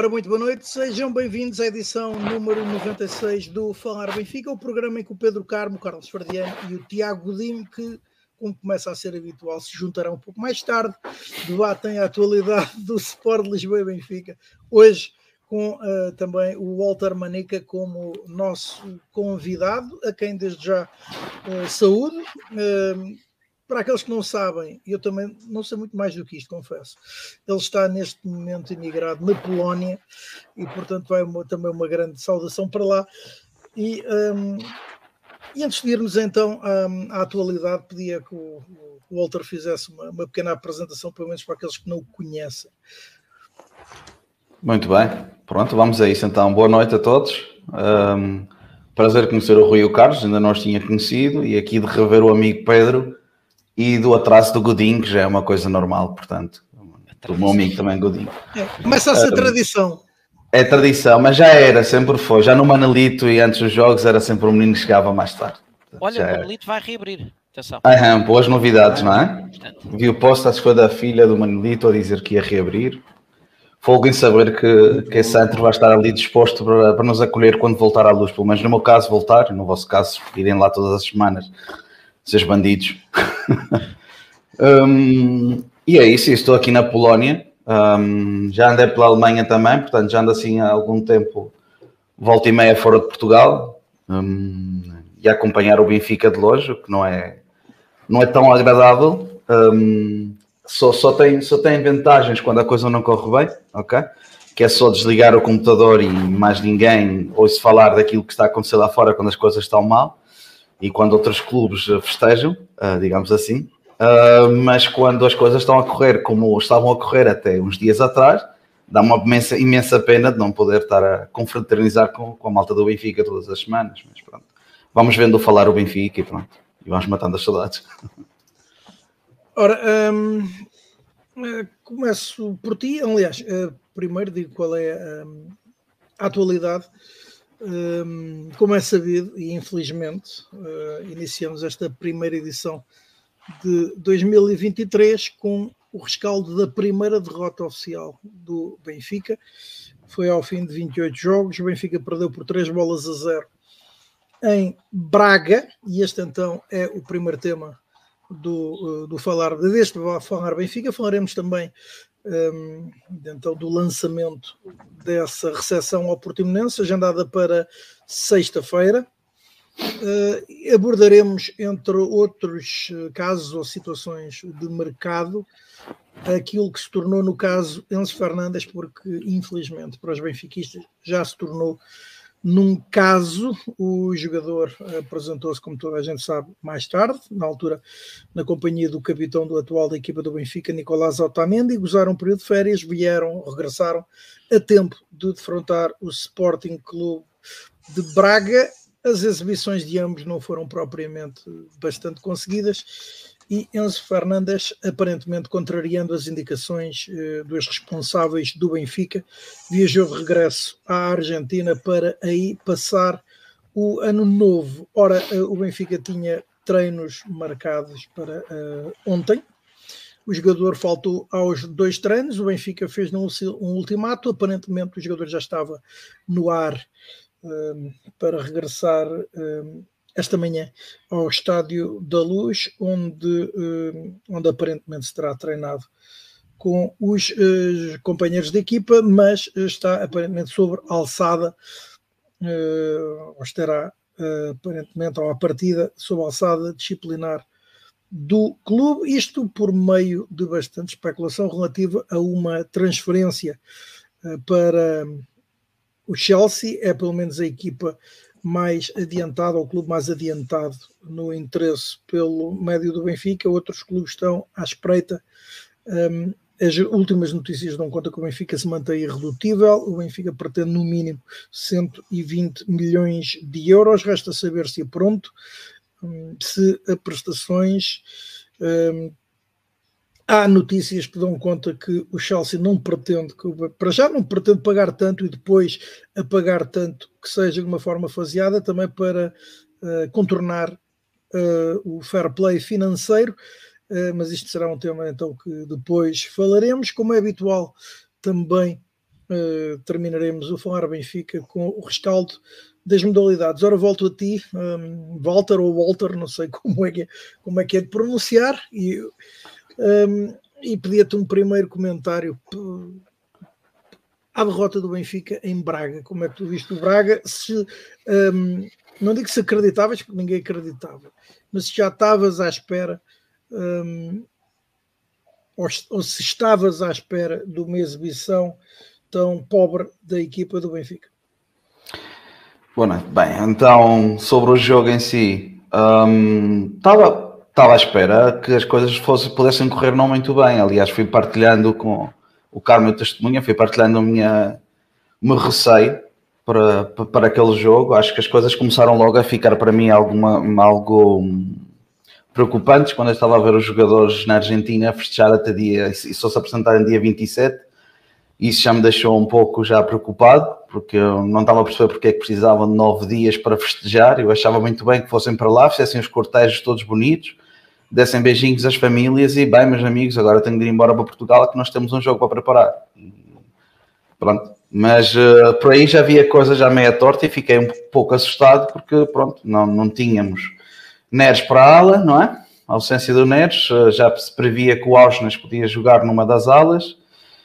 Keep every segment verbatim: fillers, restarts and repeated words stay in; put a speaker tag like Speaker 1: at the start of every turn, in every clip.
Speaker 1: Ora, muito boa noite, sejam bem-vindos à edição número noventa e seis do Falar Benfica, o programa em que o Pedro Carmo, o Carlos Fardiano e o Tiago Godinho, que, como começa a ser habitual, se juntarão um pouco mais tarde, debatem a atualidade do Sport Lisboa e Benfica. Hoje, com uh, também o Walter Manica como nosso convidado, a quem desde já uh, saúdo. Uh, Para aqueles que não sabem, eu também não sei muito mais do que isto, confesso. Ele está neste momento emigrado na Polónia e, portanto, vai uma, também uma grande saudação para lá. E, um, e antes de irmos então um, à atualidade, pedia que o, o Walter fizesse uma, uma pequena apresentação, pelo menos para aqueles que não o conhecem.
Speaker 2: Muito bem, pronto, vamos a isso então. Boa noite a todos. Um, prazer conhecer o Rui e o Carlos, ainda não os tinha conhecido, e aqui de rever o amigo Pedro. E do atraso do Godinho, que já é uma coisa normal, portanto, do meu amigo também Godinho.
Speaker 1: É, começa a ser um, tradição.
Speaker 2: É tradição, mas já era, sempre foi. Já no Manelito e antes dos jogos era sempre o menino que chegava mais tarde.
Speaker 3: Portanto, Olha, o Manelito vai reabrir. Atenção.
Speaker 2: Ah, boas novidades, não é? Vi o post, acho que foi da filha do Manelito a dizer que ia reabrir. Fogo em saber que, que esse centro vai estar ali disposto para, para nos acolher quando voltar à luz. Pelo menos no meu caso voltar, no vosso caso irem lá todas as semanas. Seus bandidos. um, e é isso, estou aqui na Polónia. Um, já andei pela Alemanha também, portanto já ando assim há algum tempo, volta e meia fora de Portugal, um, e a acompanhar o Benfica de longe, o que não é, não é tão agradável. Um, só, só, tem, só tem vantagens quando a coisa não corre bem, ok? Que é só desligar o computador e mais ninguém ouve falar daquilo que está a acontecer lá fora quando as coisas estão mal. E quando outros clubes festejam, uh, digamos assim, uh, mas quando as coisas estão a correr como estavam a correr até uns dias atrás, dá uma imensa, imensa pena de não poder estar a confraternizar com, com a malta do Benfica todas as semanas. Mas pronto, vamos vendo falar o Benfica e pronto, e vamos matando as saudades.
Speaker 1: Ora, um, começo por ti, aliás, uh, primeiro digo qual é um, a atualidade. Um, como é sabido, e infelizmente uh, iniciamos esta primeira edição de dois mil e vinte e três com o rescaldo da primeira derrota oficial do Benfica. Foi ao fim de vinte e oito jogos, o Benfica perdeu por três bolas a zero em Braga, e este então é o primeiro tema do, do falar deste Falar Benfica. Falaremos também Um, então, do lançamento dessa recepção ao Portimonense, agendada para sexta-feira. Uh, abordaremos, entre outros casos ou situações de mercado, aquilo que se tornou, no caso, Enzo Fernandes, porque, infelizmente, para os benfiquistas já se tornou num caso. O jogador apresentou-se, como toda a gente sabe, mais tarde, na altura, na companhia do capitão do atual da equipa do Benfica, Nicolás Otamendi, gozaram um período de férias, vieram, regressaram a tempo de defrontar o Sporting Clube de Braga. As exibições de ambos não foram propriamente bastante conseguidas, e Enzo Fernandes, aparentemente contrariando as indicações eh, dos responsáveis do Benfica, viajou de regresso à Argentina para aí passar o ano novo. Ora, eh, o Benfica tinha treinos marcados para eh, ontem. O jogador faltou aos dois treinos, o Benfica fez um, um ultimato, aparentemente o jogador já estava no ar eh, para regressar eh, esta manhã ao Estádio da Luz, onde, onde aparentemente se terá treinado com os uh, companheiros de equipa, mas está aparentemente sobre alçada, uh, ou estará uh, aparentemente à partida sob alçada disciplinar do clube, isto por meio de bastante especulação relativa a uma transferência uh, para o Chelsea. É pelo menos a equipa mais adiantado, ao clube mais adiantado no interesse pelo médio do Benfica. Outros clubes estão à espreita. Um, as últimas notícias dão conta que o Benfica se mantém irredutível. O Benfica pretende no mínimo cento e vinte milhões de euros. Resta saber se é pronto, um, se a prestações... Um, há notícias que dão conta que o Chelsea não pretende, que, para já não pretende pagar tanto e depois a pagar tanto que seja de uma forma faseada, também para uh, contornar uh, o fair play financeiro, uh, mas isto será um tema então que depois falaremos. Como é habitual, também uh, terminaremos o Falar Benfica com o rescaldo das modalidades. Ora, volto a ti, um, Walter ou Walter, não sei como é que é, como é, que é de pronunciar, e, um, e pedia-te um primeiro comentário à derrota do Benfica em Braga. Como é que tu viste o Braga? Se, um, não digo se acreditavas, porque ninguém acreditava, mas se já estavas à espera, um, ou, ou se estavas à espera de uma exibição tão pobre da equipa do Benfica.
Speaker 2: Boa noite. Bem, então, sobre o jogo em si, estava um, à espera que as coisas fosse, pudessem correr não muito bem. Aliás, fui partilhando com o Carmo e o Testemunha, fui partilhando a minha, o meu receio para, para, para aquele jogo. Acho que as coisas começaram logo a ficar para mim alguma, algo preocupantes quando eu estava a ver os jogadores na Argentina festejar até dia, e só se apresentarem dia vinte e sete. Isso já me deixou um pouco já preocupado, porque eu não estava a perceber porque é que precisavam de nove dias para festejar. Eu achava muito bem que fossem para lá, fizessem os cortejos todos bonitos, dessem beijinhos às famílias e, bem, meus amigos, agora tenho de ir embora para Portugal que nós temos um jogo para preparar. Pronto. Mas uh, por aí já havia coisa já meia torta e fiquei um pouco assustado porque, pronto, não, não tínhamos Neres para a ala, não é? A ausência do Neres, uh, já se previa que o Osnas podia jogar numa das alas.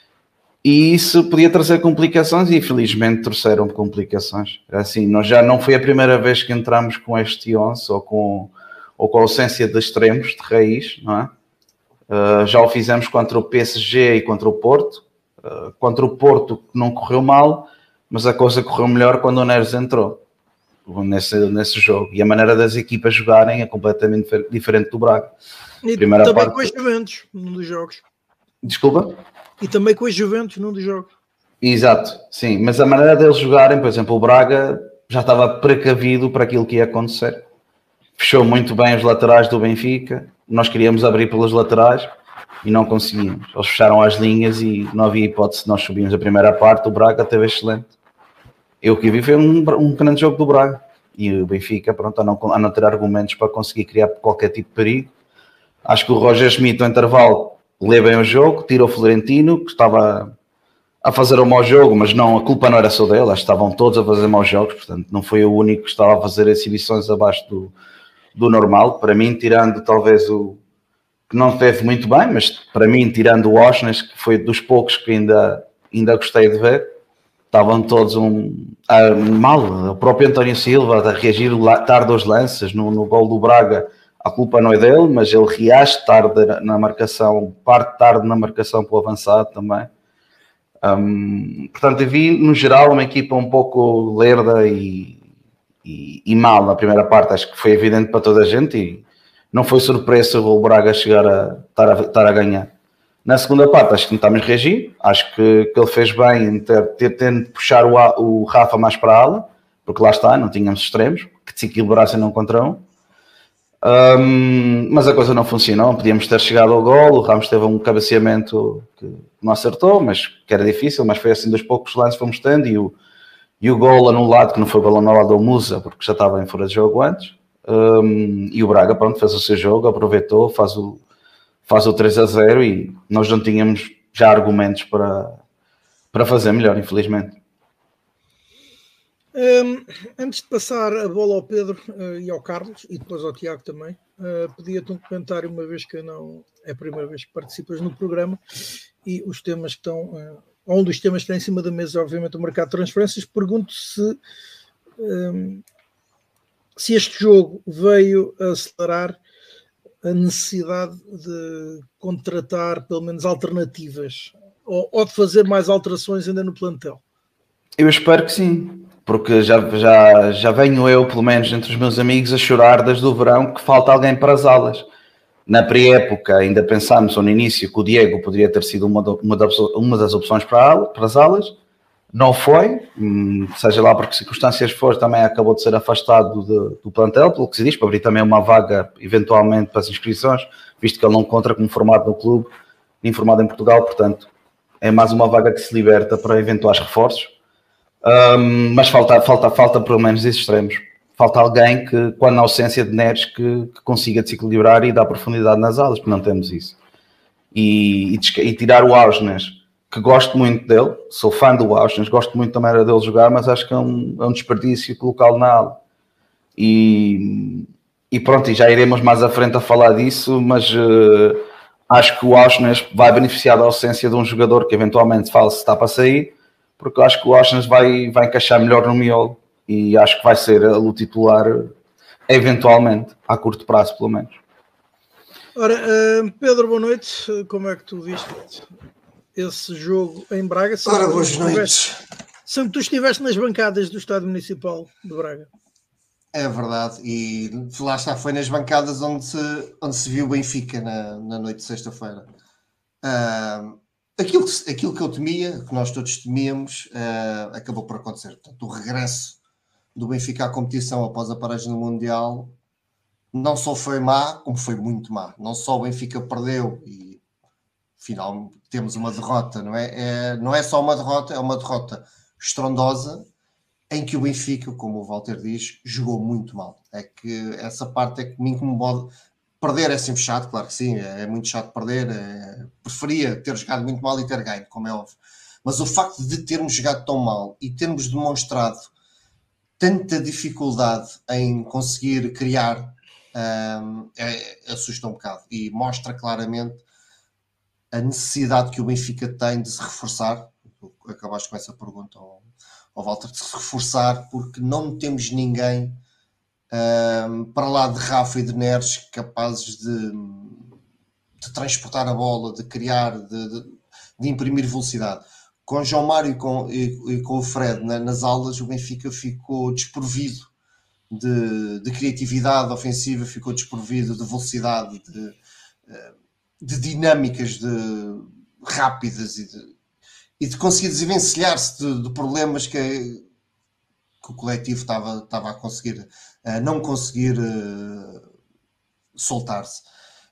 Speaker 2: E isso podia trazer complicações e infelizmente trouxeram complicações. Assim, nós já não foi a primeira vez que entramos com este onze ou com, ou com a ausência de extremos, de raiz, não é? Uh, já o fizemos contra o P S G e contra o Porto. Uh, contra o Porto não correu mal, mas a coisa correu melhor quando o Neres entrou nesse, nesse jogo. E a maneira das equipas jogarem é completamente diferente do Braga.
Speaker 1: E Primeira também parte... com as Juventus, num dos jogos.
Speaker 2: Desculpa?
Speaker 1: E também com a Juventus num dos jogos.
Speaker 2: Exato, sim. Mas a maneira deles jogarem, por exemplo, o Braga já estava precavido para aquilo que ia acontecer. Fechou muito bem os laterais do Benfica. Nós queríamos abrir pelas laterais e não conseguimos. Eles fecharam as linhas e não havia hipótese. Nós subimos a primeira parte, o Braga teve excelente. Eu que vi foi um, um grande jogo do Braga. E o Benfica, pronto, a não, a não ter argumentos para conseguir criar qualquer tipo de perigo. Acho que o Roger Schmidt, no intervalo, lê bem o jogo, tira o Florentino, que estava a fazer um mau jogo, mas não, a culpa não era só dele, acho que estavam todos a fazer maus jogos, portanto não foi o único que estava a fazer exibições abaixo do, do normal. Para mim, tirando talvez o que não teve muito bem, mas para mim, tirando o Osnas, que foi dos poucos que ainda, ainda gostei de ver, estavam todos um, a, mal. O próprio António Silva a reagir tarde aos lances no, no gol do Braga. A culpa não é dele, mas ele reage tarde na marcação, parte tarde na marcação para o avançado também. Um, portanto, eu vi, no geral, uma equipa um pouco lerda e, e, e mal na primeira parte. Acho que foi evidente para toda a gente e não foi surpresa o Braga chegar a estar a, estar a ganhar. Na segunda parte, acho que tentámos reagir. Acho que, que ele fez bem em ter, ter, ter de puxar o, o Rafa mais para a ala, porque lá está, não tínhamos extremos que se equilibrassem num contra um. Um, mas a coisa não funcionou, podíamos ter chegado ao gol, o Ramos teve um cabeceamento que não acertou, mas que era difícil, mas foi assim dos poucos lances que fomos tendo, e o, e o gol anulado, que não foi o gol anulado ao Musa, porque já estava em fora de jogo antes, um, e o Braga, pronto, fez o seu jogo, aproveitou, faz o, faz o três a zero, e nós não tínhamos já argumentos para, para fazer melhor, infelizmente.
Speaker 1: Um, antes de passar a bola ao Pedro uh, e ao Carlos, e depois ao Tiago também, uh, pedia-te um comentário, uma vez que não é a primeira vez que participas no programa, e os temas que estão, uh, um dos temas que está em cima da mesa, obviamente, o mercado de transferências. Pergunto se, um, se este jogo veio a acelerar a necessidade de contratar pelo menos alternativas, ou, ou de fazer mais alterações ainda no plantel.
Speaker 2: Eu espero que sim. Porque já, já, já venho eu, pelo menos entre os meus amigos, a chorar desde o verão que falta alguém para as alas. Na pré-época ainda pensámos, ou no início, que o Diego poderia ter sido uma, uma, uma das opções para, a ala, para as alas. Não foi, seja lá por que circunstâncias for, também acabou de ser afastado de, do plantel, pelo que se diz, para abrir também uma vaga, eventualmente, para as inscrições, visto que ele não conta como formado no clube, nem formado em Portugal, portanto, é mais uma vaga que se liberta para eventuais reforços. Um, mas falta, falta, falta pelo menos esses extremos. Falta alguém que, quando na ausência de Neres, que, que consiga desequilibrar e dar profundidade nas alas, porque não temos isso. E, e, e tirar o Osnas que gosto muito dele, sou fã do Auschwitz, gosto muito também dele jogar, mas acho que é um, é um desperdício colocá-lo na ala. E, e pronto, e já iremos mais à frente a falar disso, mas uh, acho que o Auschwitz vai beneficiar da ausência de um jogador que eventualmente fala se está para sair, porque acho que o Auschwitz vai, vai encaixar melhor no miolo e acho que vai ser o titular eventualmente, a curto prazo pelo menos.
Speaker 1: Ora, uh, Pedro, boa noite. Como é que tu viste esse jogo em Braga?
Speaker 4: Ora, boas noites.
Speaker 1: Sempre tu estiveste nas bancadas do Estádio Municipal de Braga.
Speaker 4: É verdade, e lá está, foi nas bancadas onde se, onde se viu o Benfica na, na noite de sexta-feira. Uh, aquilo, que, aquilo que eu temia, que nós todos temíamos, uh, acabou por acontecer. Portanto, o regresso do Benfica à competição após a paragem no Mundial não só foi má, como foi muito má. Não só o Benfica perdeu e afinal temos uma derrota, não é? é? Não é só uma derrota, é uma derrota estrondosa em que o Benfica, como o Walter diz, jogou muito mal. É que essa parte é que me incomoda. Perder é sempre chato, claro que sim, é muito chato perder. É... Preferia ter jogado muito mal e ter ganho, como é óbvio. Mas o facto de termos jogado tão mal e termos demonstrado tanta dificuldade em conseguir criar um, é, assusta um bocado e mostra claramente a necessidade que o Benfica tem de se reforçar. Acabaste com essa pergunta ao, ao Walter, de se reforçar, porque não temos ninguém um, para lá de Rafa e de Neres capazes de, de transportar a bola, de criar, de, de, de imprimir velocidade. Com João Mário e com, e, e com o Fred na, nas aulas, o Benfica ficou desprovido de, de criatividade ofensiva, ficou desprovido de velocidade, de, de dinâmicas de, rápidas e de, e de conseguir desvencilhar-se de, de problemas que, que o coletivo estava, estava a conseguir, a não conseguir uh, soltar-se.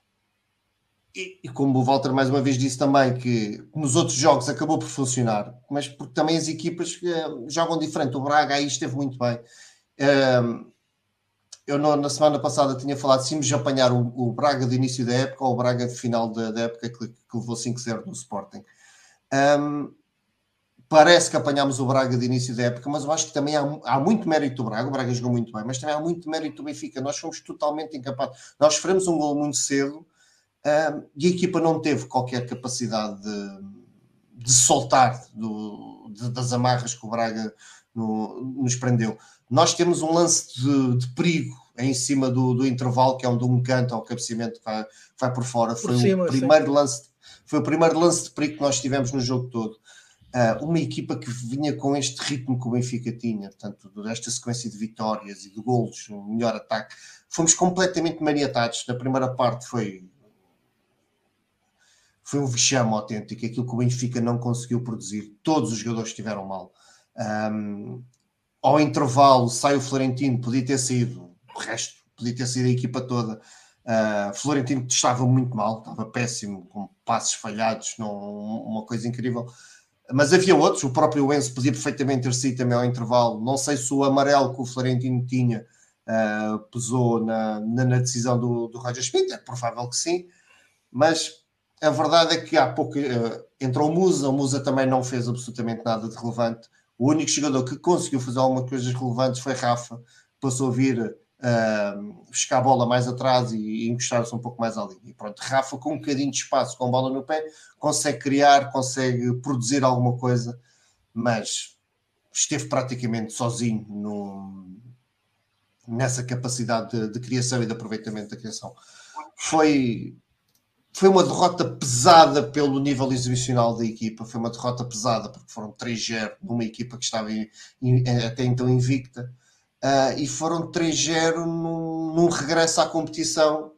Speaker 4: E, e como o Walter mais uma vez disse também, que nos outros jogos acabou por funcionar, mas porque também as equipas uh, jogam diferente. O Braga aí esteve muito bem. Uh, eu no, na semana passada tinha falado se íamos apanhar o, o Braga de início da época ou o Braga de final da, da época que, que levou cinco zero no Sporting. Um, parece que apanhámos o Braga de início da época, mas eu acho que também há, há muito mérito do Braga. O Braga jogou muito bem, mas também há muito mérito do Benfica. Nós fomos totalmente incapazes. Nós sofremos um gol muito cedo um, e a equipa não teve qualquer capacidade de, de soltar do, de, das amarras que o Braga no, nos prendeu. Nós temos um lance de, de perigo em cima do, do intervalo, que é onde um canto ao cabeceamento vai, vai por fora. Foi, por cima, o primeiro lance, foi o primeiro lance de perigo que nós tivemos no jogo todo. Uh, uma equipa que vinha com este ritmo que o Benfica tinha, portanto, desta sequência de vitórias e de golos, um melhor ataque. Fomos completamente maniatados. Na primeira parte foi, foi um vexame autêntico, aquilo que o Benfica não conseguiu produzir. Todos os jogadores estiveram mal. Um, Ao intervalo sai o Florentino, podia ter sido o resto, podia ter sido a equipa toda. Uh, Florentino estava muito mal, estava péssimo, com passes falhados, não, uma coisa incrível. Mas havia outros, o próprio Enzo podia perfeitamente ter sido também ao intervalo. Não sei se o amarelo que o Florentino tinha uh, pesou na, na, na decisão do, do Roger Schmidt, é provável que sim, mas a verdade é que há pouco uh, entrou o Musa, o Musa também não fez absolutamente nada de relevante. O único jogador que conseguiu fazer algumas coisas relevantes foi Rafa, passou a vir uh, buscar a bola mais atrás e, e encostar-se um pouco mais ali. E pronto, Rafa com um bocadinho de espaço, com a bola no pé, consegue criar, consegue produzir alguma coisa, mas esteve praticamente sozinho no, nessa capacidade de, de criação e de aproveitamento da criação. Foi... Foi uma derrota pesada pelo nível exibicional da equipa, foi uma derrota pesada porque foram três zero numa equipa que estava in, in, até então invicta uh, e foram três zero num, num regresso à competição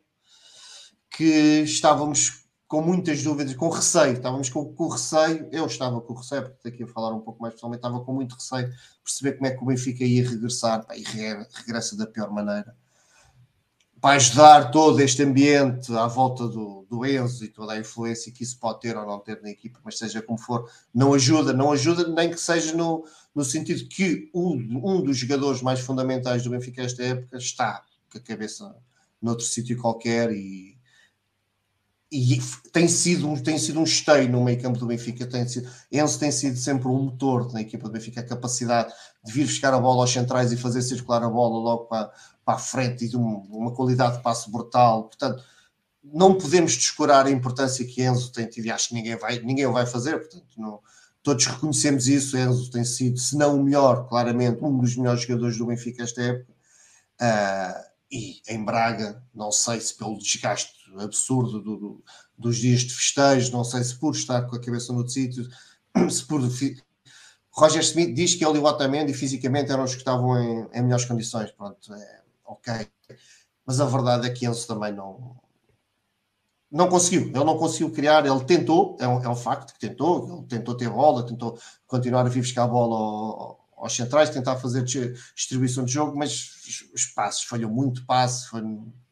Speaker 4: que estávamos com muitas dúvidas, com receio, estávamos com, com receio, eu estava com receio, porque daqui a falar um pouco mais pessoalmente, estava com muito receio de perceber como é que o Benfica ia regressar, pá, e regressa da pior maneira. Para ajudar todo este ambiente à volta do, do Enzo e toda a influência que isso pode ter ou não ter na equipa, mas seja como for, não ajuda, não ajuda nem que seja no, no sentido que um, um dos jogadores mais fundamentais do Benfica esta época está com a cabeça noutro sítio qualquer e e tem sido, um, tem sido um esteio no meio campo do Benfica. Tem sido, Enzo tem sido sempre um motor na equipa do Benfica, a capacidade de vir buscar a bola aos centrais e fazer circular a bola logo para, para a frente, e de um, uma qualidade de passe brutal. Portanto, não podemos descurar a importância que Enzo tem tido, e acho que ninguém, vai, ninguém o vai fazer. Portanto, não, todos reconhecemos isso. Enzo tem sido, se não o melhor, claramente, um dos melhores jogadores do Benfica esta época. Uh, e em Braga, não sei se pelo desgaste absurdo do, do, dos dias de festejo, não sei se por estar com a cabeça no sítio, se por... Roger Smith diz que ele e o Otamendi fisicamente eram os que estavam em, em melhores condições. Pronto, é, ok. Mas a verdade é que Enzo também não... Não conseguiu, ele não conseguiu criar, ele tentou, é um, é um facto que tentou, ele tentou ter bola, tentou continuar a vir buscar a bola ao, aos centrais, tentar fazer distribuição de jogo, mas os passos, falhou muito passe, foi...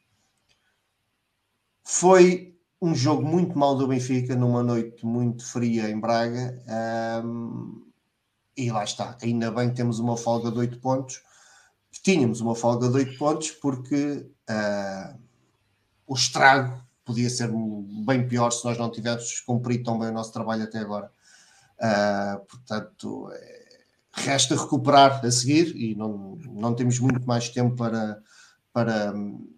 Speaker 4: foi um jogo muito mau do Benfica, numa noite muito fria em Braga, um, e lá está, ainda bem que temos uma folga de oito pontos, tínhamos uma folga de oito pontos, porque uh, o estrago podia ser bem pior se nós não tivéssemos cumprido tão bem o nosso trabalho até agora. Uh, portanto, é, resta recuperar a seguir, e não, não temos muito mais tempo para, para,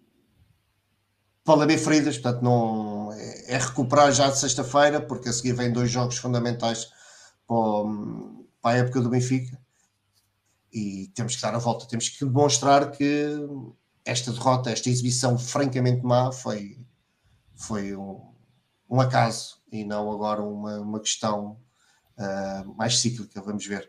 Speaker 4: para lamer feridas. Portanto, não, é, é recuperar já de sexta-feira, porque a seguir vem dois jogos fundamentais para, o, para a época do Benfica, e temos que dar a volta. Temos que demonstrar que esta derrota, esta exibição francamente má, foi... foi um, um acaso e não agora uma, uma questão uh, mais cíclica. Vamos ver.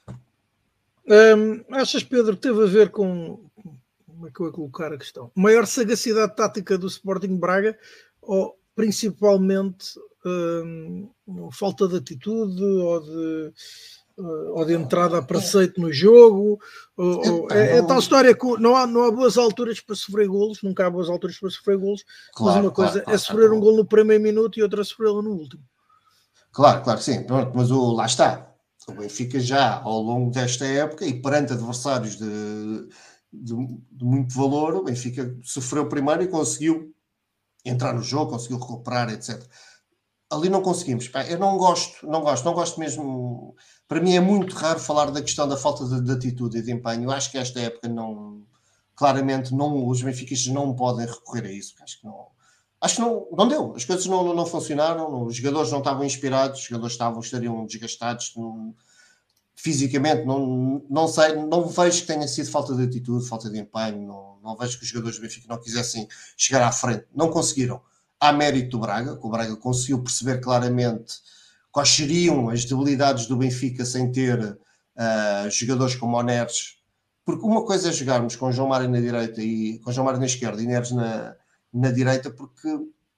Speaker 1: Um, achas, Pedro, que teve a ver com, como é que eu ia colocar a questão, maior sagacidade tática do Sporting Braga, ou principalmente um, falta de atitude, ou de, uh, ou de entrada a preceito no jogo? Ou, ou, é, é tal história que não há, não há boas alturas para sofrer golos, nunca há boas alturas para sofrer golos, claro, mas uma coisa claro, é sofrer claro, um golo no primeiro minuto e outra é sofrê-lo no último.
Speaker 4: Claro, claro, sim, pronto, mas o, lá está. O Benfica já, ao longo desta época, e perante adversários de, de, de muito valor, o Benfica sofreu primeiro e conseguiu entrar no jogo, conseguiu recuperar, etcétera. Ali não conseguimos. Eu não gosto, não gosto, não gosto mesmo. Para mim é muito raro falar da questão da falta de, de atitude e de empenho. Eu acho que esta época não, claramente, não, os benfiquistas não podem recorrer a isso. Acho que não, acho que não, não deu. As coisas não, não, não funcionaram, os jogadores não estavam inspirados, os jogadores estavam, estariam desgastados não, fisicamente. Não, não sei, não vejo que tenha sido falta de atitude, falta de empenho. Não, não vejo que os jogadores do Benfica não quisessem chegar à frente. Não conseguiram. Há mérito do Braga, que o Braga conseguiu perceber claramente quais seriam as debilidades do Benfica sem ter uh, jogadores como o Neres, porque uma coisa é jogarmos com João Mário na direita e com João Mário na esquerda e Neres na, na direita, porque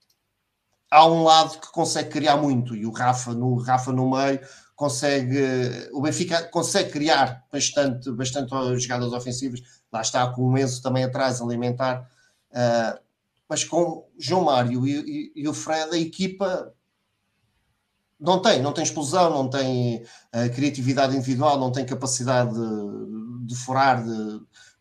Speaker 4: há um lado que consegue criar muito, e o Rafa no, Rafa no meio consegue, o Benfica consegue criar bastante, bastante jogadas ofensivas. Lá está, com o Enzo também atrás, alimentar. Uh, mas com João Mário e, e, e o Fred, a equipa não tem, não tem explosão, não tem uh, criatividade individual, não tem capacidade de, de furar, de,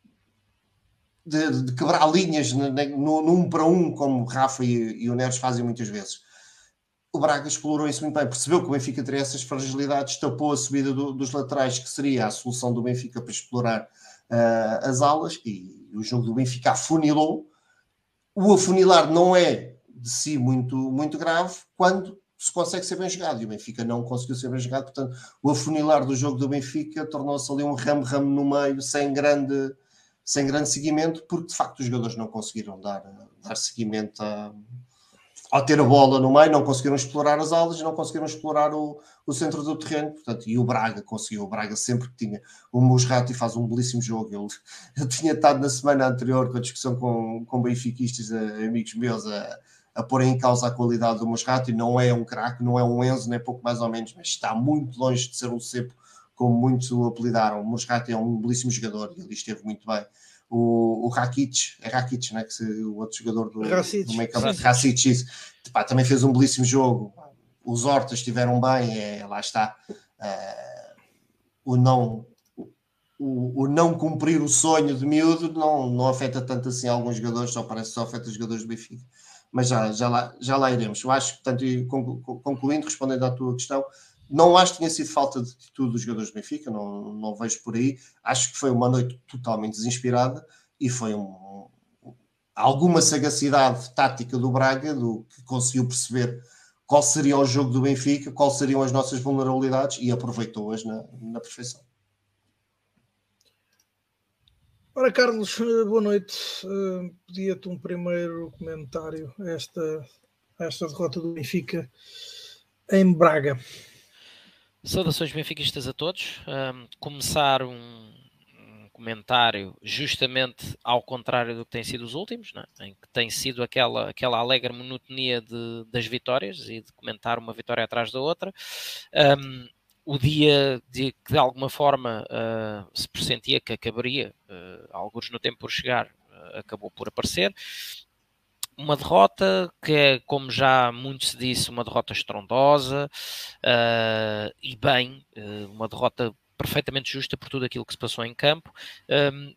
Speaker 4: de, de quebrar linhas no, no, no um para um, como o Rafa e, e o Neres fazem muitas vezes. O Braga explorou isso muito bem, percebeu que o Benfica teria essas fragilidades, tapou a subida do, dos laterais, que seria a solução do Benfica para explorar uh, as alas, e o jogo do Benfica afunilou. O afunilar não é de si muito, muito grave quando se consegue ser bem jogado, e o Benfica não conseguiu ser bem jogado. Portanto, o afunilar do jogo do Benfica tornou-se ali um ramo-ramo no meio, sem grande, sem grande seguimento, porque de facto os jogadores não conseguiram dar, dar seguimento a, ao ter a bola no meio, não conseguiram explorar as alas, não conseguiram explorar o, o centro do terreno. Portanto, e o Braga conseguiu. O Braga sempre que tinha o Musrati faz um belíssimo jogo. Ele, eu tinha estado na semana anterior com a discussão com, com benfiquistas, amigos meus, a, a pôr em causa a qualidade do Musrati. Não é um craque, não é um Enzo, nem pouco mais ou menos, mas está muito longe de ser um cepo, como muitos o apelidaram. O Musrati é um belíssimo jogador e ele esteve muito bem. O, o Rakic, é Rakic, não é? Que se, o outro jogador do, do meio campo, Rakic, isso. Pá, também fez um belíssimo jogo. Os Hortas estiveram bem, é, lá está. Uh, o, não, o, o não cumprir o sonho de miúdo não, não afeta tanto assim alguns jogadores, só parece que só afeta os jogadores do Benfica. mas já, já, lá, já lá iremos. Eu acho que, portanto, concluindo, respondendo à tua questão, não acho que tenha sido falta de atitude dos jogadores do Benfica, não, não vejo por aí. Acho que foi uma noite totalmente desinspirada e foi um, alguma sagacidade tática do Braga, do que conseguiu perceber qual seria o jogo do Benfica, quais seriam as nossas vulnerabilidades e aproveitou-as na, na perfeição.
Speaker 1: Ora, Carlos, boa noite. Uh, Pedia-te um primeiro comentário a esta, a esta derrota do Benfica em Braga.
Speaker 3: Saudações benfiquistas a todos. Um, começar um, um comentário justamente ao contrário do que tem sido os últimos, né? Em que tem sido aquela, aquela alegre monotonia de, das vitórias e de comentar uma vitória atrás da outra. Um, o dia de que de alguma forma uh, se pressentia que acabaria, uh, alguns no tempo por chegar, uh, acabou por aparecer. Uma derrota que é, como já muito se disse, uma derrota estrondosa uh, e bem, uh, uma derrota perfeitamente justa por tudo aquilo que se passou em campo. Um,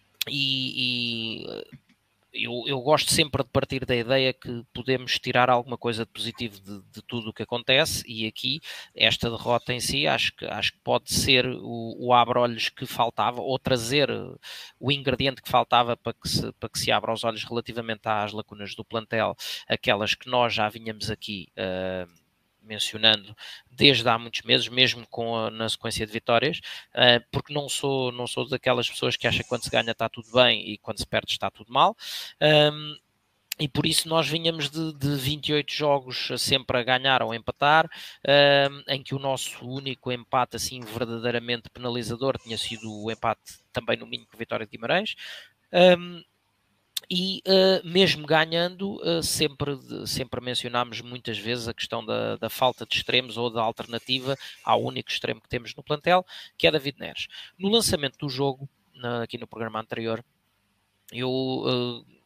Speaker 3: e, e eu, eu gosto sempre de partir da ideia que podemos tirar alguma coisa de positivo de, de tudo o que acontece, e aqui esta derrota em si acho que, acho que pode ser o, o abre-olhos que faltava, ou trazer o ingrediente que faltava para que, se, para que se abra os olhos relativamente às lacunas do plantel, aquelas que nós já vinhamos aqui uh, mencionando desde há muitos meses, mesmo com a, na sequência de vitórias, uh, porque não sou, não sou daquelas pessoas que acham que quando se ganha está tudo bem e quando se perde está tudo mal. Um, e por isso nós vinhamos de, de vinte e oito jogos sempre a ganhar ou a empatar, um, em que o nosso único empate assim verdadeiramente penalizador tinha sido o empate também no Minho com a Vitória de Guimarães. Um, E uh, mesmo ganhando, uh, sempre, sempre mencionámos muitas vezes a questão da, da falta de extremos ou da alternativa ao único extremo que temos no plantel, que é David Neres. No lançamento do jogo, na, aqui no programa anterior, eu... Uh,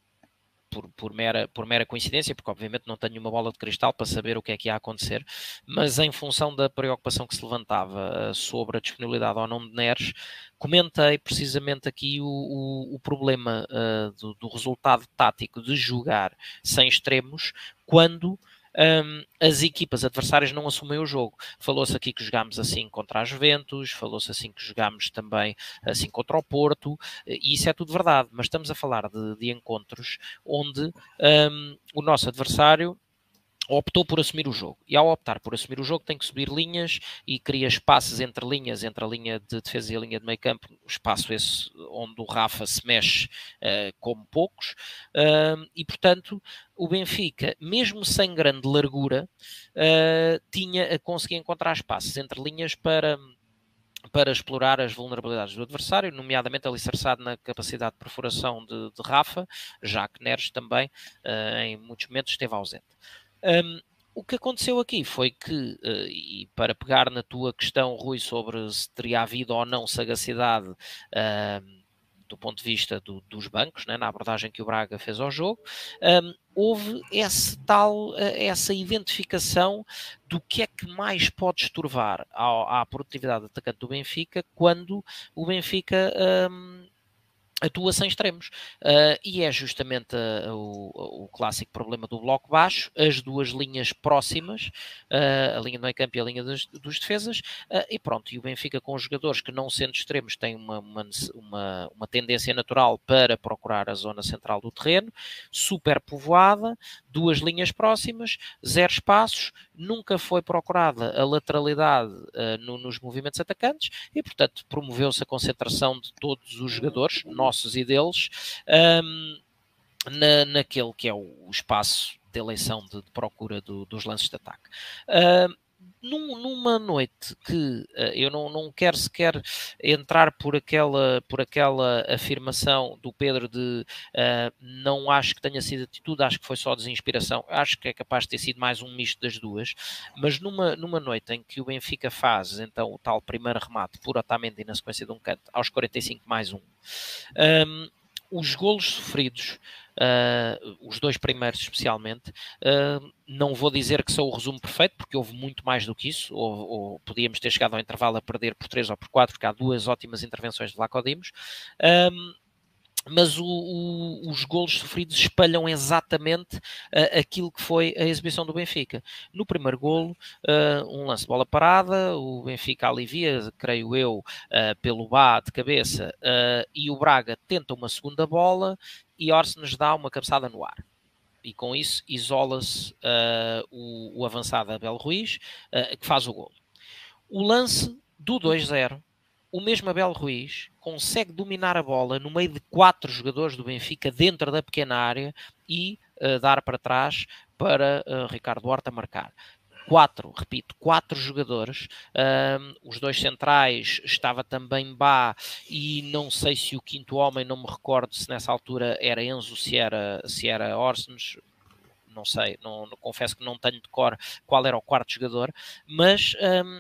Speaker 3: Por, por, mera, por mera coincidência, porque obviamente não tenho uma bola de cristal para saber o que é que ia acontecer, mas em função da preocupação que se levantava uh, sobre a disponibilidade ou não de Neres, comentei precisamente aqui o, o, o problema uh, do, do resultado tático de jogar sem extremos quando Um, as equipas adversárias não assumem o jogo. Falou-se aqui que jogámos assim contra a Juventus, falou-se assim que jogámos também assim contra o Porto, e isso é tudo verdade, mas estamos a falar de, de encontros onde um, o nosso adversário optou por assumir o jogo, e ao optar por assumir o jogo tem que subir linhas e cria espaços entre linhas, entre a linha de defesa e a linha de meio campo, espaço esse onde o Rafa se mexe uh, como poucos, uh, e portanto o Benfica, mesmo sem grande largura, uh, tinha, conseguia encontrar espaços entre linhas para... para explorar as vulnerabilidades do adversário, nomeadamente alicerçado na capacidade de perfuração de, de Rafa, já que Neres também uh, em muitos momentos esteve ausente. Um, o que aconteceu aqui foi que, uh, e para pegar na tua questão, Rui, sobre se teria havido ou não sagacidade uh, do ponto de vista do, dos bancos, né, na abordagem que o Braga fez ao jogo, um, houve esse tal, uh, essa identificação do que é que mais pode estorvar ao, à produtividade atacante do Benfica quando o Benfica... Um, atua sem extremos, uh, e é justamente uh, o, o clássico problema do bloco baixo, as duas linhas próximas, uh, a linha do meio campo e a linha dos, dos defesas, uh, e pronto, e o Benfica com os jogadores que não sendo extremos têm uma, uma, uma, uma tendência natural para procurar a zona central do terreno, super povoada, duas linhas próximas, zero espaços, nunca foi procurada a lateralidade uh, no, nos movimentos atacantes, e portanto promoveu-se a concentração de todos os jogadores, nossos e deles, um, na, naquele que é o, o espaço de eleição de, de procura do, dos lances de ataque. Uh, num, numa noite que uh, eu não, não quero sequer entrar por aquela, por aquela afirmação do Pedro de uh, não acho que tenha sido atitude, acho que foi só desinspiração, acho que é capaz de ter sido mais um misto das duas, mas numa, numa noite em que o Benfica faz então o tal primeiro remate por Otamendi na sequência de um canto, aos quarenta e cinco mais um, um os golos sofridos, uh, os dois primeiros especialmente, uh, não vou dizer que são o resumo perfeito, porque houve muito mais do que isso, ou, ou podíamos ter chegado ao intervalo a perder por três ou por quatro, porque há duas ótimas intervenções de Vlaco Dimos, um, mas o, o, os golos sofridos espalham exatamente uh, aquilo que foi a exibição do Benfica. No primeiro golo, uh, um lance de bola parada, o Benfica alivia, creio eu, uh, pelo Bá de cabeça, uh, e o Braga tenta uma segunda bola e Orsnes dá uma cabeçada no ar. E com isso isola-se uh, o, o avançado Abel Ruiz, uh, que faz o golo. O lance do dois zero, o mesmo Abel Ruiz consegue dominar a bola no meio de quatro jogadores do Benfica dentro da pequena área e uh, dar para trás para uh, Ricardo Horta marcar. Quatro, repito, quatro jogadores, um, os dois centrais, estava também Bá e não sei se o quinto homem, não me recordo se nessa altura era Enzo, se era, se era Orsnes, não sei, não, não, confesso que não tenho de cor qual era o quarto jogador, mas um,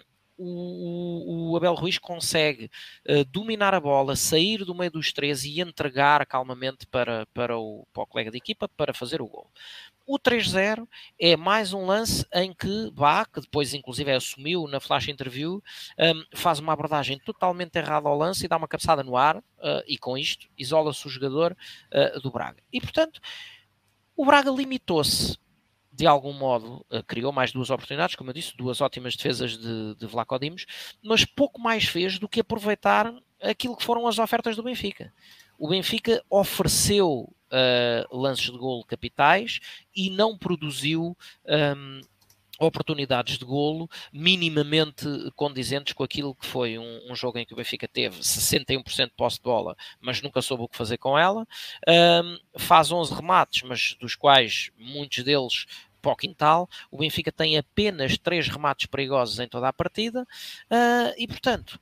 Speaker 3: o, o Abel Ruiz consegue uh, dominar a bola, sair do meio dos três e entregar calmamente para, para, o, para o colega de equipa para fazer o gol. O três zero é mais um lance em que Bá, que depois inclusive assumiu na flash interview, um, faz uma abordagem totalmente errada ao lance e dá uma cabeçada no ar, uh, e com isto isola-se o jogador uh, do Braga. E portanto, o Braga limitou-se de algum modo, uh, criou mais duas oportunidades, como eu disse, duas ótimas defesas de, de Vlaco Dimos, mas pouco mais fez do que aproveitar aquilo que foram as ofertas do Benfica. O Benfica ofereceu uh, lances de golo capitais e não produziu um, oportunidades de golo minimamente condizentes com aquilo que foi um, um jogo em que o Benfica teve sessenta e um por cento de posse de bola, mas nunca soube o que fazer com ela. Um, faz onze remates, mas dos quais muitos deles para o quintal. O Benfica tem apenas três remates perigosos em toda a partida, uh, e portanto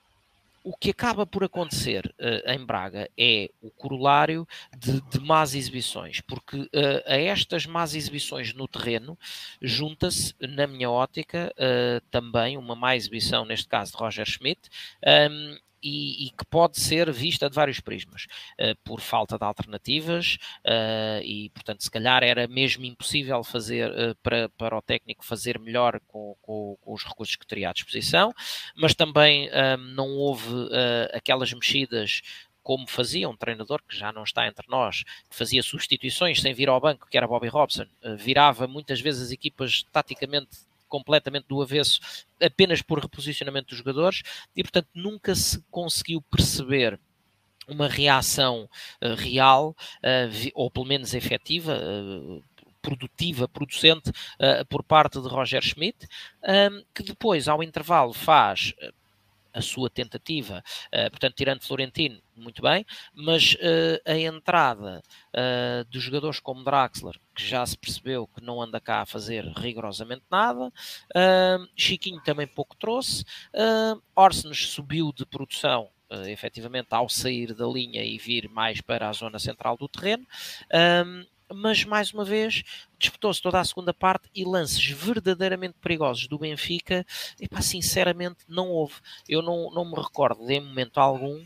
Speaker 3: o que acaba por acontecer uh, em Braga é o corolário de, de más exibições, porque uh, a estas más exibições no terreno junta-se, na minha ótica, uh, também uma má exibição, neste caso de Roger Schmidt, um, E, e que pode ser vista de vários prismas, uh, por falta de alternativas, uh, e portanto se calhar era mesmo impossível fazer, uh, para, para o técnico fazer melhor com, com, com os recursos que teria à disposição, mas também um, não houve uh, aquelas mexidas como fazia um treinador que já não está entre nós, que fazia substituições sem vir ao banco, que era Bobby Robson, uh, virava muitas vezes as equipas taticamente completamente do avesso, apenas por reposicionamento dos jogadores, e portanto nunca se conseguiu perceber uma reação uh, real, uh, ou pelo menos efetiva, uh, produtiva, producente, uh, por parte de Roger Schmidt, um, que depois, ao intervalo, faz uh, a sua tentativa, uh, portanto, tirando Florentino, muito bem, mas uh, a entrada uh, dos jogadores como Draxler, que já se percebeu que não anda cá a fazer rigorosamente nada, uh, Chiquinho também pouco trouxe, uh, Orsnes subiu de produção, uh, efetivamente, ao sair da linha e vir mais para a zona central do terreno, uh, mas mais uma vez disputou-se toda a segunda parte e lances verdadeiramente perigosos do Benfica, e pá, sinceramente não houve. Eu não, não me recordo de momento algum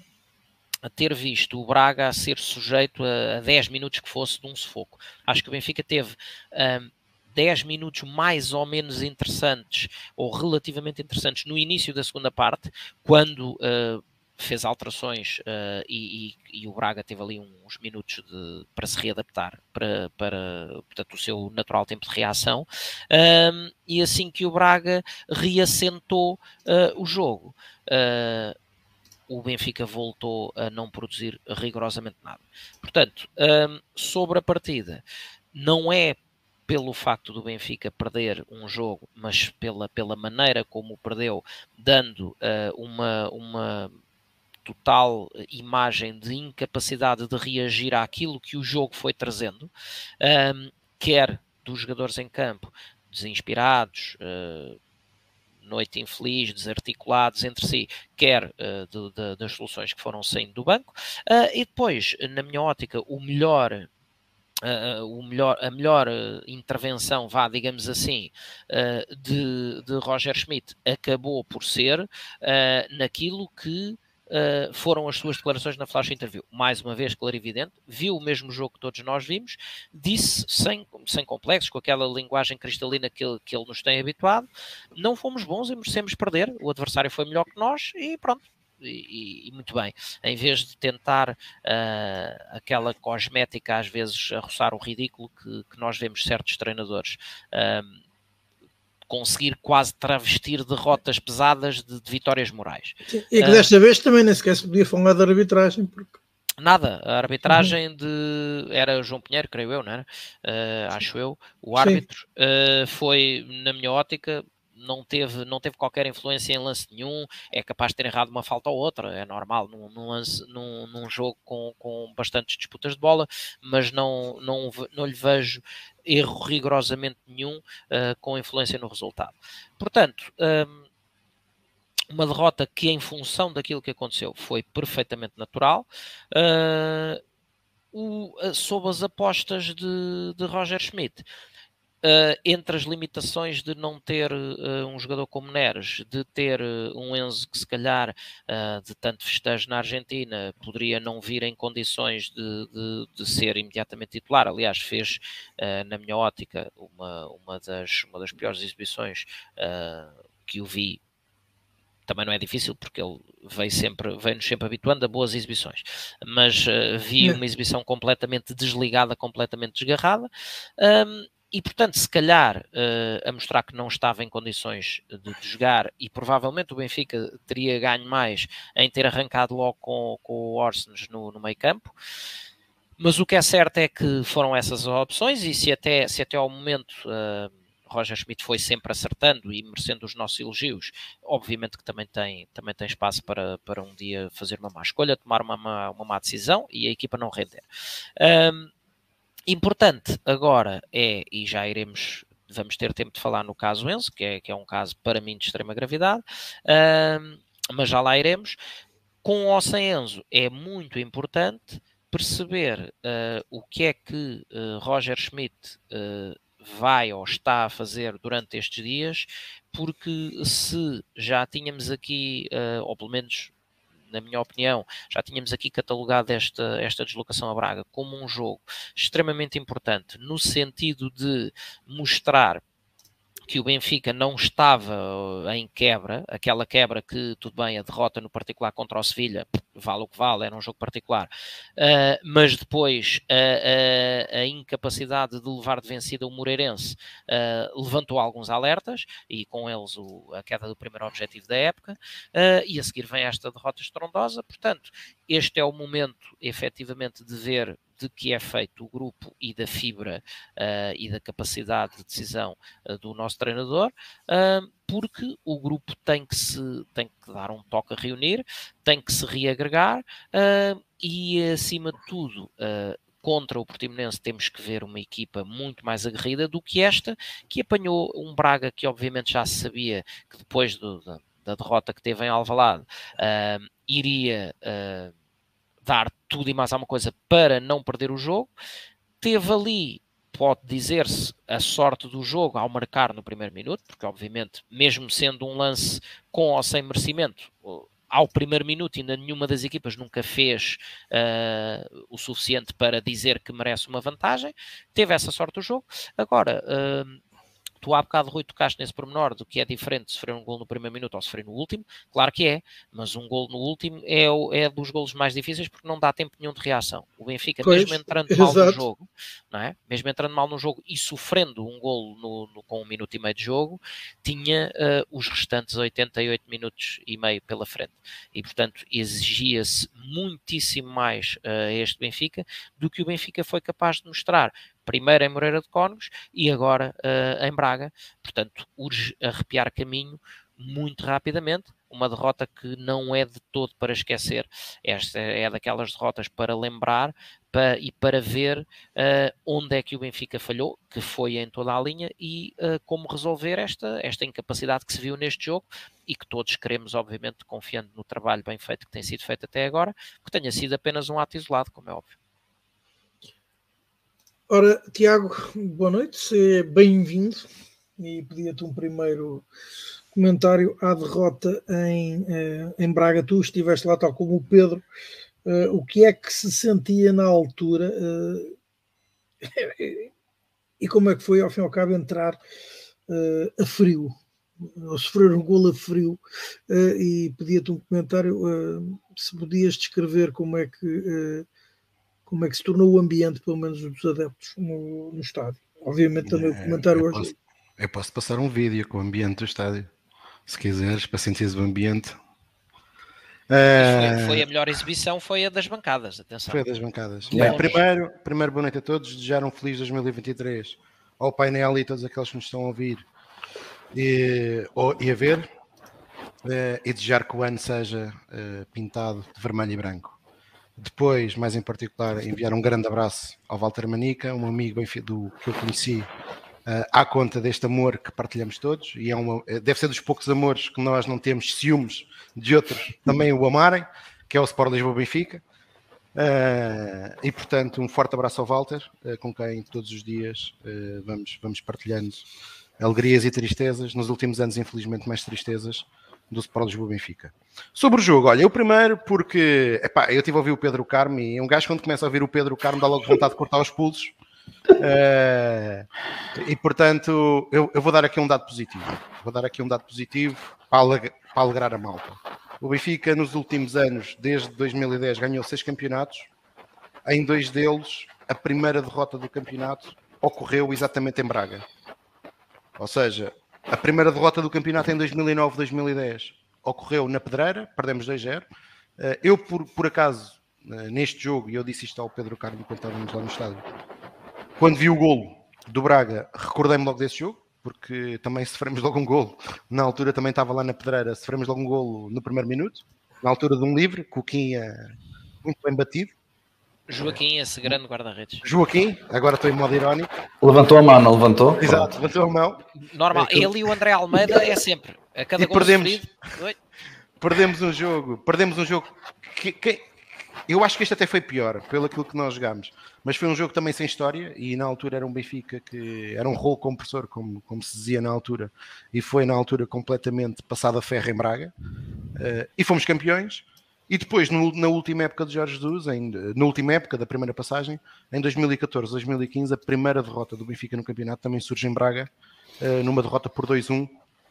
Speaker 3: a ter visto o Braga a ser sujeito a, a dez minutos que fosse de um sufoco. Acho que o Benfica teve um, dez minutos mais ou menos interessantes, ou relativamente interessantes, no início da segunda parte, quando uh, fez alterações uh, e, e, e o Braga teve ali uns minutos de, para se readaptar para, para portanto, o seu natural tempo de reação, um, e assim que o Braga reassentou uh, o jogo, uh, o Benfica voltou a não produzir rigorosamente nada. Portanto, um, sobre a partida, não é pelo facto do Benfica perder um jogo, mas pela, pela maneira como o perdeu, dando uh, uma... uma total imagem de incapacidade de reagir àquilo que o jogo foi trazendo, um, quer dos jogadores em campo, desinspirados, uh, noite infeliz, desarticulados entre si, quer uh, de, de, das soluções que foram saindo do banco, uh, e depois, na minha ótica, o melhor... Uh, o melhor, a melhor uh, intervenção, vá, digamos assim, uh, de, de Roger Schmidt acabou por ser uh, naquilo que Uh, foram as suas declarações na flash interview. Mais uma vez, clarividente, viu o mesmo jogo que todos nós vimos, disse sem, sem complexos, com aquela linguagem cristalina que ele, que ele nos tem habituado, não fomos bons e merecemos perder, o adversário foi melhor que nós e pronto. e, e muito bem, em vez de tentar uh, aquela cosmética às vezes a roçar o ridículo que, que nós vemos certos treinadores um, conseguir quase travestir derrotas pesadas de, de vitórias morais.
Speaker 1: Sim, e que desta uh, vez também nem sequer se podia falar de arbitragem, porque...
Speaker 3: Nada, a arbitragem de... era João Pinheiro, creio eu, não era? Uh, acho eu, o árbitro uh, foi, na minha ótica, não teve, não teve qualquer influência em lance nenhum, é capaz de ter errado uma falta ou outra, é normal num, num, lance, num, num jogo com, com bastantes disputas de bola, mas não, não, não lhe vejo erro rigorosamente nenhum uh, com influência no resultado. Portanto, um, uma derrota que em função daquilo que aconteceu foi perfeitamente natural, uh, o, uh, sob as apostas de, de Roger Schmidt. Uh, entre as limitações de não ter uh, um jogador como Neres, de ter uh, um Enzo que se calhar uh, de tanto festejo na Argentina poderia não vir em condições de, de, de ser imediatamente titular, aliás fez uh, na minha ótica uma, uma, das, uma das piores exibições uh, que eu vi. Também não é difícil porque ele veio sempre, veio-nos sempre habituando a boas exibições, mas uh, vi uma exibição completamente desligada, completamente desgarrada. Um, E, portanto, se calhar, uh, a mostrar que não estava em condições de, de jogar, e provavelmente o Benfica teria ganho mais em ter arrancado logo com, com o Orsens no, no meio campo. Mas o que é certo é que foram essas opções, e se até, se até ao momento uh, Roger Schmidt foi sempre acertando e merecendo os nossos elogios, obviamente que também tem, também tem espaço para, para um dia fazer uma má escolha, tomar uma má, uma má decisão e a equipa não render. Um, Importante agora é, e já iremos, vamos ter tempo de falar no caso Enzo, que é, que é um caso para mim de extrema gravidade, uh, mas já lá iremos. Com ou sem Enzo é muito importante perceber uh, o que é que uh, Roger Schmidt uh, vai ou está a fazer durante estes dias, porque se já tínhamos aqui, uh, ou pelo menos... na minha opinião, já tínhamos aqui catalogado esta, esta deslocação a Braga como um jogo extremamente importante, no sentido de mostrar que o Benfica não estava em quebra, aquela quebra que, tudo bem, a derrota no particular contra o Sevilha, vale o que vale, era um jogo particular, uh, mas depois uh, uh, a incapacidade de levar de vencida o Moreirense uh, levantou alguns alertas, e com eles o, a queda do primeiro objetivo da época, uh, e a seguir vem esta derrota estrondosa. Portanto, este é o momento, efetivamente, de ver de que é feito o grupo e da fibra uh, e da capacidade de decisão uh, do nosso treinador, uh, porque o grupo tem que, se, tem que dar um toque a reunir, tem que se reagregar uh, e, acima de tudo, uh, contra o Portimonense temos que ver uma equipa muito mais aguerrida do que esta, que apanhou um Braga que obviamente já se sabia que depois do, da, da derrota que teve em Alvalade uh, iria... Uh, dar tudo e mais alguma coisa para não perder o jogo. Teve ali, pode dizer-se, a sorte do jogo ao marcar no primeiro minuto, porque obviamente, mesmo sendo um lance com ou sem merecimento, ao primeiro minuto ainda nenhuma das equipas nunca fez uh, o suficiente para dizer que merece uma vantagem. Teve essa sorte do jogo. Agora... Uh, Tu há bocado, Rui, tocaste nesse pormenor do que é diferente de sofrer um gol no primeiro minuto ou sofrer no último. Claro que é, mas um gol no último é, o, é dos golos mais difíceis porque não dá tempo nenhum de reação. O Benfica, pois, mesmo entrando mal exato. no jogo, não é? Mesmo entrando mal no jogo e sofrendo um golo no, no, com um minuto e meio de jogo, tinha uh, os restantes oitenta e oito minutos e meio pela frente. E, portanto, exigia-se muitíssimo mais uh, a este Benfica do que o Benfica foi capaz de mostrar. Primeiro em Moreira de Cónegos e agora uh, em Braga. Portanto, urge arrepiar caminho muito rapidamente. Uma derrota que não é de todo para esquecer. Esta é daquelas derrotas para lembrar para, e para ver uh, onde é que o Benfica falhou, que foi em toda a linha, e uh, como resolver esta, esta incapacidade que se viu neste jogo e que todos queremos, obviamente, confiando no trabalho bem feito que tem sido feito até agora, que tenha sido apenas um ato isolado, como é óbvio.
Speaker 1: Ora, Tiago, boa noite, seja bem-vindo, e pedia-te um primeiro comentário à derrota em, eh, em Braga. Tu estiveste lá, tal como o Pedro. Eh, o que é que se sentia na altura eh, e como é que foi, ao fim e ao cabo, entrar eh, a frio a sofrer um golo a frio, uh, e pedia-te um comentário, uh, se podias descrever como é que uh, como é que se tornou o ambiente, pelo menos dos adeptos no, no estádio. Obviamente também o comentário
Speaker 5: eu, eu, posso, eu posso passar um vídeo com o ambiente do estádio, se quiseres, para sentires o ambiente.
Speaker 3: Foi, foi a melhor exibição, foi a das bancadas, atenção.
Speaker 5: Foi a das bancadas. Bem, primeiro, primeiro, boa noite a todos, desejar um feliz dois mil e vinte e três ao painel e a todos aqueles que nos estão a ouvir e, ou, e a ver, uh, e desejar que o ano seja uh, pintado de vermelho e branco. Depois, mais em particular, enviar um grande abraço ao Walter Manica, um amigo do, que eu conheci uh, à conta deste amor que partilhamos todos, e é uma, deve ser dos poucos amores que nós não temos ciúmes de outros também o amarem, que é o Sport Lisboa Benfica. Uh, e portanto um forte abraço ao Walter, uh, com quem todos os dias uh, vamos, vamos partilhando alegrias e tristezas, nos últimos anos infelizmente mais tristezas do Sport Lisboa Benfica. Sobre o jogo, olha, eu primeiro porque epá, eu estive a ouvir o Pedro Carmo, e um gajo quando começa a ouvir o Pedro Carmo dá logo vontade de cortar os pulsos, uh, e portanto eu, eu vou dar aqui um dado positivo vou dar aqui um dado positivo para, aleg para alegrar a malta. O Benfica nos últimos anos, desde dois mil e dez, ganhou seis campeonatos. Em dois deles, a primeira derrota do campeonato ocorreu exatamente em Braga. Ou seja, a primeira derrota do campeonato em dois mil e nove, dois mil e dez ocorreu na Pedreira, perdemos dois a zero. Eu, por, por acaso, neste jogo, e eu disse isto ao Pedro Carmo quando estávamos lá no estádio, quando vi o golo do Braga, recordei-me logo desse jogo, porque também sofremos logo um golo. Na altura também estava lá na Pedreira, sofremos logo um golo no primeiro minuto, na altura de um livre, Coquinha muito bem batido.
Speaker 3: Joaquim, esse grande guarda-redes.
Speaker 5: Joaquim, agora estou em modo irónico.
Speaker 2: Levantou a mão, não levantou?
Speaker 5: Exato, levantou a mão.
Speaker 3: Normal, é, ele e o André Almeida é sempre, a cada gol
Speaker 5: perdemos,
Speaker 3: sofrido.
Speaker 5: Perdemos um jogo, perdemos um jogo que, que eu acho que este até foi pior, pelo aquilo que nós jogámos, mas foi um jogo também sem história, e na altura era um Benfica que era um rolo compressor, como, como se dizia na altura, e foi na altura completamente passado a ferro em Braga, uh, e fomos campeões. E depois, no, na última época de Jorge Jesus, em, na última época da primeira passagem, em dois mil e catorze, dois mil e quinze, a primeira derrota do Benfica no campeonato também surge em Braga, uh, numa derrota por dois a um,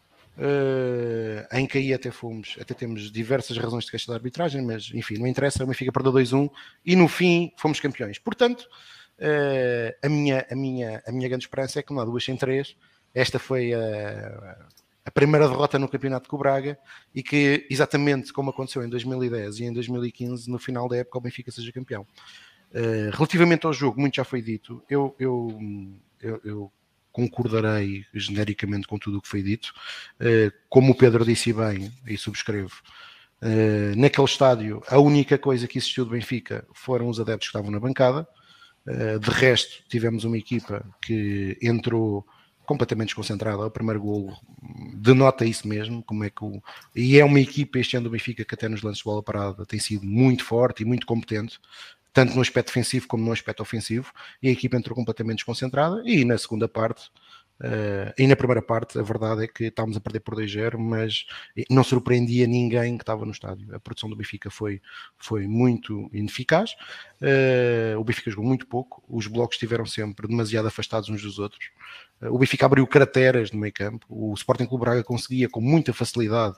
Speaker 5: Uh, em que aí até fomos, até temos diversas razões de queixa da arbitragem, mas enfim, não interessa, o Benfica perdeu dois a um e no fim fomos campeões. Portanto, uh, a, minha, a, minha, a minha grande esperança é que não há duas sem três. Esta foi a, a primeira derrota no campeonato com o Braga, e que, exatamente como aconteceu em dois mil e dez e em dois mil e quinze, no final da época o Benfica seja campeão. Uh, relativamente ao jogo, muito já foi dito. Eu, eu, eu, eu concordarei genericamente com tudo o que foi dito. Como o Pedro disse bem, e subscrevo, naquele estádio a única coisa que existiu do Benfica foram os adeptos que estavam na bancada. De resto, tivemos uma equipa que entrou completamente desconcentrada. O primeiro golo denota isso mesmo, como é que o... e é uma equipa este ano do Benfica que até nos lances de bola parada tem sido muito forte e muito competente, tanto no aspecto defensivo como no aspecto ofensivo, e a equipa entrou completamente desconcentrada. E na segunda parte, uh, e na primeira parte, a verdade é que estávamos a perder por dois a zero, mas não surpreendia ninguém que estava no estádio. A produção do Benfica foi, foi muito ineficaz, uh, o Benfica jogou muito pouco, os blocos estiveram sempre demasiado afastados uns dos outros, uh, o Benfica abriu crateras no meio campo, o Sporting Clube Braga conseguia com muita facilidade,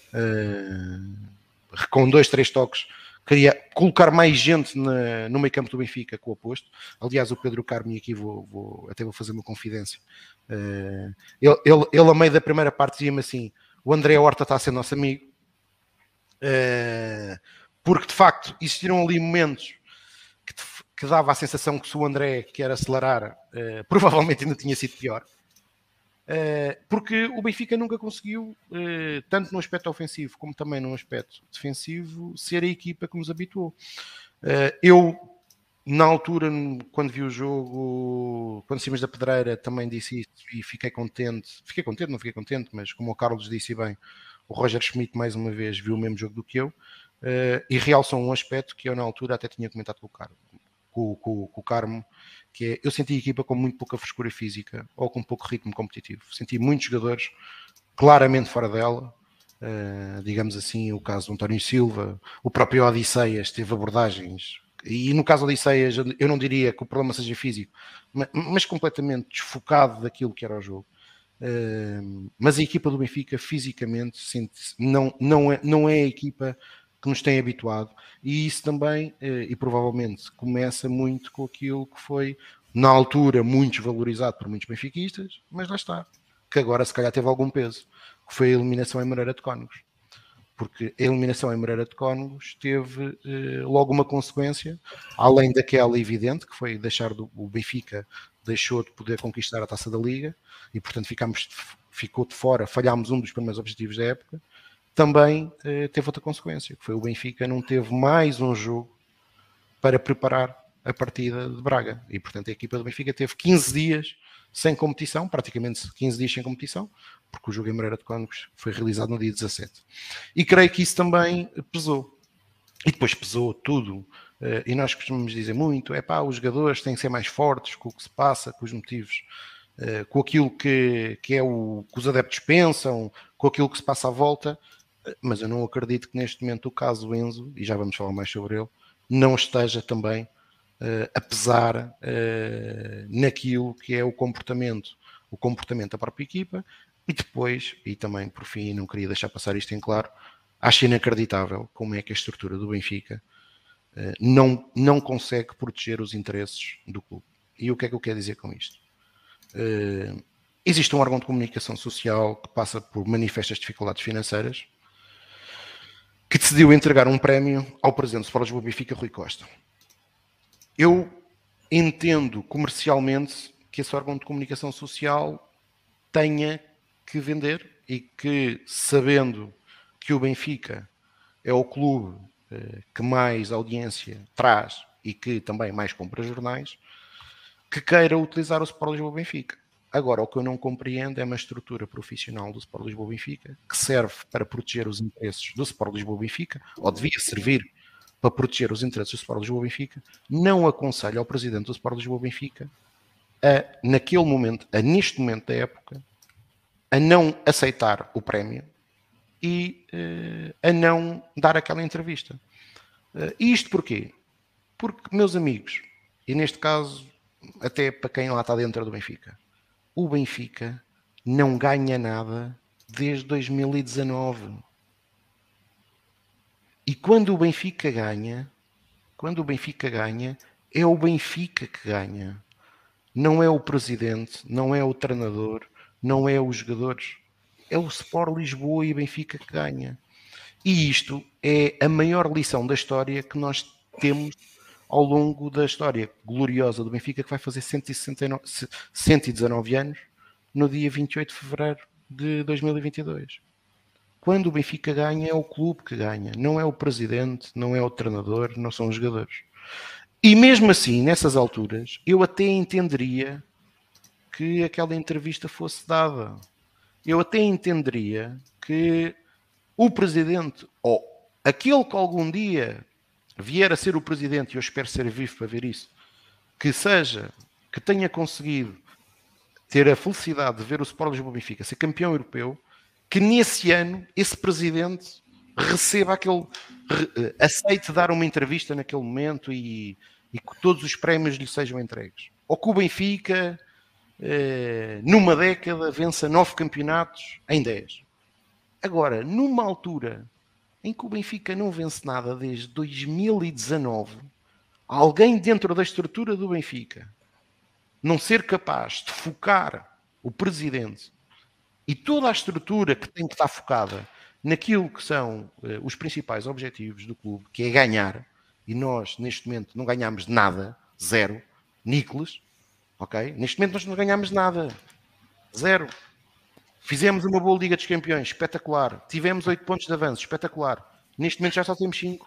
Speaker 5: uh, com dois, três toques, queria colocar mais gente na, no meio campo do Benfica com o oposto. Aliás, o Pedro Carmo, e aqui vou, vou, até vou fazer uma confidência, uh, ele, ele, ele a meio da primeira parte dizia-me assim: o André Horta está a ser nosso amigo, uh, porque de facto existiram ali momentos que, que dava a sensação que se o André quer acelerar, uh, provavelmente ainda tinha sido pior. Uh, porque o Benfica nunca conseguiu, uh, tanto no aspecto ofensivo como também no aspecto defensivo, ser a equipa que nos habituou. Uh, eu, na altura, quando vi o jogo, quando saímos da Pedreira, também disse isso e fiquei contente. Fiquei contente, não fiquei contente, mas como o Carlos disse bem, o Roger Schmidt, mais uma vez, viu o mesmo jogo do que eu, uh, e realçou um aspecto que eu, na altura, até tinha comentado com o Carmo, com, com, com o Carmo, que é, eu senti a equipa com muito pouca frescura física ou com pouco ritmo competitivo. Senti muitos jogadores claramente fora dela, uh, digamos assim, o caso do António Silva, o próprio Odisseias teve abordagens, e no caso do Odisseias eu não diria que o problema seja físico, mas, mas completamente desfocado daquilo que era o jogo. Uh, mas a equipa do Benfica fisicamente sente-se, não, não, é, não é a equipa que nos tem habituado, e isso também, uh, e provavelmente começa muito com aquilo que foi na altura muito desvalorizado por muitos benfiquistas, mas lá está, que agora se calhar teve algum peso, que foi a eliminação em Moreira de Cónegos, porque a eliminação em Moreira de Cónegos teve uh, logo uma consequência, além daquela evidente, que foi deixar do, o Benfica deixou de poder conquistar a Taça da Liga, e portanto ficámos, ficou de fora, falhámos um dos primeiros objetivos da época. Também eh, teve outra consequência, que foi o Benfica não teve mais um jogo para preparar a partida de Braga, e portanto a equipa do Benfica teve quinze dias sem competição, praticamente quinze dias sem competição, porque o jogo em Moreira de Cónegos foi realizado no dia dezassete, e creio que isso também pesou. E depois pesou tudo, e nós costumamos dizer muito, é pá, os jogadores têm que ser mais fortes com o que se passa, com os motivos, com aquilo que, que é o que os adeptos pensam, com aquilo que se passa à volta, mas eu não acredito que neste momento o caso Enzo, e já vamos falar mais sobre ele, não esteja também uh, a pesar uh, naquilo que é o comportamento, o comportamento da própria equipa, e depois, e também por fim, não queria deixar passar isto em claro, acho inacreditável como é que a estrutura do Benfica uh, não, não consegue proteger os interesses do clube. E o que é que eu quero dizer com isto? Uh, existe um órgão de comunicação social que passa por manifestas dificuldades financeiras, que decidiu entregar um prémio ao presidente do Sport Lisboa Benfica, Rui Costa. Eu entendo comercialmente que esse órgão de comunicação social tenha que vender, e que, sabendo que o Benfica é o clube uh, que mais audiência traz e que também mais compra jornais, que queira utilizar o Sport Lisboa Benfica. Agora, o que eu não compreendo é uma estrutura profissional do Sport Lisboa Benfica que serve para proteger os interesses do Sport Lisboa Benfica, ou devia servir para proteger os interesses do Sport Lisboa Benfica, não aconselha ao presidente do Sport Lisboa Benfica a, naquele momento, a neste momento da época, a não aceitar o prémio e uh, a não dar aquela entrevista. Uh, isto porquê? Porque, meus amigos, e neste caso até para quem lá está dentro do Benfica, o Benfica não ganha nada desde dois mil e dezanove. E quando o Benfica ganha, quando o Benfica ganha, é o Benfica que ganha. Não é o presidente, não é o treinador, não é os jogadores. É o Sport Lisboa e o Benfica que ganha. E isto é a maior lição da história que nós temos ao longo da história gloriosa do Benfica, que vai fazer cento e sessenta e nove, cento e dezanove anos no dia vinte e oito de fevereiro de dois mil e vinte e dois. Quando o Benfica ganha, é o clube que ganha, não é o presidente, não é o treinador, não são os jogadores. E mesmo assim, nessas alturas, eu até entenderia que aquela entrevista fosse dada. Eu até entenderia que o presidente, ou aquele que algum dia vier a ser o presidente, e eu espero ser vivo para ver isso, que seja, que tenha conseguido ter a felicidade de ver o Sport Lisboa Benfica ser campeão europeu, que nesse ano esse presidente receba aquele, aceite dar uma entrevista naquele momento e, e que todos os prémios lhe sejam entregues. Ou que o Benfica, eh, numa década, vença nove campeonatos em dez. Agora, numa altura em que o Benfica não vence nada desde dois mil e dezanove, alguém dentro da estrutura do Benfica não ser capaz de focar o presidente e toda a estrutura que tem que estar focada naquilo que são uh, os principais objetivos do clube, que é ganhar, e nós neste momento não ganhamos nada, zero, Nicolas, ok? Neste momento nós não ganhamos nada, zero. Fizemos uma boa Liga dos Campeões, espetacular. Tivemos oito pontos de avanço, espetacular. Neste momento já só temos cinco.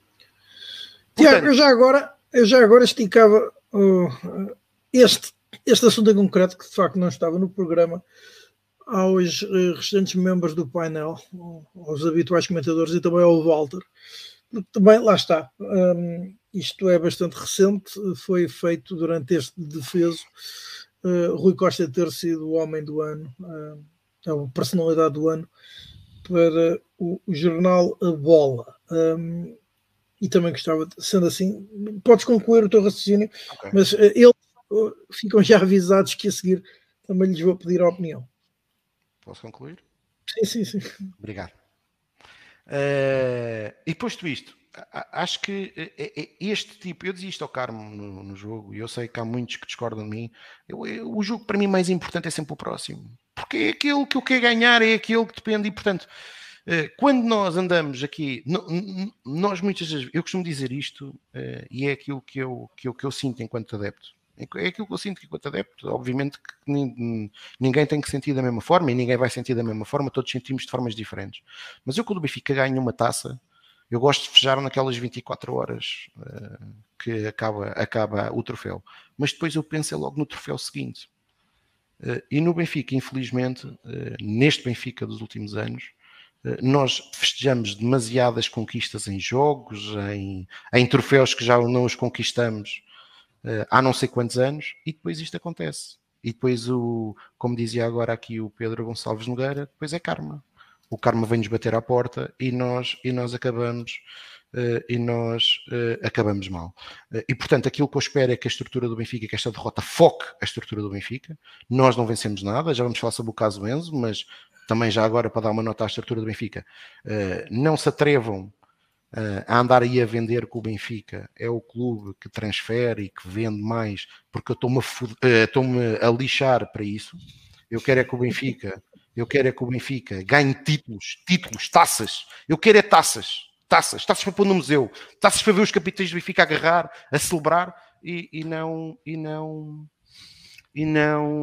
Speaker 1: Tiago, eu já agora, eu já agora esticava uh, este, este assunto em concreto, que de facto não estava no programa, aos uh, restantes membros do painel, aos habituais comentadores e também ao Walter. Porque também, lá está, um, isto é bastante recente, foi feito durante este defeso, uh, Rui Costa ter sido o homem do ano, uh, a personalidade do ano, para o, o jornal A Bola. Um, e também gostava, sendo assim, podes concluir o teu raciocínio, okay. Mas uh, eles uh, ficam já avisados que a seguir também lhes vou pedir a opinião.
Speaker 5: Posso concluir?
Speaker 1: Sim, sim, sim.
Speaker 5: Obrigado. Uh, e posto isto, acho que este tipo, eu dizia isto ao Carmo no, no jogo, e eu sei que há muitos que discordam de mim, eu, eu, o jogo para mim mais importante é sempre o próximo, porque é aquele que eu quero ganhar, é aquele que depende, e portanto, uh, quando nós andamos aqui, no, nós muitas vezes, eu costumo dizer isto, uh, e é aquilo que eu, que, eu, que eu sinto enquanto adepto, é aquilo que eu sinto enquanto adepto, obviamente que ninguém tem que sentir da mesma forma e ninguém vai sentir da mesma forma, todos sentimos de formas diferentes. Mas eu, quando o Benfica ganha uma taça, eu gosto de festejar naquelas vinte e quatro horas uh, que acaba, acaba o troféu. Mas depois eu penso é logo no troféu seguinte. Uh, e no Benfica, infelizmente, uh, neste Benfica dos últimos anos, uh, nós festejamos demasiadas conquistas em jogos, em, em troféus que já não os conquistamos Uh, há não sei quantos anos, e depois isto acontece. E depois, o, como dizia agora aqui o Pedro Gonçalves Nogueira, depois é karma. O karma vem-nos bater à porta e nós, e nós acabamos uh, e nós uh, acabamos mal. Uh, e portanto, aquilo que eu espero é que a estrutura do Benfica, que esta derrota foque a estrutura do Benfica. Nós não vencemos nada, já vamos falar sobre o caso Enzo, mas também já agora para dar uma nota à estrutura do Benfica, uh, não se atrevam Uh, a andar aí a vender que o Benfica é o clube que transfere e que vende mais, porque eu estou-me a, uh, estou-me a lixar para isso. Eu quero é que o Benfica, eu quero é que o Benfica ganhe títulos, títulos, taças. Eu quero é taças, taças, taças para pôr no museu, taças para ver os capitães do Benfica agarrar, a celebrar e, e não e não e não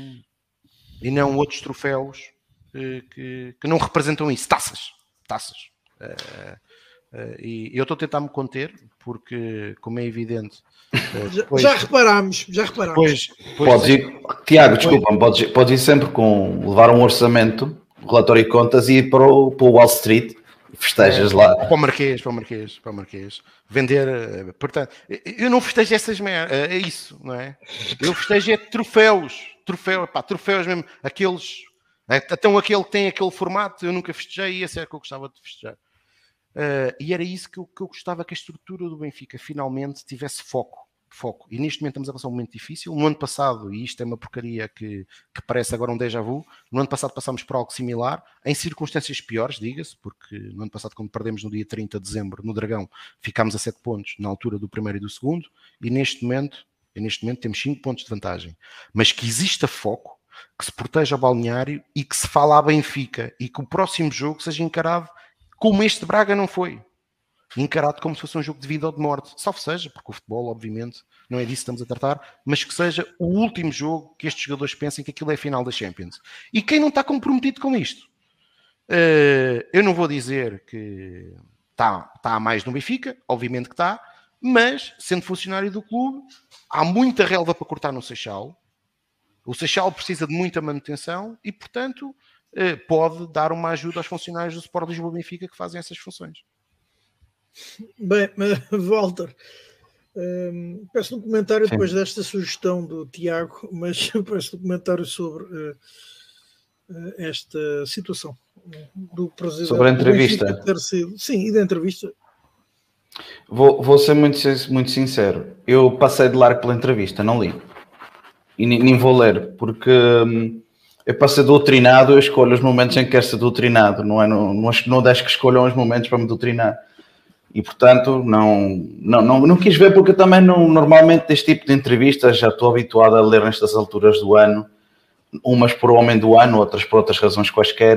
Speaker 5: e não outros troféus uh, que, que não representam isso, taças, taças. Uh, Uh, e eu estou a tentar me conter, porque, como é evidente... Uh, depois,
Speaker 1: já reparámos, já reparámos.
Speaker 2: Depois, depois, podes ir, Tiago, desculpa-me, podes, podes ir sempre com levar um orçamento, relatório de contas e ir para o, para o Wall Street, festejas é, lá.
Speaker 5: Para o Marquês, para o Marquês, para o Marquês. Vender, uh, portanto, eu não festejo essas merdas, uh, é isso, não é? Eu festejo é troféus, troféus, pá, troféus mesmo, aqueles... Então aquele que tem aquele formato, eu nunca festejei e esse é que eu gostava de festejar. Uh, e era isso que eu, que eu gostava, que a estrutura do Benfica finalmente tivesse foco, foco. E neste momento estamos a passar um momento difícil. No ano passado, e isto é uma porcaria que, que parece agora um déjà vu, no ano passado passámos por algo similar, em circunstâncias piores, diga-se, porque no ano passado, quando perdemos no dia trinta de dezembro no Dragão, ficámos a sete pontos na altura do primeiro e do segundo, e neste momento, e neste momento temos cinco pontos de vantagem. Mas que exista foco, que se proteja o balneário e que se fala a Benfica, e que o próximo jogo seja encarado como este de Braga não foi, encarado como se fosse um jogo de vida ou de morte, salvo seja, porque o futebol, obviamente, não é disso que estamos a tratar, mas que seja o último jogo que estes jogadores pensem que aquilo é a final da Champions. E quem não está comprometido com isto? Uh, eu não vou dizer que está, está a mais no Benfica, obviamente que está, mas, sendo funcionário do clube, há muita relva para cortar no Seixal. O Seixal precisa de muita manutenção e, portanto... pode dar uma ajuda aos funcionários do Sport Lisboa Benfica que fazem essas funções.
Speaker 1: Bem, Walter, um, peço um comentário Sim. depois desta sugestão do Tiago, mas peço um comentário sobre uh, uh, esta situação do presidente.
Speaker 2: Sobre a entrevista.
Speaker 1: Ter sido, sim, e da entrevista.
Speaker 2: Vou, vou ser muito, muito sincero. Eu passei de largo pela entrevista, não li. E nem, nem vou ler, porque... Hum, eu para ser doutrinado, eu escolho os momentos em que quero ser doutrinado, não é? Não, não, não deixo que escolham os momentos para me doutrinar. E, portanto, não, não, não, não quis ver, porque eu também, não, normalmente, deste tipo de entrevistas, já estou habituado a ler nestas alturas do ano, umas por homem do ano, outras por outras razões quaisquer,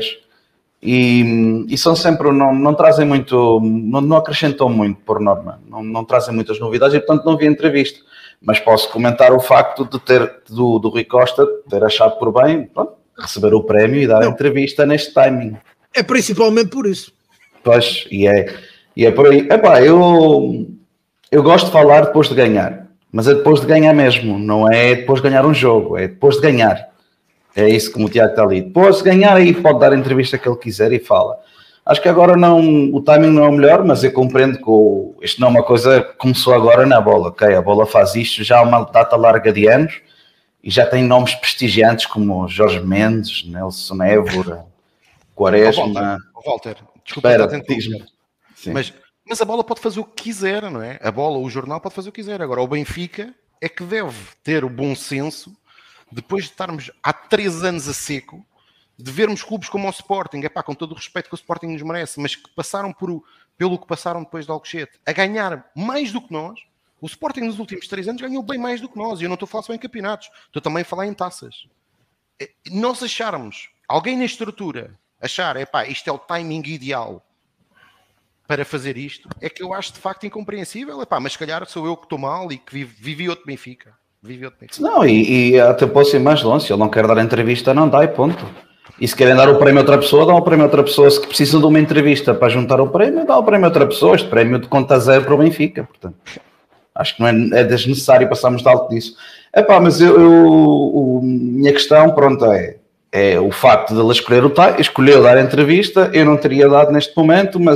Speaker 2: e, e são sempre, não, não trazem muito, não, não acrescentam muito, por norma, não, não trazem muitas novidades, e, portanto, não vi a entrevista. Mas posso comentar o facto de ter, do, do Rui Costa, ter achado por bem, pronto, receber o prémio e dar não. a entrevista neste timing.
Speaker 1: É principalmente por isso.
Speaker 2: Pois, e é, e é por aí. Epá, eu, eu gosto de falar depois de ganhar, mas é depois de ganhar mesmo, não é depois de ganhar um jogo, é depois de ganhar. É isso como o Tiago está ali. Depois de ganhar, aí pode dar a entrevista que ele quiser e fala. Acho que agora não, o timing não é o melhor, mas eu compreendo que o, isto não é uma coisa que começou agora na bola, ok? A bola faz isto já há uma data larga de anos e já tem nomes prestigiantes como Jorge Mendes, Nelson Évora, Quaresma...
Speaker 5: Oh, Walter, Walter, desculpa,
Speaker 2: Espera,
Speaker 5: diz-me. Mas, mas a bola pode fazer o que quiser, não é? A bola, o jornal pode fazer o que quiser. Agora, o Benfica é que deve ter o bom senso, depois de estarmos há três anos a seco, de vermos clubes como o Sporting, epá, com todo o respeito que o Sporting nos merece, mas que passaram por, pelo que passaram depois de Alcochete, a ganhar mais do que nós. O Sporting nos últimos três anos ganhou bem mais do que nós, e eu não estou a falar só em campeonatos, estou também a falar em taças. Nós acharmos, alguém na estrutura, achar, epá, isto é o timing ideal para fazer isto, é que eu acho de facto incompreensível, epá, mas se calhar sou eu que estou mal e que vivi, vivi outro Benfica. Vivi outro Benfica.
Speaker 2: Não, e, e até posso ir mais longe, se ele não quer dar entrevista, não dá e ponto. E se querem dar o prémio a outra pessoa, dá o prémio a outra pessoa. Se precisam de uma entrevista para juntar o prémio, dá o prémio a outra pessoa. Este prémio de conta zero para o Benfica, portanto. Acho que não é, é desnecessário passarmos de algo disso. Epá, mas eu, eu, a minha questão, pronto, é, é o facto de ele escolher o time, escolheu dar a entrevista, eu não teria dado neste momento, mas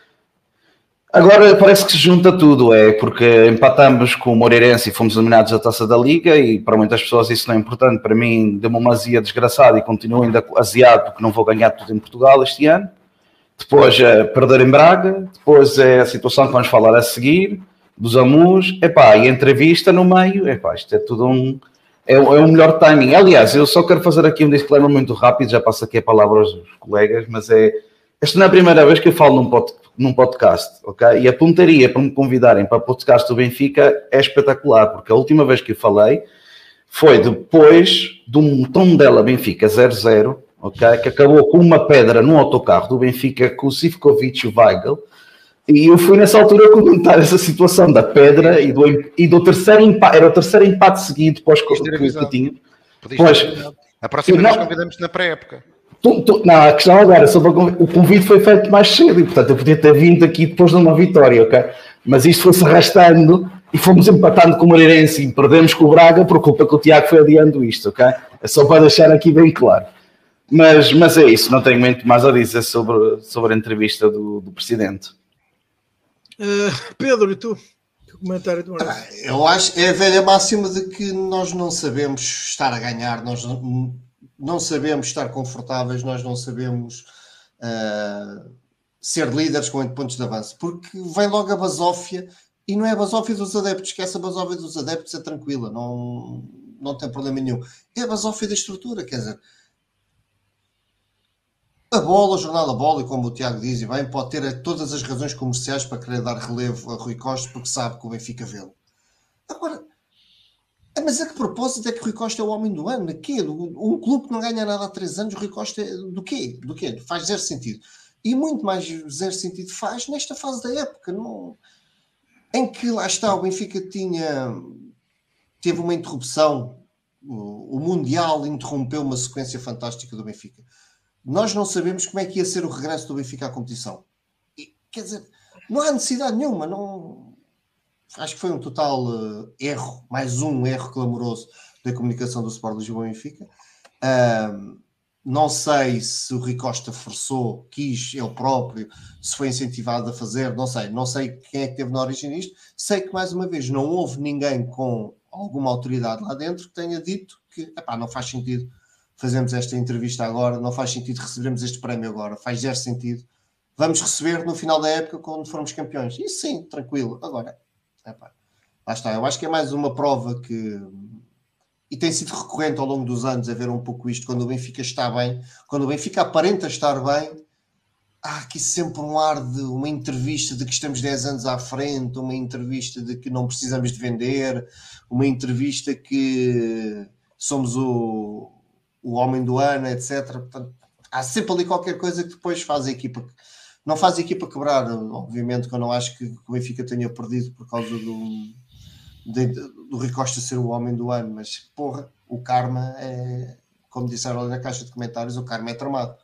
Speaker 2: agora parece que se junta tudo, é porque empatamos com o Moreirense e fomos eliminados da Taça da Liga e para muitas pessoas isso não é importante, para mim deu-me uma azia desgraçada e continuo ainda aziado porque não vou ganhar tudo em Portugal este ano. Depois é perder em Braga, depois é a situação que vamos falar a seguir, dos Amus, epá, e a entrevista no meio, epá, isto é tudo um... É, é o melhor timing. Aliás, eu só quero fazer aqui um disclaimer muito rápido, já passo aqui a palavra aos colegas, mas é... Esta não é a primeira vez que eu falo num, pod, num podcast, ok? E a pontaria para me convidarem para o podcast do Benfica é espetacular, porque a última vez que eu falei foi depois de um Tondela Benfica zero zero, ok? Que acabou com uma pedra no autocarro do Benfica com o Sivkovic e o Weigl. E eu fui nessa altura comentar essa situação da pedra e do, e do terceiro empate, era o terceiro empate seguido pós que eu tinha.
Speaker 5: Pois, a próxima vez convidamos-te na pré-época.
Speaker 2: Tu, tu, não, a questão agora, sobre o convite foi feito mais cedo e portanto eu podia ter vindo aqui depois de uma vitória, ok? Mas isto foi-se arrastando e fomos empatando com o Moreirense e perdemos com o Braga por culpa que o Tiago foi adiando isto, ok? É só para deixar aqui bem claro. Mas, mas é isso, não tenho muito mais a dizer sobre, sobre a entrevista do, do Presidente.
Speaker 1: Uh, Pedro, e tu? O comentário do
Speaker 4: ah, Eu acho que é a velha máxima de que nós não sabemos estar a ganhar, nós não, não sabemos estar confortáveis, nós não sabemos uh, ser líderes com oito pontos de avanço, porque vem logo a basófia, e não é a basófia dos adeptos, que essa basófia dos adeptos é tranquila, não, não tem problema nenhum. É a basófia da estrutura, quer dizer, a bola, o jornal A Bola, e como o Tiago diz, e bem, pode ter todas as razões comerciais para querer dar relevo a Rui Costa porque sabe que o Benfica vê-lo. Agora, mas a que propósito é que Rui Costa é o homem do ano? Quê? Um clube que não ganha nada há três anos, Rui Costa é do quê? Do quê? Faz zero sentido. E muito mais zero sentido faz nesta fase da época, não... em que lá está, o Benfica tinha... teve uma interrupção, o Mundial interrompeu uma sequência fantástica do Benfica. Nós não sabemos como é que ia ser o regresso do Benfica à competição. E, quer dizer, não há necessidade nenhuma. Não... Acho que foi um total uh, erro, mais um erro clamoroso da comunicação do Sport Lisboa e Benfica. Uh, não sei se o Rui Costa forçou, quis, ele próprio, se foi incentivado a fazer, não sei. Não sei quem é que teve na origem disto. Sei que, mais uma vez, não houve ninguém com alguma autoridade lá dentro que tenha dito que epá, não faz sentido fazemos esta entrevista agora, não faz sentido recebermos este prémio agora, faz zero sentido. Vamos receber no final da época quando formos campeões. Isso sim, tranquilo. Agora, epá, lá está. Eu acho que é mais uma prova que... E tem sido recorrente ao longo dos anos a ver um pouco isto. Quando o Benfica está bem, quando o Benfica aparenta estar bem, há aqui sempre um ar de uma entrevista de que estamos dez anos à frente, uma entrevista de que não precisamos de vender, uma entrevista que somos o... o homem do ano, etcétera. Portanto, há sempre ali qualquer coisa que depois faz a equipa. Não faz a equipa quebrar, obviamente, que eu não acho que o Benfica tenha perdido por causa do, de, do Rui Costa ser o homem do ano, mas, porra, o karma é, como disseram ali na caixa de comentários, o karma é tramado.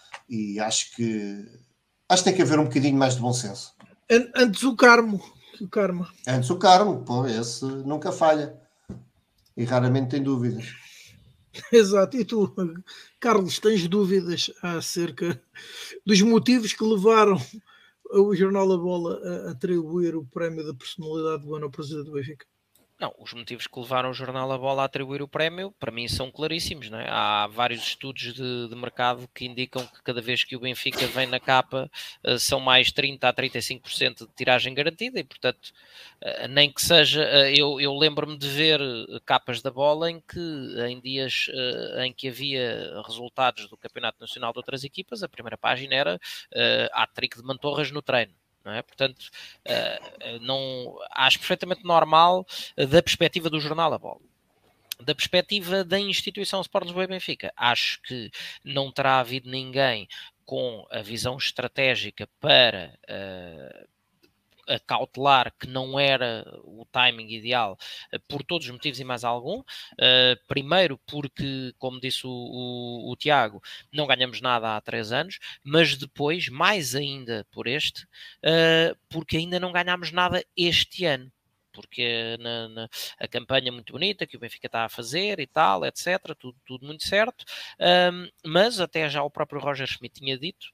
Speaker 4: E acho que acho que tem que haver um bocadinho mais de bom senso.
Speaker 1: Antes o karma. O karma.
Speaker 4: Antes o karma, pô, esse nunca falha. E raramente tem dúvidas.
Speaker 1: Exato. E tu, Carlos, tens dúvidas acerca dos motivos que levaram o Jornal A Bola a atribuir o prémio da personalidade do ano ao presidente do Benfica?
Speaker 3: Não, os motivos que levaram o jornal A Bola a atribuir o prémio, para mim, são claríssimos, não é? Há vários estudos de, de mercado que indicam que cada vez que o Benfica vem na capa uh, são mais trinta a trinta e cinco por cento de tiragem garantida e, portanto, uh, nem que seja... Uh, eu eu lembro-me de ver capas da Bola em que, em dias uh, em que havia resultados do Campeonato Nacional de outras equipas, a primeira página era uh, hat-trick de Mantorras no treino. Não é? Portanto, uh, não, acho perfeitamente normal uh, da perspectiva do jornal A Bola. Da perspectiva da instituição Sport Lisboa e Benfica, acho que não terá havido ninguém com a visão estratégica para uh, a cautelar que não era o timing ideal uh, por todos os motivos e mais algum. Uh, primeiro porque, como disse o, o, o Tiago, não ganhamos nada há três anos, mas depois, mais ainda por este, uh, porque ainda não ganhámos nada este ano. Porque na, na, a campanha muito bonita que o Benfica está a fazer e tal, etcétera, tudo, tudo muito certo, um, mas até já o próprio Roger Schmidt tinha dito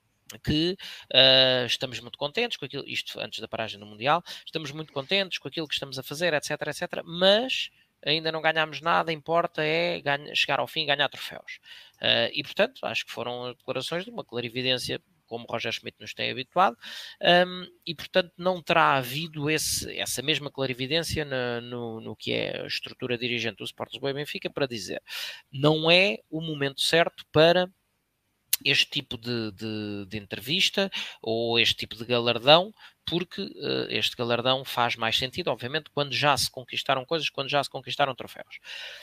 Speaker 3: que uh, estamos muito contentes com aquilo, isto antes da paragem do Mundial, estamos muito contentes com aquilo que estamos a fazer, etc, etcétera, mas ainda não ganhámos nada, importa é ganha, chegar ao fim e ganhar troféus. Uh, e, portanto, acho que foram declarações de uma clarividência como Roger Schmidt nos tem habituado, um, e, portanto, não terá havido esse, essa mesma clarividência no, no, no que é a estrutura dirigente do Sport Lisboa e Benfica para dizer, não é o momento certo para este tipo de, de, de entrevista ou este tipo de galardão, porque uh, este galardão faz mais sentido, obviamente, quando já se conquistaram coisas, quando já se conquistaram troféus.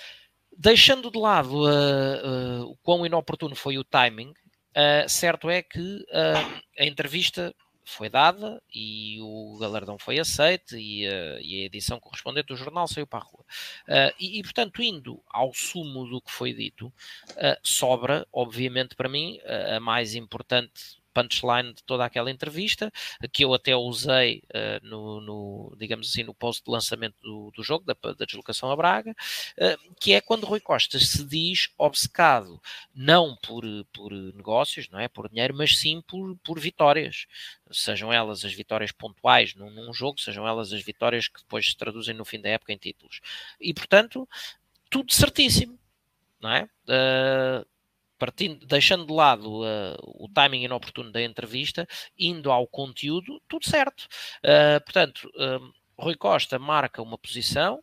Speaker 3: Deixando de lado uh, uh, o quão inoportuno foi o timing, uh, certo é que uh, a entrevista foi dada e o galardão foi aceito e, uh, e a edição correspondente do jornal saiu para a rua. Uh, e, e, portanto, indo ao sumo do que foi dito, uh, sobra, obviamente, para mim, uh, a mais importante punchline de toda aquela entrevista, que eu até usei uh, no, no, digamos assim, no post de lançamento do, do jogo, da, da deslocação a Braga, uh, que é quando Rui Costa se diz obcecado, não por, por negócios, não é por dinheiro, mas sim por, por vitórias. Sejam elas as vitórias pontuais num, num jogo, sejam elas as vitórias que depois se traduzem no fim da época em títulos. E, portanto, tudo certíssimo, não é? Uh, Partindo, deixando de lado uh, o timing inoportuno da entrevista, indo ao conteúdo, tudo certo. Uh, portanto, uh, Rui Costa marca uma posição,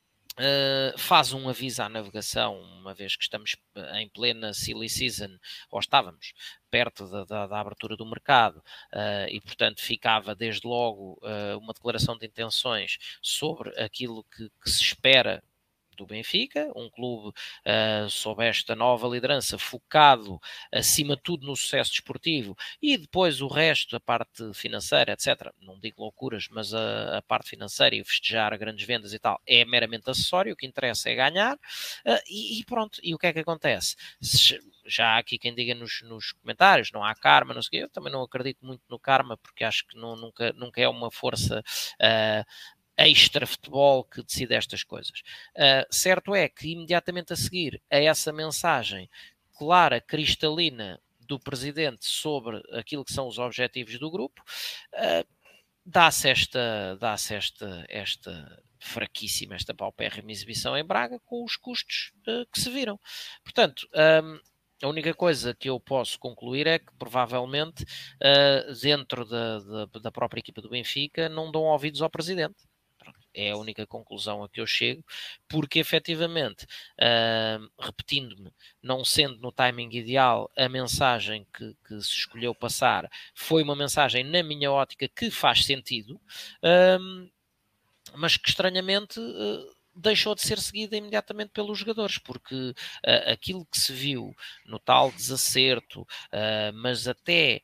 Speaker 3: Uh, faz um aviso à navegação, uma vez que estamos em plena silly season, ou estávamos perto da, da, da abertura do mercado, uh, e portanto ficava desde logo uh, uma declaração de intenções sobre aquilo que, que se espera do Benfica, um clube uh, sob esta nova liderança focado acima de tudo no sucesso desportivo e depois o resto, a parte financeira, etcétera. Não digo loucuras, mas a, a parte financeira e festejar grandes vendas e tal é meramente acessório, o que interessa é ganhar uh, e, e pronto. E o que é que acontece? Se, já há aqui quem diga nos, nos comentários, não há karma, não sei o quê, eu também não acredito muito no karma porque acho que não, nunca, nunca é uma força uh, extra-futebol que decide estas coisas. Uh, certo é que imediatamente a seguir a essa mensagem clara, cristalina do Presidente sobre aquilo que são os objetivos do grupo, uh, dá-se esta, dá-se esta, esta fraquíssima, esta paupérrima exibição em Braga com os custos uh, que se viram. Portanto, um, a única coisa que eu posso concluir é que provavelmente uh, dentro da, da, da própria equipa do Benfica não dão ouvidos ao Presidente. É a única conclusão a que eu chego, porque efetivamente, uh, repetindo-me, não sendo no timing ideal, a mensagem que, que se escolheu passar foi uma mensagem, na minha ótica, que faz sentido, uh, mas que estranhamente uh, deixou de ser seguida imediatamente pelos jogadores, porque uh, aquilo que se viu no tal desacerto, uh, mas até...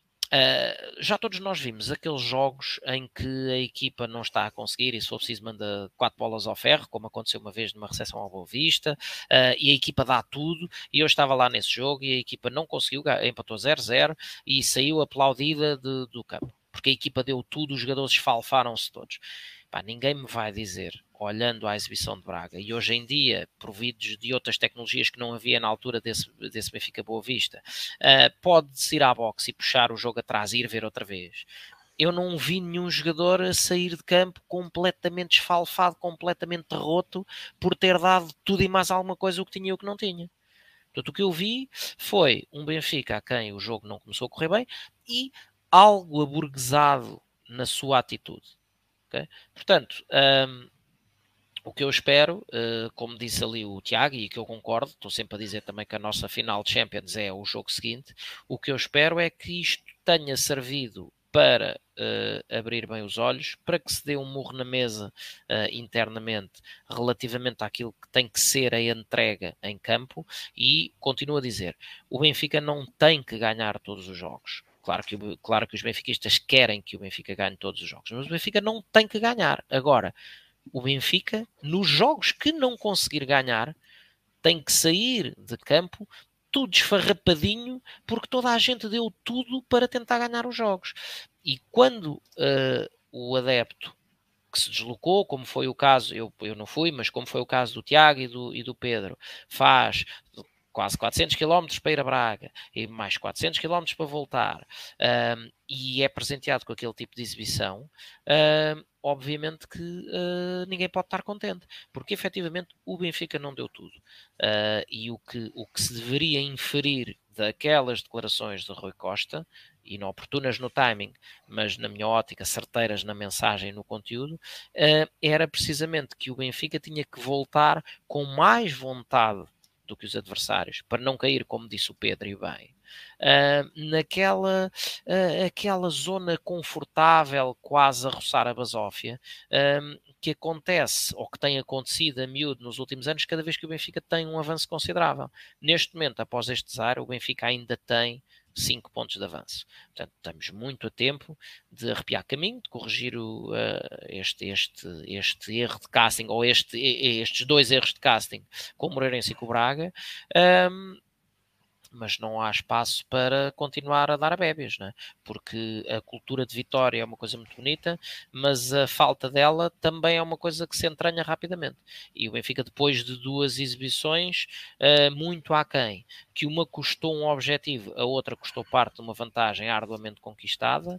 Speaker 3: Uh, já todos nós vimos aqueles jogos em que a equipa não está a conseguir e se for preciso manda quatro bolas ao ferro, como aconteceu uma vez numa recepção ao Boa Vista, uh, e a equipa dá tudo, e eu estava lá nesse jogo e a equipa não conseguiu, empatou zero a zero e saiu aplaudida de, do campo, porque a equipa deu tudo, os jogadores esfalfaram-se todos. Pá, ninguém me vai dizer, olhando à exibição de Braga, e hoje em dia, providos de outras tecnologias que não havia na altura desse, desse Benfica Boa Vista, uh, pode-se ir à boxe e puxar o jogo atrás e ir ver outra vez. eu não vi nenhum jogador a sair de campo completamente esfalfado, completamente roto, por ter dado tudo e mais alguma coisa o que tinha e o que não tinha. Portanto, o que eu vi foi um Benfica a quem o jogo não começou a correr bem e algo aburguesado na sua atitude. Okay? Portanto, um, o que eu espero, uh, como disse ali o Tiago, e que eu concordo, estou sempre a dizer também que a nossa final de Champions é o jogo seguinte, o que eu espero é que isto tenha servido para uh, abrir bem os olhos, para que se dê um murro na mesa uh, internamente relativamente àquilo que tem que ser a entrega em campo, e continuo a dizer, o Benfica não tem que ganhar todos os jogos. Claro que, claro que os benfiquistas querem que o Benfica ganhe todos os jogos, mas o Benfica não tem que ganhar. Agora, o Benfica, nos jogos que não conseguir ganhar, tem que sair de campo tudo esfarrapadinho, porque toda a gente deu tudo para tentar ganhar os jogos. E quando uh, o adepto que se deslocou, como foi o caso, eu, eu não fui, mas como foi o caso do Tiago e do, e do Pedro, faz quase quatrocentos quilómetros para ir a Braga e mais quatrocentos quilómetros para voltar, um, e é presenteado com aquele tipo de exibição, um, obviamente que uh, ninguém pode estar contente, porque efetivamente o Benfica não deu tudo. Uh, e o que, o que se deveria inferir daquelas declarações de Rui Costa, inoportunas no timing, mas na minha ótica certeiras na mensagem e no conteúdo, uh, era precisamente que o Benfica tinha que voltar com mais vontade do que os adversários, para não cair, como disse o Pedro e bem, uh, naquela uh, aquela zona confortável, quase a roçar a basófia, uh, que acontece, ou que tem acontecido a miúdo nos últimos anos, cada vez que o Benfica tem um avanço considerável. Neste momento, após este desar, o Benfica ainda tem cinco pontos de avanço. Portanto, estamos muito a tempo de arrepiar caminho, de corrigir o, uh, este, este, este erro de casting, ou este, estes dois erros de casting, com o Moreirense e com o Braga, um, mas não há espaço para continuar a dar a bébias, não é? Porque a cultura de vitória é uma coisa muito bonita, mas a falta dela também é uma coisa que se entranha rapidamente. E o Benfica, depois de duas exibições uh, muito aquém, que uma custou um objetivo, a outra custou parte de uma vantagem arduamente conquistada,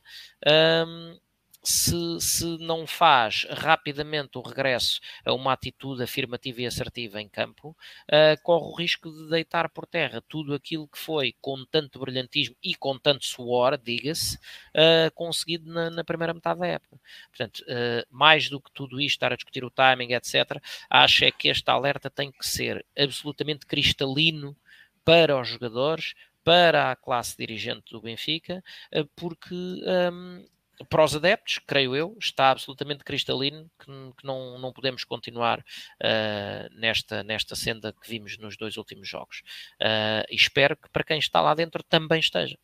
Speaker 3: um, Se, se não faz rapidamente o regresso a uma atitude afirmativa e assertiva em campo, uh, corre o risco de deitar por terra tudo aquilo que foi, com tanto brilhantismo e com tanto suor, diga-se, uh, conseguido na, na primeira metade da época. Portanto, uh, mais do que tudo isto, estar a discutir o timing, etcétera, acho é que este alerta tem que ser absolutamente cristalino para os jogadores, para a classe dirigente do Benfica, uh, porque... Um, para os adeptos, creio eu, está absolutamente cristalino que, que não, não podemos continuar uh, nesta, nesta senda que vimos nos dois últimos jogos. Uh, e espero que para quem está lá dentro também esteja.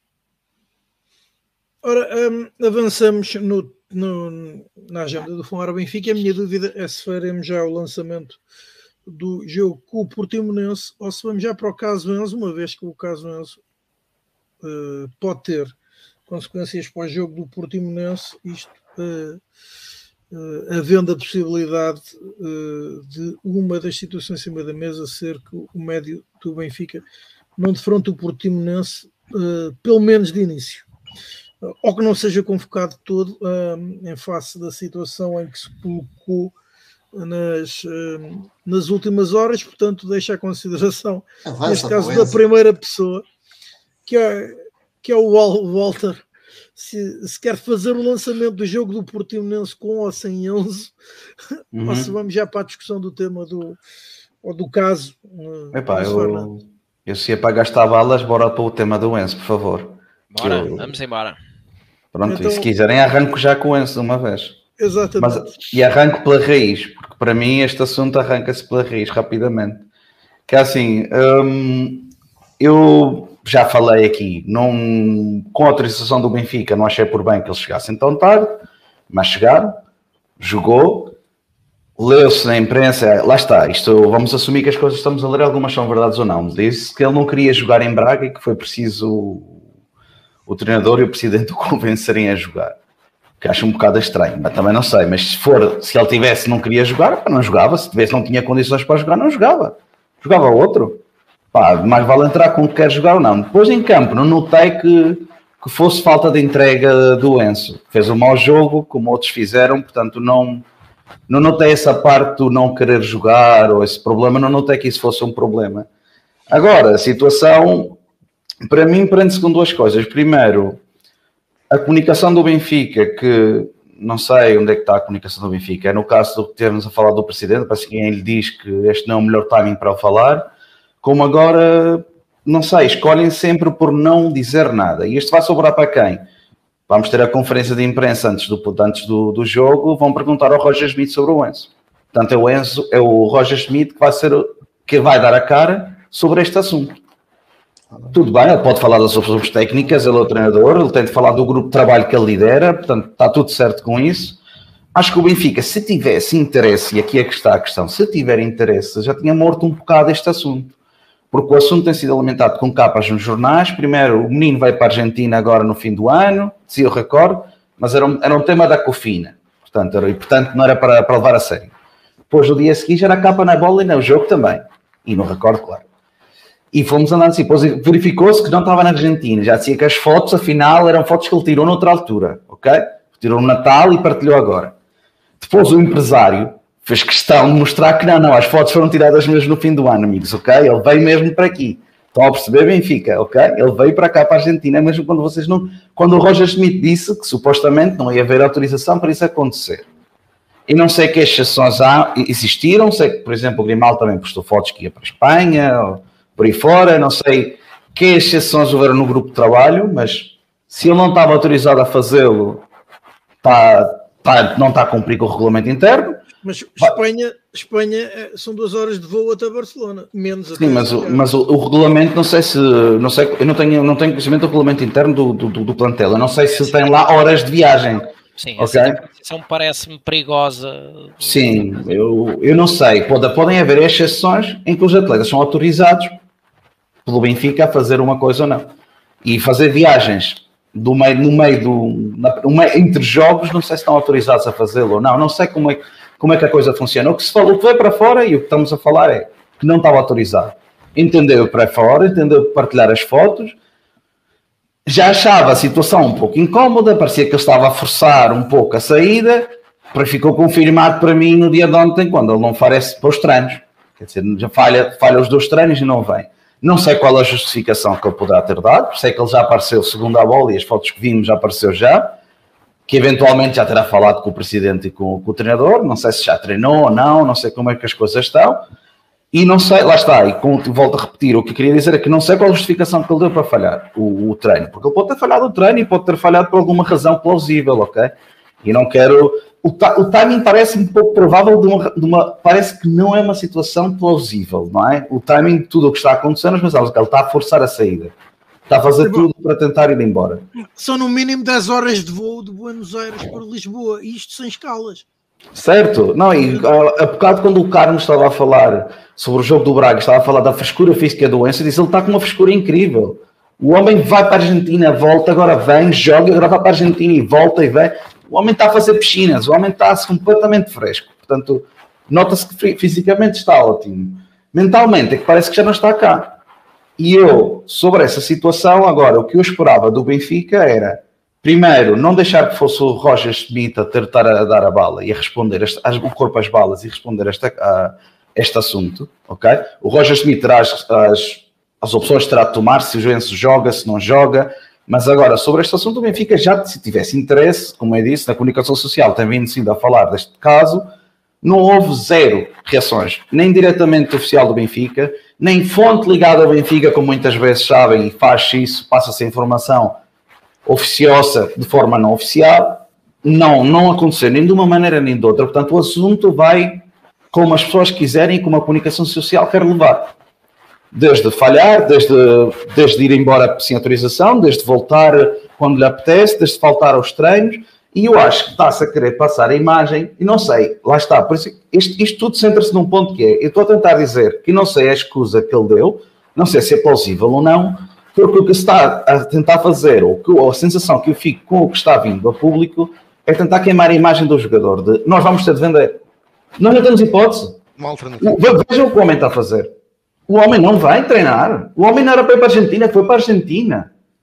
Speaker 1: Ora, um, avançamos no, no, na agenda do Falar Benfica. A minha dúvida é se faremos já o lançamento do jogo com o Portimonense ou se vamos já para o caso Enzo, uma vez que o caso Enzo uh, pode ter consequências para o jogo do Portimonense, isto uh, uh, havendo a possibilidade uh, de uma das situações em cima da mesa ser que o médio do Benfica não defronte o Portimonense, uh, pelo menos de início, uh, ou que não seja convocado todo uh, em face da situação em que se colocou nas, uh, nas últimas horas. Portanto, deixa a consideração,
Speaker 4: Avança,
Speaker 1: neste caso,
Speaker 4: pois.
Speaker 1: da primeira pessoa, que é que é o Walter, se, se quer fazer o lançamento do jogo do Portimonense com ou sem Enzo, uhum. Ou se vamos já para a discussão do tema do, ou do caso.
Speaker 2: Epá, eu, eu se é para gastar balas, bora para o tema do Enzo, por favor.
Speaker 3: Bora,
Speaker 2: eu... vamos
Speaker 3: embora.
Speaker 2: Pronto,
Speaker 3: então...
Speaker 2: e se quiserem arranco já com o Enzo de uma vez.
Speaker 1: Exatamente.
Speaker 2: Mas, e arranco pela raiz, porque para mim este assunto arranca-se pela raiz rapidamente. Que é assim, hum, eu... já falei aqui, não, com a autorização do Benfica, não achei por bem que eles chegassem tão tarde, mas chegaram, jogou, leu-se na imprensa, lá está, isto, vamos assumir que as coisas que estamos a ler, algumas são verdades ou não. Disse que ele não queria jogar em Braga e que foi preciso o, o treinador e o presidente o convencerem a jogar, que acho um bocado estranho, mas também não sei, mas se for, se ele tivesse não queria jogar, não jogava, se tivesse não tinha condições para jogar, não jogava, jogava outro. Pá, mais vale entrar com o que quer jogar ou não. Depois em campo, não notei que que fosse falta de entrega do Enzo. Fez um mau jogo, como outros fizeram, portanto não, não notei essa parte do não querer jogar ou esse problema, não notei que isso fosse um problema. Agora, a situação, para mim, prende-se com duas coisas. Primeiro, a comunicação do Benfica, que não sei onde é que está a comunicação do Benfica, é no caso de termos a falar do Presidente, parece que quem lhe diz que este não é o melhor timing para falar, como agora, não sei, escolhem sempre por não dizer nada. E isto vai sobrar para quem? Vamos ter a conferência de imprensa antes do, antes do, do jogo, vão perguntar ao Roger Schmidt sobre o Enzo. Portanto, é o, Enzo, é o Roger Schmidt que vai, ser, que vai dar a cara sobre este assunto. Tudo bem, ele pode falar das opções técnicas, ele é o treinador, ele tem de falar do grupo de trabalho que ele lidera, portanto está tudo certo com isso. Acho que o Benfica, se tivesse interesse, e aqui é que está a questão, se tiver interesse, já tinha morto um bocado este assunto, porque o assunto tem sido alimentado com capas nos jornais. Primeiro, o menino vai para a Argentina agora no fim do ano, se eu recordo, mas era um, era um tema da cofina, portanto, era, e portanto não era para, para levar a sério. Depois, no dia seguinte, era a capa na bola e no jogo também, e no recorde, claro. E fomos andando assim, depois verificou-se que não estava na Argentina, já dizia que as fotos, afinal, eram fotos que ele tirou noutra altura, ok? Tirou no Natal e partilhou agora. Depois o empresário fez questão de mostrar que não, não, as fotos foram tiradas mesmo no fim do ano, amigos, ok? Ele veio mesmo para aqui. Estão a perceber, Benfica, ok? Ele veio para cá, para a Argentina, mesmo quando vocês não... Quando o Roger Schmidt disse que supostamente não ia haver autorização para isso acontecer. E não sei que exceções há, existiram, sei que, por exemplo, o Grimaldo também postou fotos que ia para a Espanha, ou por aí fora, não sei que exceções houveram no grupo de trabalho, mas se ele não estava autorizado a fazê-lo, está, está, não está a cumprir com o regulamento interno.
Speaker 1: Mas Espanha, Espanha são duas horas de voo até Barcelona, menos.
Speaker 2: Sim, mas, o, mas o, o regulamento, não sei se, não sei, eu não tenho, não tenho conhecimento do regulamento interno do, do, do plantel, eu não sei se tem lá horas de viagem.
Speaker 3: Sim,
Speaker 2: okay?
Speaker 3: Essa definição parece-me perigosa.
Speaker 2: Sim, eu, eu não sei, Pode, podem haver exceções em que os atletas são autorizados pelo Benfica a fazer uma coisa ou não. E fazer viagens do meio, no meio do, na, no meio, entre jogos, não sei se estão autorizados a fazê-lo ou não, não sei como é, como é que a coisa funciona. O que se falou, o que veio para fora e o que estamos a falar é que não estava autorizado. Entendeu para fora, entendeu partilhar as fotos, já achava a situação um pouco incómoda, parecia que ele estava a forçar um pouco a saída, depois ficou confirmado para mim no dia de ontem, quando ele não aparece para os treinos. Quer dizer, já falha, falha os dois treinos e não vem. Não sei qual a justificação que ele poderá ter dado, sei que ele já apareceu segundo a bola e as fotos que vimos já apareceu já, que eventualmente já terá falado com o presidente e com, com o treinador, não sei se já treinou ou não, não sei como é que as coisas estão, e não sei, lá está, e com, volto a repetir, o que eu queria dizer é que não sei qual a justificação que ele deu para falhar o, o treino, porque ele pode ter falhado o treino e pode ter falhado por alguma razão plausível, ok? E não quero... O, o timing parece um pouco provável de uma, de uma... Parece que não é uma situação plausível, não é? O timing de tudo o que está acontecendo, mas ele está a forçar a saída. Está a fazer tudo para tentar ir embora.
Speaker 1: São no mínimo dez horas de voo de Buenos Aires para Lisboa, e isto sem escalas.
Speaker 2: Certo. Não, e há bocado quando o Carlos estava a falar sobre o jogo do Braga, estava a falar da frescura física da doença, disse ele está com uma frescura incrível. O homem vai para a Argentina, volta, agora vem, joga, agora vai para a Argentina e volta e vem. O homem está a fazer piscinas, o homem está completamente fresco. Portanto, nota-se que fisicamente está ótimo. Mentalmente é que parece que já não está cá. E eu, sobre essa situação, agora, o que eu esperava do Benfica era, primeiro, não deixar que fosse o Roger Schmidt a tentar a dar a bala e a responder este, o corpo às balas e responder esta, a este assunto, ok? O Roger Schmidt terá as, as, as opções que terá de tomar, se o Joense joga, se não joga. Mas agora, sobre este assunto, o Benfica já, se tivesse interesse, como eu disse, na comunicação social tem vindo sido a falar deste caso, não houve zero reações, nem diretamente oficial do Benfica, nem fonte ligada ao Benfica, como muitas vezes sabem, e faz isso, passa-se a informação oficiosa de forma não oficial, não, não aconteceu nem de uma maneira nem de outra. Portanto, o assunto vai como as pessoas quiserem e como a comunicação social quer levar. Desde falhar, desde, desde ir embora sem autorização, desde voltar quando lhe apetece, desde faltar aos treinos, e eu acho que está-se a querer passar a imagem, e não sei, lá está, por isso isto, isto tudo centra-se num ponto que é, eu estou a tentar dizer que não sei a escusa que ele deu, não sei se é plausível ou não, porque o que se está a tentar fazer, ou, que, ou a sensação que eu fico com o que está vindo ao público, é tentar queimar a imagem do jogador, de nós vamos ter de vender. Nós não temos hipótese. Vejam o que o homem está a fazer. O homem não vai treinar. O homem não era para ir para a Argentina, foi para a Argentina.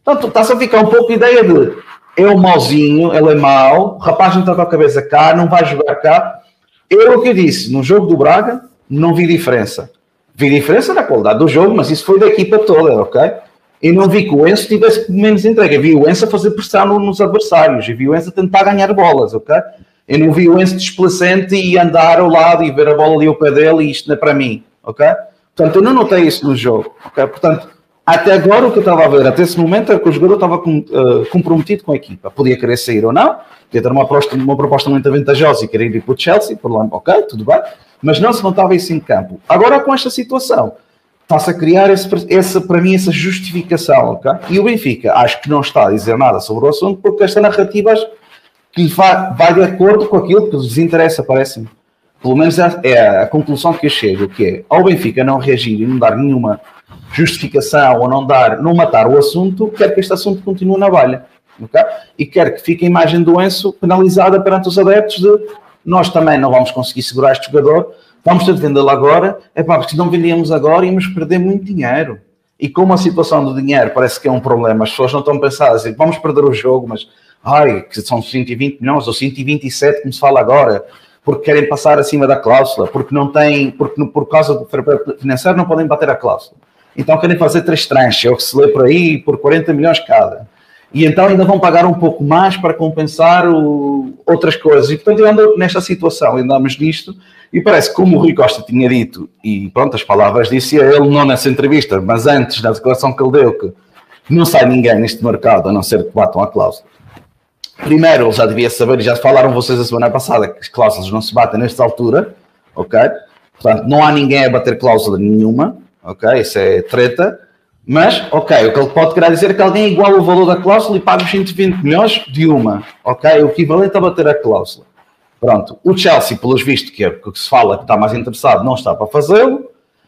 Speaker 2: Portanto, está-se a ficar um pouco a ideia de é o mauzinho, ele é mau, o rapaz não está com a cabeça cá, não vai jogar cá. Eu, o que eu disse, no jogo do Braga, não vi diferença. Vi diferença na qualidade do jogo, mas isso foi da equipa toda, ok? Eu não vi que o Enzo tivesse menos entrega. Eu vi o Enzo a fazer pressão nos adversários. Eu vi o Enzo a tentar ganhar bolas, ok? Eu não vi o Enzo desplicente e andar ao lado e ver a bola ali ao pé dele e isto não é para mim, ok? Portanto, eu não notei isso no jogo, ok? Portanto, até agora o que eu estava a ver, até esse momento, era que o jogador estava com, uh, comprometido com a equipa. Podia querer sair ou não, podia ter uma proposta, uma proposta muito vantajosa e querer ir para o Chelsea, por lá, ok, tudo bem, mas não se notava isso em campo. Agora, com esta situação, está-se a criar, esse, essa, para mim, essa justificação, ok? E o Benfica, acho que não está a dizer nada sobre o assunto, porque esta narrativa que vai, vai de acordo com aquilo que lhes interessa, parece-me. Pelo menos é, é a conclusão que eu chego, que é, ao Benfica não reagir e não dar nenhuma justificação ou não dar, não matar o assunto, quer que este assunto continue na balha, okay? E quer que fique a imagem do Enzo penalizada perante os adeptos de nós também não vamos conseguir segurar este jogador, vamos ter de vendê-lo agora, é pá, porque se não vendíamos agora íamos perder muito dinheiro. E como a situação do dinheiro parece que é um problema, as pessoas não estão a pensar assim, vamos perder o jogo, mas ai, que são cento e vinte milhões ou cento e vinte e sete, como se fala agora, porque querem passar acima da cláusula, porque não têm, porque por causa do fair play financeiro não podem bater a cláusula. Então querem fazer três tranches, é o que se lê por aí, por quarenta milhões cada. E então ainda vão pagar um pouco mais para compensar o, outras coisas. E portanto eu ando nesta situação, andamos nisto, e parece que como o Rui Costa tinha dito, e pronto, as palavras disse ele, não nessa entrevista, mas antes, na declaração que ele deu, que não sai ninguém neste mercado, a não ser que batam a cláusula. Primeiro, ele já devia saber, e já falaram vocês a semana passada, que as cláusulas não se batem nesta altura, ok? Portanto, não há ninguém a bater cláusula nenhuma, ok? Isso é treta. Mas, ok, o que ele pode querer dizer é que alguém iguala o valor da cláusula e paga os cento e vinte milhões de uma, ok? O equivalente a bater a cláusula. Pronto. O Chelsea, pelos vistos, que é o que se fala que está mais interessado, não está para fazê-lo.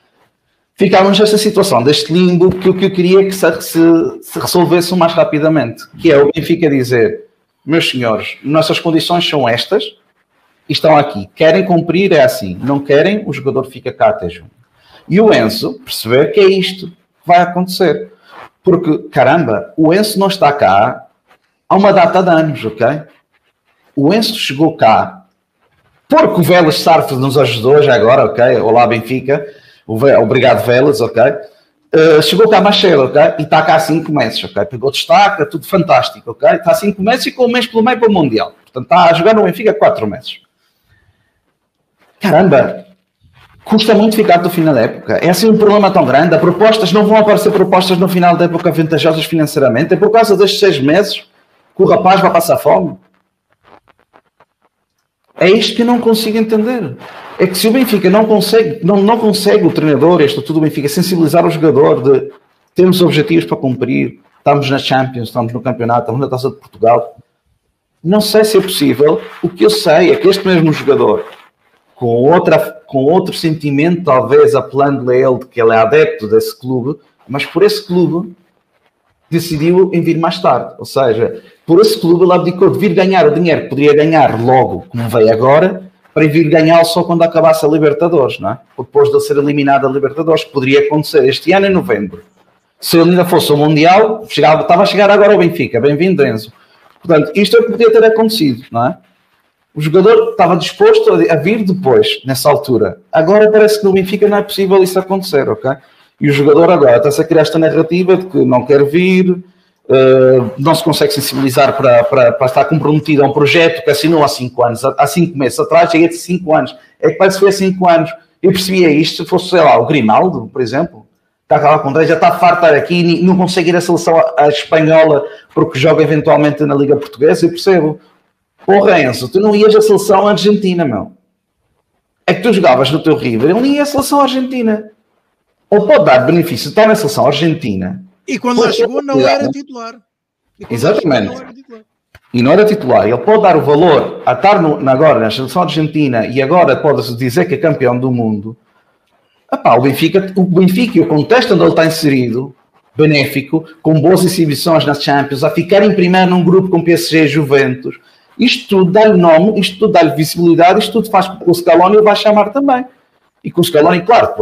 Speaker 2: Ficávamos nesta situação, deste limbo, que o que eu queria é que se, se, se resolvesse o mais rapidamente, que é o Benfica dizer, meus senhores, nossas condições são estas, e estão aqui. Querem cumprir, é assim. Não querem, o jogador fica cá até junho. E o Enzo perceber que é isto que vai acontecer. Porque, caramba, o Enzo não está cá há uma data de anos, ok? O Enzo chegou cá porque o Vélez Sarfes nos ajudou já agora, ok? Olá, Benfica. Obrigado, Vélez, ok? Uh, chegou cá mais cedo, ok? E está cá há cinco meses, ok? Pegou destaque, tudo fantástico, ok? Está há cinco meses e com um mês pelo meio para o Mundial. Portanto, está a jogar no Benfica há quatro meses. Caramba, custa muito ficar do final da época. É assim um problema tão grande. As propostas não vão aparecer propostas no final da época vantajosas financeiramente. É por causa destes seis meses que o rapaz vai passar fome. É isto que eu não consigo entender. É que se o Benfica não consegue, não, não consegue o treinador, este tudo o Benfica, sensibilizar o jogador de temos objetivos para cumprir, estamos na Champions, estamos no campeonato, estamos na Taça de Portugal, não sei se é possível. O que eu sei é que este mesmo jogador, com, outra, com outro sentimento, talvez apelando a ele de que ele é adepto desse clube, mas por esse clube decidiu em vir mais tarde. Ou seja, por esse clube ele abdicou de vir ganhar o dinheiro que poderia ganhar logo, como veio agora, para vir ganhá-lo só quando acabasse a Libertadores, não é? Depois de ele ser eliminado a Libertadores, que poderia acontecer este ano em novembro. Se ele ainda fosse ao Mundial, chegava, estava a chegar agora ao Benfica. Bem-vindo, Enzo. Portanto, isto é o que podia ter acontecido, não é? O jogador estava disposto a vir depois, nessa altura. Agora parece que no Benfica não é possível isso acontecer, ok? E o jogador agora está-se a criar esta narrativa de que não quer vir, uh, não se consegue sensibilizar para, para, para estar comprometido a um projeto que assinou há cinco anos, há cinco meses atrás, cheguei de cinco anos. É que parece que foi há cinco anos. Eu percebia isto, se fosse, sei lá, o Grimaldo, por exemplo, está cá com três, já está farto de estar aqui e não consegue ir à seleção a espanhola porque joga eventualmente na Liga Portuguesa, eu percebo. Porra, Enzo, tu não ias à seleção argentina, meu. É que tu jogavas no teu River, ele não ia à seleção argentina. Ou pode dar benefício de estar na seleção argentina.
Speaker 1: E quando lá chegou não era titular.
Speaker 2: Exatamente.
Speaker 1: Não era titular.
Speaker 2: E não era titular. Ele pode dar o valor a estar no, agora na seleção argentina e agora pode-se dizer que é campeão do mundo. Epá, o Benfica, o Benfica e o contexto onde ele está inserido, benéfico, com boas exibições nas Champions, a ficar em primeiro num grupo com P S G e Juventus, isto tudo dá-lhe nome, isto tudo dá-lhe visibilidade, isto tudo faz com que o Scaloni o vai chamar também. E com o Scaloni, claro, depois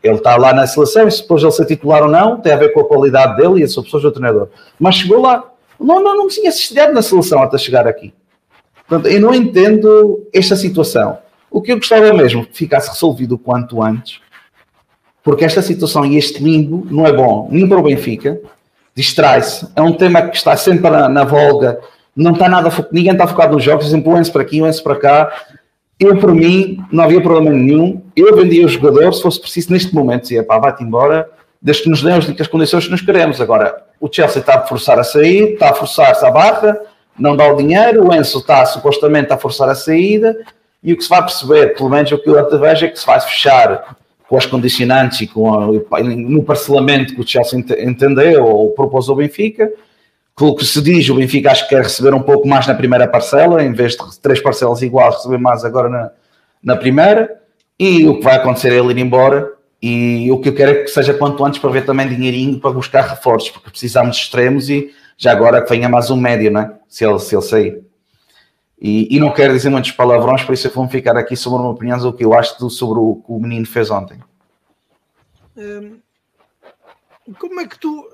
Speaker 2: Ele está lá na seleção, e se depois ele ser titular ou não, tem a ver com a qualidade dele e as opções do treinador. Mas chegou lá. Não, não, não tinha assistido na seleção até chegar aqui. Portanto, eu não entendo esta situação. O que eu gostava mesmo que ficasse resolvido o quanto antes, porque esta situação e este limbo não é bom nem para o Benfica, distrai-se, é um tema que está sempre na, na volga, não está nada, ninguém está focado nos jogos, exemplo, o Enzo para aqui, o Enzo para cá. Eu, por mim, não havia problema nenhum, eu vendia o jogador, se fosse preciso neste momento, dizia, pá, vai-te embora, desde que nos dêem as condições que nos queremos. Agora, o Chelsea está a forçar a sair, está a forçar-se a barra, não dá o dinheiro, o Enzo está supostamente a forçar a saída, e o que se vai perceber, pelo menos o que eu até vejo, é que se vai fechar com as condicionantes e com a, no parcelamento que o Chelsea entendeu ou propôs ao Benfica. Pelo que se diz, o Benfica acho que quer receber um pouco mais na primeira parcela, em vez de três parcelas iguais, receber mais agora na, na primeira, e o que vai acontecer é ele ir embora, e o que eu quero é que seja quanto antes para ver também dinheirinho para buscar reforços, porque precisamos de extremos e já agora que venha mais um médio, não é? Se ele, se ele sair. E, e não quero dizer muitos palavrões, por isso eu vou ficar aqui sobre uma opinião do que eu acho do, sobre o que o menino fez ontem.
Speaker 1: Hum, como é que tu...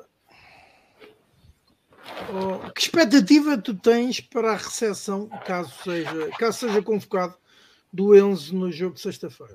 Speaker 1: Oh, que expectativa tu tens para a recepção, caso seja, caso seja convocado, do Enzo no jogo de sexta-feira?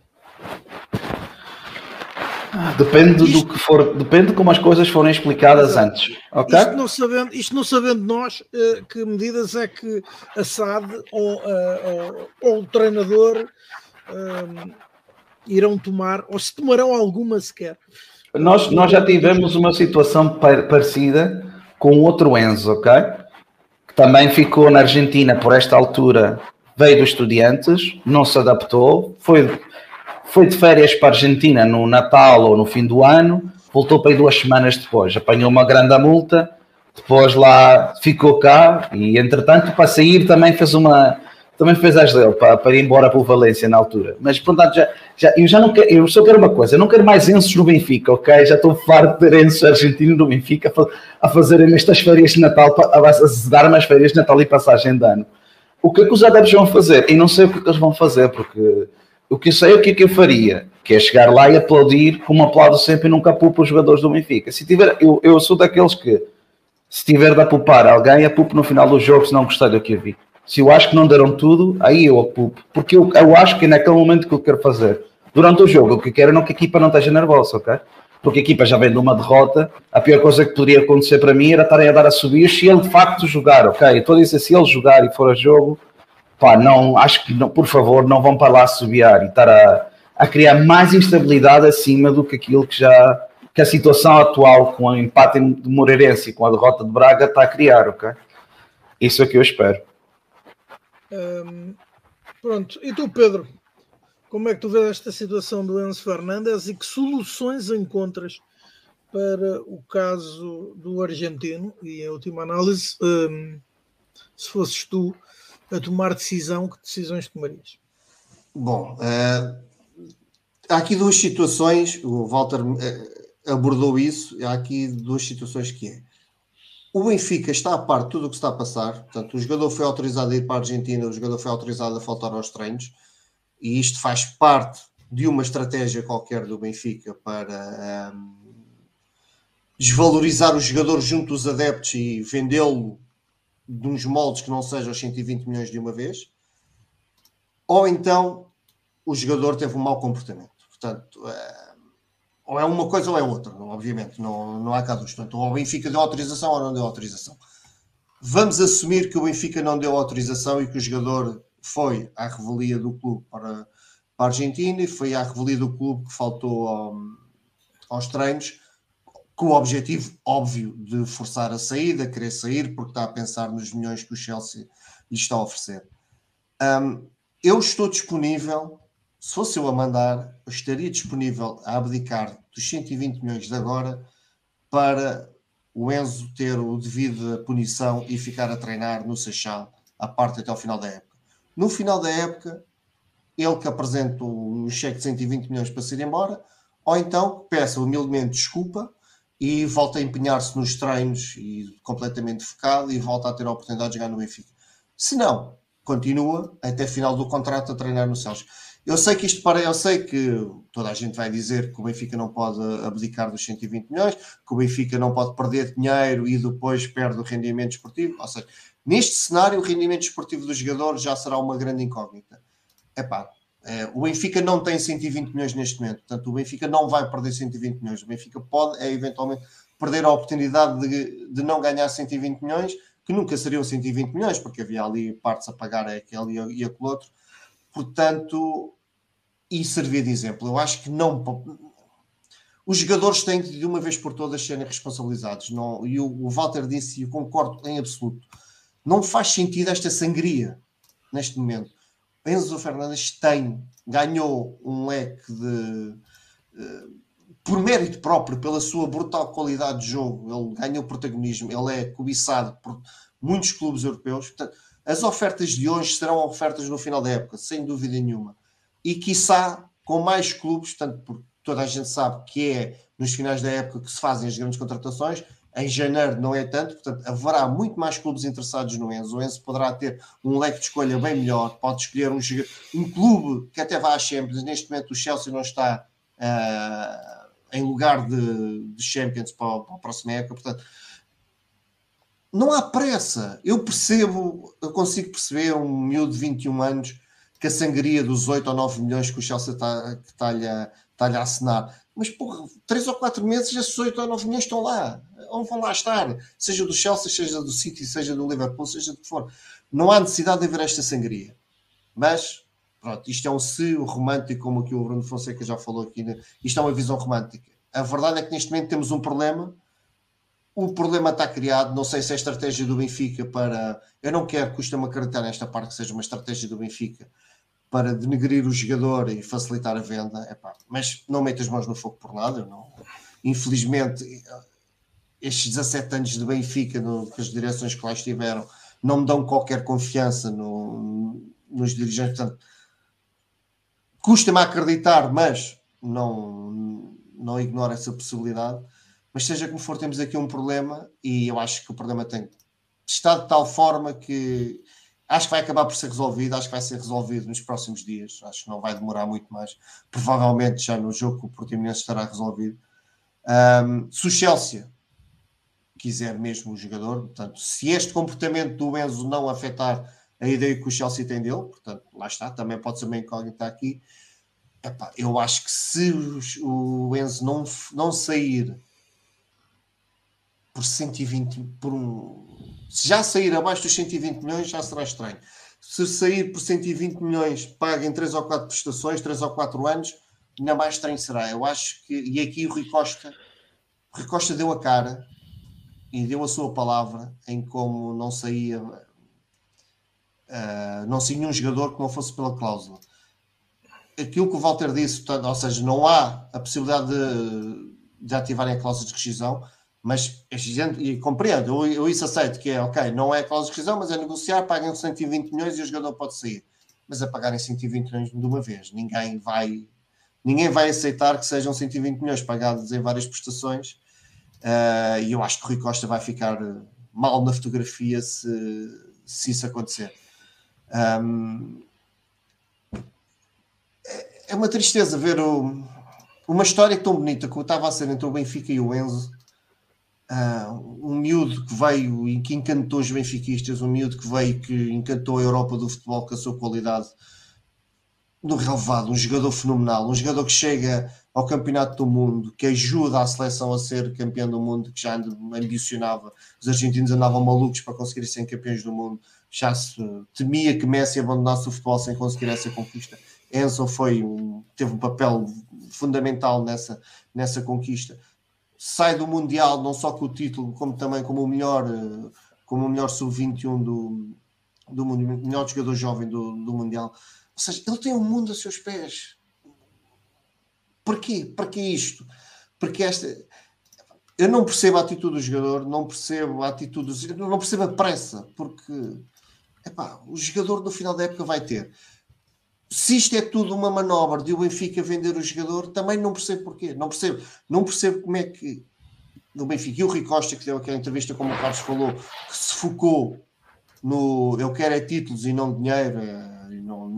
Speaker 2: Depende
Speaker 1: isto,
Speaker 2: do que for, depende de como as coisas forem explicadas exato. Antes. Okay?
Speaker 1: Isto, não sabendo, isto não sabendo nós uh, que medidas é que a S A D ou, uh, ou, ou o treinador uh, irão tomar, ou se tomarão alguma sequer.
Speaker 2: Nós, nós já tivemos uma situação parecida com outro Enzo, ok? Que também ficou na Argentina por esta altura, veio dos Estudiantes, não se adaptou, foi, foi de férias para a Argentina no Natal ou no fim do ano, voltou para aí duas semanas depois, apanhou uma grande multa, depois lá ficou cá e entretanto para sair também fez uma... Também fez as dele para, para ir embora para o Valência na altura. Mas, portanto, já, já, eu já não quero... Eu só quero uma coisa. Eu não quero mais Enzos no Benfica, ok? Já estou farto de ter Enzos argentinos no Benfica a, a fazerem estas férias de Natal, a, a dar mais férias de Natal e passagem de ano. O que é que os adeptos vão fazer? E não sei o que é que eles vão fazer, porque o que eu sei é o que é que eu faria, que é chegar lá e aplaudir como aplaudo sempre e nunca poupo os jogadores do Benfica. Se tiver, eu, eu sou daqueles que, se tiver de apupar alguém, apupo no final do jogo se não gostei do que eu vi. Se eu acho que não deram tudo, aí eu apupo. Porque eu, eu acho que é naquele momento que eu quero fazer. Durante o jogo, o que eu quero é que a equipa não esteja nervosa, ok? Porque a equipa já vem de uma derrota. A pior coisa que poderia acontecer para mim era estarem a dar a subir se ele de facto jogar, ok? Eu estou a dizer, se ele jogar e for a jogo, pá, não, acho que, não, por favor, não vão para lá subiar e estar a, a criar mais instabilidade acima do que aquilo que já... que a situação atual com o empate de Moreirense e com a derrota de Braga está a criar, ok? Isso é que eu espero.
Speaker 1: Hum, pronto, e tu, Pedro, como é que tu vês esta situação do Enzo Fernandes e que soluções encontras para o caso do argentino? E em última análise, hum, se fosses tu a tomar decisão, que decisões tomarias?
Speaker 4: Bom, uh, há aqui duas situações, o Walter uh, abordou isso, há aqui duas situações que é: o Benfica está a par de tudo o que está a passar, portanto, o jogador foi autorizado a ir para a Argentina, o jogador foi autorizado a faltar aos treinos, e isto faz parte de uma estratégia qualquer do Benfica para um, desvalorizar o jogador junto dos adeptos e vendê-lo de uns moldes que não sejam os cento e vinte milhões de uma vez, ou então o jogador teve um mau comportamento. Portanto, uh, ou é uma coisa ou é outra, não, obviamente, não, não há cá dois. Portanto, ou o Benfica deu autorização ou não deu autorização. Vamos assumir que o Benfica não deu autorização e que o jogador foi à revelia do clube para, para a Argentina e foi à revelia do clube que faltou ao, aos treinos, com o objetivo óbvio de forçar a saída, querer sair, porque está a pensar nos milhões que o Chelsea lhe está a oferecer. Um, eu estou disponível... Se fosse eu a mandar, eu estaria disponível a abdicar dos cento e vinte milhões de agora para o Enzo ter o devido punição e ficar a treinar no Seixal, a parte até ao final da época. No final da época, ele que apresenta um cheque de cento e vinte milhões para se ir embora, ou então peça humildemente desculpa e volta a empenhar-se nos treinos e completamente focado e volta a ter a oportunidade de jogar no Benfica. Se não, continua até final do contrato a treinar no Seixal. eu sei que isto para, eu sei que toda a gente vai dizer que o Benfica não pode abdicar dos cento e vinte milhões, que o Benfica não pode perder dinheiro e depois perde o rendimento esportivo. Ou seja, neste cenário, o rendimento esportivo do jogador já será uma grande incógnita. Epá, é, o Benfica não tem cento e vinte milhões neste momento, portanto, o Benfica não vai perder cento e vinte milhões. O Benfica pode, é, eventualmente, perder a oportunidade de, de não ganhar cento e vinte milhões, que nunca seriam cento e vinte milhões, porque havia ali partes a pagar aquele e aquele outro. Portanto, e servir de exemplo. Eu acho que não... Os jogadores têm que, de uma vez por todas, serem responsabilizados. Não, e o, o Walter disse, e eu concordo em absoluto, não faz sentido esta sangria neste momento. Enzo Fernandes tem, ganhou um leque de... Uh, por mérito próprio, pela sua brutal qualidade de jogo, ele ganhou protagonismo, ele é cobiçado por muitos clubes europeus. Portanto, as ofertas de hoje serão ofertas no final da época, sem dúvida nenhuma. E, quiçá, com mais clubes, tanto porque toda a gente sabe que é nos finais da época que se fazem as grandes contratações, em janeiro não é tanto, portanto, haverá muito mais clubes interessados no Enzo. O Enzo poderá ter um leque de escolha bem melhor, pode escolher um, um clube que até vá à Champions. Neste momento o Chelsea não está uh, em lugar de, de Champions para, para a próxima época, portanto, não há pressa. Eu percebo, eu consigo perceber um miúdo de vinte e um anos que a sangria dos oito ou nove milhões que o Chelsea está-lhe está está a assinar. Mas, porra, três ou quatro meses, esses oito ou nove milhões estão lá. Onde vão lá estar? Seja do Chelsea, seja do City, seja do Liverpool, seja do que for. Não há necessidade de haver esta sangria. Mas, pronto, isto é um se romântico, como aqui o Bruno Fonseca já falou aqui. Né? Isto é uma visão romântica. A verdade é que neste momento temos um problema. O problema está criado. Não sei se é a estratégia do Benfica para... Eu não quero, custa-me acreditar nesta parte que seja uma estratégia do Benfica para denegrir o jogador e facilitar a venda. Epá, mas não meto as mãos no fogo por nada. Eu não... Infelizmente, estes dezassete anos de Benfica, no, que as direções que lá estiveram, não me dão qualquer confiança no, nos dirigentes. Portanto, custa-me acreditar, mas não, não ignoro essa possibilidade. Mas seja como for, temos aqui um problema e eu acho que o problema tem está de tal forma que acho que vai acabar por ser resolvido, acho que vai ser resolvido nos próximos dias, acho que não vai demorar muito mais, provavelmente já no jogo que o Portimonense estará resolvido. Um, se o Chelsea quiser mesmo o jogador, portanto, se este comportamento do Enzo não afetar a ideia que o Chelsea tem dele, portanto, lá está, também pode ser uma incógnita aqui. Epá, eu acho que se o Enzo não, não sair por cento e vinte, por um, se já sair abaixo dos cento e vinte milhões, já será estranho. Se sair por cento e vinte milhões, paga em três ou quatro prestações, três ou quatro anos, ainda mais estranho será. Eu acho que, e aqui o Rui Costa, o Rui Costa deu a cara e deu a sua palavra em como não saía, uh, não saía nenhum jogador que não fosse pela cláusula. Aquilo que o Walter disse, ou seja, não há a possibilidade de, de ativarem a cláusula de rescisão, mas e compreendo, eu, eu isso aceito, que é ok, não é a cláusula de rescisão, mas é negociar, paguem cento e vinte milhões e o jogador pode sair. Mas a pagarem cento e vinte milhões de uma vez, ninguém vai, ninguém vai aceitar que sejam cento e vinte milhões pagados em várias prestações, uh, e eu acho que o Rui Costa vai ficar mal na fotografia se, se isso acontecer. Um, é uma tristeza ver o, uma história tão bonita como estava a ser entre o Benfica e o Enzo. Uh, um miúdo que veio e que encantou os benfiquistas, um miúdo que veio e que encantou a Europa do futebol com a sua qualidade no relevado, um jogador fenomenal, um jogador que chega ao campeonato do mundo, que ajuda a seleção a ser campeão do mundo, que já ambicionava, os argentinos andavam malucos para conseguir ser campeões do mundo, já se temia que Messi abandonasse o futebol sem conseguir essa conquista. Enzo foi um, teve um papel fundamental nessa, nessa conquista. Sai do Mundial, não só com o título, como também como o melhor, como o melhor sub vinte e um do, do mundo, melhor jogador jovem do, do Mundial. Ou seja, ele tem um mundo a seus pés. Porquê? Para que isto? Porque esta... Eu não percebo a atitude do jogador, não percebo a atitude do... não percebo a pressa, porque epá, o jogador no final da época vai ter. Se isto é tudo uma manobra de o Benfica vender o jogador, também não percebo porquê. Não percebo. Não percebo como é que o Benfica e o Rui Costa, que deu aquela entrevista, como o Carlos falou, que se focou no eu quero é títulos e não dinheiro, e não,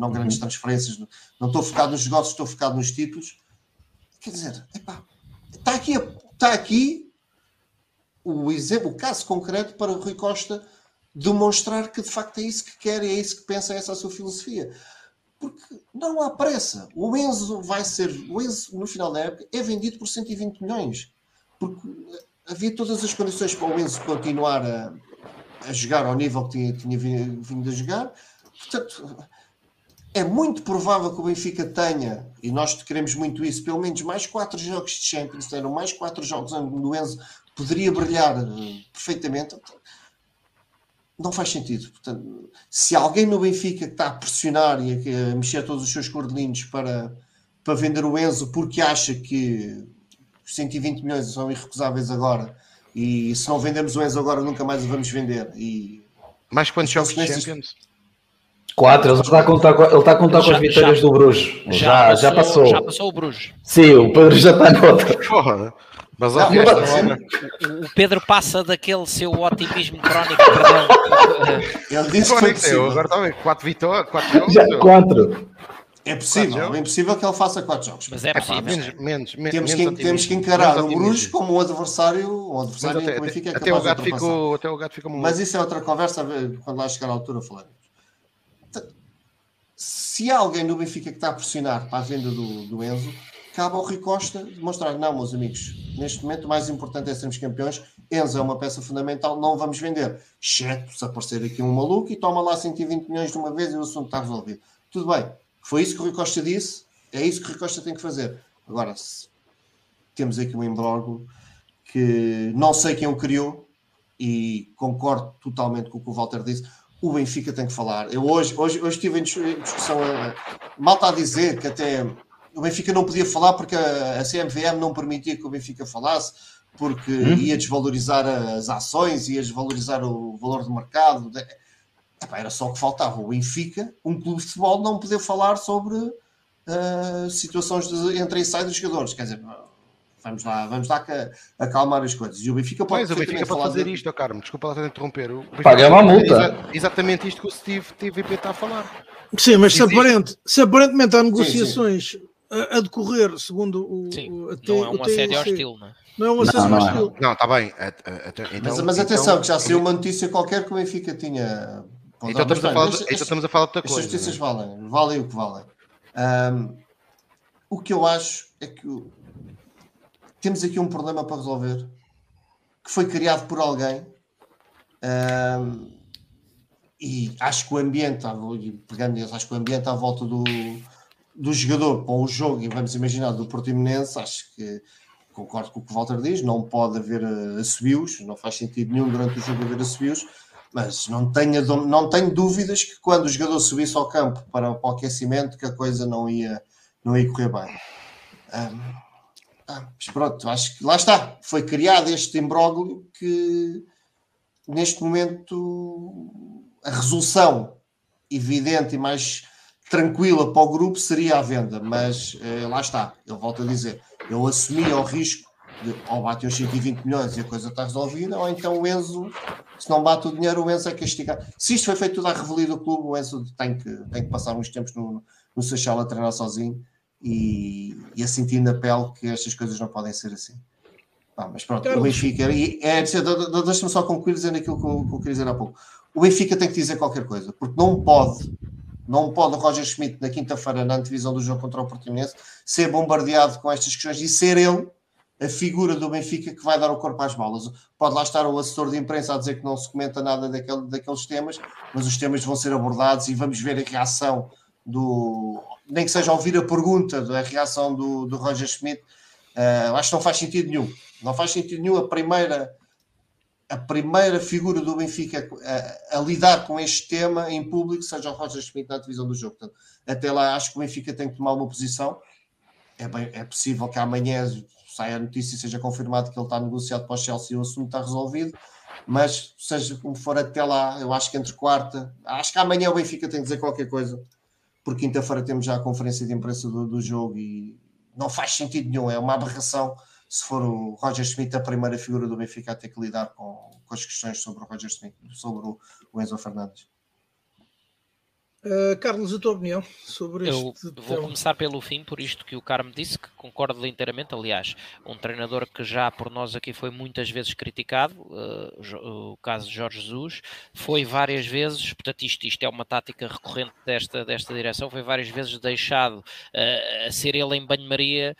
Speaker 4: não grandes uhum. transferências, não estou focado nos negócios, estou focado nos títulos. Quer dizer, epá, está aqui, está aqui o exemplo, o caso concreto para o Rui Costa demonstrar que de facto é isso que quer e é isso que pensa, essa é a sua filosofia. Porque não há pressa. O Enzo vai ser, o Enzo no final da época é vendido por cento e vinte milhões. Porque havia todas as condições para o Enzo continuar a, a jogar ao nível que tinha, tinha vindo a jogar. Portanto, é muito provável que o Benfica tenha, e nós queremos muito isso, pelo menos mais quatro jogos de Champions, terão mais quatro jogos onde o Enzo poderia brilhar uh, perfeitamente. Não faz sentido. Portanto, se alguém no Benfica que está a pressionar e a, a mexer todos os seus cordelinhos para, para vender o Enzo porque acha que os cento e vinte milhões são irrecusáveis agora e se não vendemos o Enzo agora nunca mais o vamos vender. E
Speaker 5: mais quantos jogos de Champions?
Speaker 2: Quatro, ele está a contar, ele está a contar já, com as vitórias já, do Bruges. Já, já, passou, já passou.
Speaker 3: Já passou o Bruges.
Speaker 2: Sim, o Pedro já está na outra.
Speaker 5: Porra. Mas
Speaker 3: não, o, o Pedro passa daquele seu otimismo crónico, perdão.
Speaker 4: Ele disse que foi possível.
Speaker 5: Agora está bem, quatro vitórias, quatro jogos.
Speaker 2: Já, quatro.
Speaker 4: É possível, é impossível que ele faça quatro jogos.
Speaker 3: Mas é possível.
Speaker 5: É, menos, menos, menos,
Speaker 4: temos,
Speaker 5: menos
Speaker 4: que, temos que encarar o Bruges como um adversário, um adversário
Speaker 5: até,
Speaker 4: que o Benfica é
Speaker 5: até, o gato ficou, até o gato ficou
Speaker 4: Mas isso é outra conversa, quando lá chegar à altura falaremos. Se há alguém no Benfica que está a pressionar para a venda do, do Enzo, cabe ao Rui Costa demonstrar, não, meus amigos, neste momento o mais importante é sermos campeões, Enzo é uma peça fundamental, não vamos vender, exceto se aparecer aqui um maluco e toma lá cento e vinte milhões de uma vez e o assunto está resolvido. Tudo bem, foi isso que o Rui Costa disse, é isso que o Rui Costa tem que fazer. Agora, se temos aqui um imbróglio que não sei quem o criou e concordo totalmente com o que o Walter disse. O Benfica tem que falar. Eu hoje, hoje, hoje estive em discussão, mal está a dizer que até o Benfica não podia falar porque a, a C M V M não permitia que o Benfica falasse, porque hum? ia desvalorizar as ações, ia desvalorizar o valor do mercado. Epá, era só o que faltava. O Benfica, um clube de futebol, não poder falar sobre uh, situações de, entre insiders e jogadores. Quer dizer, vamos lá, vamos lá acalmar as coisas. E o Benfica pode,
Speaker 5: Mas o Benfica pode fazer de... isto, oh Carmo, desculpa lá estar a interromper.
Speaker 2: Paga uma multa.
Speaker 5: Exa exatamente isto que o Steve T V P está a falar.
Speaker 1: Sim, mas se, aparente, se aparentemente há negociações sim, sim. A, a decorrer, segundo o...
Speaker 3: Sim,
Speaker 1: o
Speaker 3: não é um assédio hostil, não é?
Speaker 1: Não é um assédio hostil.
Speaker 5: Não, está bem. Então,
Speaker 4: mas, mas atenção, então, que já saiu uma notícia qualquer que o Benfica tinha...
Speaker 5: Então estamos, a falar de, então estamos a falar de outra coisa.
Speaker 4: As notícias valem, valem o que valem. Um, o que eu acho é que temos aqui um problema para resolver que foi criado por alguém um, e acho que o ambiente, pegando acho que o ambiente à volta do, do jogador para o jogo, e vamos imaginar do Portimonense, acho que concordo com o que o Walter diz, não pode haver assobios, não faz sentido nenhum durante o jogo haver assobios, mas não tenho, não tenho dúvidas que quando o jogador subisse ao campo para, para o aquecimento que a coisa não ia, não ia correr bem. Um, ah, mas pronto, acho que lá está, foi criado este imbróglio que neste momento a resolução evidente e mais tranquila para o grupo seria a venda, mas eh, lá está, eu volto a dizer, eu assumi o risco de, ou bate os cento e vinte milhões e a coisa está resolvida, ou então o Enzo, se não bate o dinheiro, o Enzo é castigado. Se isto foi feito tudo à revelia do clube, o Enzo tem que, tem que passar uns tempos no, no Seixal a treinar sozinho e, e a sentir na pele que estas coisas não podem ser assim. Ah, mas pronto, Carlos. O Benfica, e, é, deixa-me só concluir dizendo aquilo que eu, que eu queria dizer há pouco. O Benfica tem que dizer qualquer coisa, porque não pode, não pode o Roger Schmidt, na quinta-feira, na antevisão do jogo contra o Portimonense, ser bombardeado com estas questões e ser ele a figura do Benfica que vai dar o corpo às balas. Pode lá estar o assessor de imprensa a dizer que não se comenta nada daquele, daqueles temas, mas os temas vão ser abordados e vamos ver a reação do... Nem que seja ouvir a pergunta da reação do, do Roger Schmidt. Uh, acho que não faz sentido nenhum. Não faz sentido nenhum a primeira, a primeira figura do Benfica a, a lidar com este tema em público seja o Roger Schmidt na divisão do jogo. Portanto, até lá acho que o Benfica tem que tomar uma posição. É, bem, é possível que amanhã saia a notícia e seja confirmado que ele está negociado para o Chelsea e o assunto está resolvido, mas seja como for até lá, eu acho que entre quarta, acho que amanhã o Benfica tem que dizer qualquer coisa, porque quinta-feira temos já a conferência de imprensa do, do jogo e não faz sentido nenhum, é uma aberração se for o Roger Schmidt a primeira figura do Benfica a ter que lidar com, com as questões sobre o Roger Schmidt, sobre o, o Enzo Fernandes.
Speaker 1: Uh, Carlos, a tua opinião sobre
Speaker 3: Eu
Speaker 1: este
Speaker 3: vou
Speaker 1: tema?
Speaker 3: começar pelo fim, por isto que o Carmo disse, que concordo inteiramente. Aliás, um treinador que já por nós aqui foi muitas vezes criticado, uh, o caso de Jorge Jesus, foi várias vezes, portanto isto, isto é uma tática recorrente desta, desta direção, foi várias vezes deixado uh, a ser ele em banho-maria,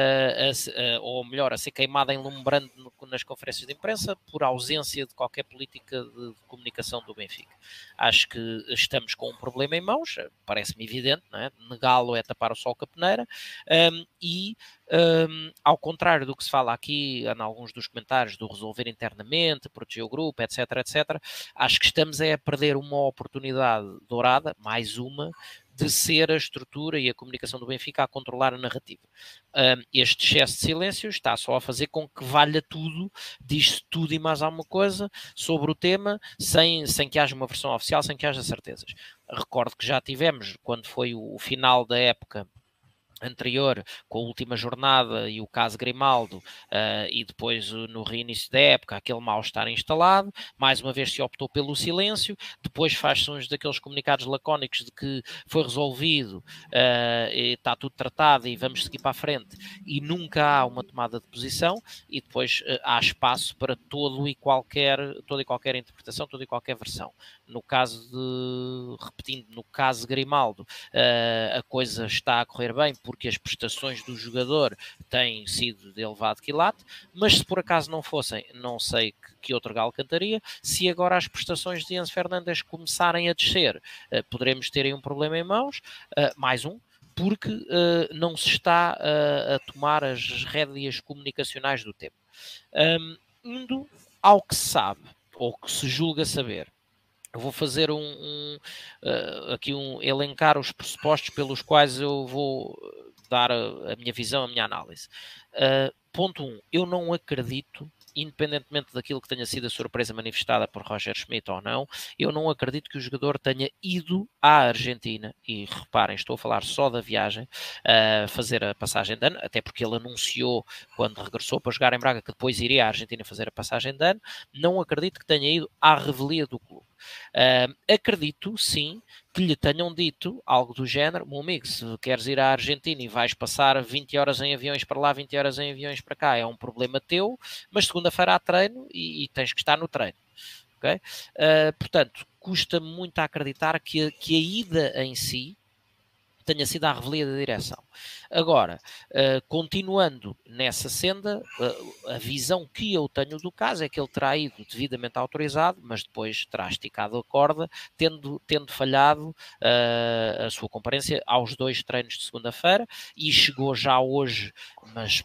Speaker 3: uh, uh, ou melhor, a ser queimado em lumbrando no, nas conferências de imprensa, por ausência de qualquer política de, de comunicação do Benfica. Acho que estamos com um problema em mãos, parece-me evidente, não é? Negá-lo é tapar o sol com a peneira, um, e um, ao contrário do que se fala aqui em alguns dos comentários do resolver internamente, proteger o grupo, etc, etc, acho que estamos a perder uma oportunidade dourada, mais uma, de ser a estrutura e a comunicação do Benfica a controlar a narrativa. Um, este excesso de silêncio está só a fazer com que valha tudo, diz-se tudo e mais alguma coisa sobre o tema, sem, sem que haja uma versão oficial, sem que haja certezas. Recordo que já tivemos, quando foi o, o final da época anterior, com a última jornada e o caso Grimaldo, uh, e depois uh, no reinício da época, aquele mal-estar instalado, mais uma vez se optou pelo silêncio, depois faz-se uns daqueles comunicados lacónicos de que foi resolvido, uh, e está tudo tratado e vamos seguir para a frente, e nunca há uma tomada de posição, e depois uh, há espaço para todo e qualquer, toda e qualquer interpretação, toda e qualquer versão. No caso de, repetindo, no caso Grimaldo, uh, a coisa está a correr bem, porque as prestações do jogador têm sido de elevado quilate, mas se por acaso não fossem, não sei que, que outro galo cantaria. Se agora as prestações de Enzo Fernandes começarem a descer, uh, poderemos ter aí um problema em mãos, uh, mais um, porque uh, não se está uh, a tomar as rédeas comunicacionais do tempo. Um, indo ao que se sabe, ou que se julga saber, eu vou fazer um, um uh, aqui um elencar os pressupostos pelos quais eu vou dar a, a minha visão, a minha análise. Uh, ponto um, eu não acredito, independentemente daquilo que tenha sido a surpresa manifestada por Roger Schmidt ou não, eu não acredito que o jogador tenha ido à Argentina, e reparem, estou a falar só da viagem, a uh, fazer a passagem de ano, até porque ele anunciou quando regressou para jogar em Braga que depois iria à Argentina fazer a passagem de ano. Não acredito que tenha ido à revelia do clube. Uh, acredito, sim, que lhe tenham dito algo do género: meu amigo, se queres ir à Argentina e vais passar vinte horas em aviões para lá, vinte horas em aviões para cá, é um problema teu, mas segunda-feira há treino e, e tens que estar no treino. Okay? Uh, portanto, custa muito a acreditar que a, que a ida em si tenha sido à revelia da direção. Agora, uh, continuando nessa senda, uh, a visão que eu tenho do caso é que ele terá ido devidamente autorizado, mas depois terá esticado a corda, tendo, tendo falhado uh, a sua comparência aos dois treinos de segunda-feira, e chegou já hoje, mas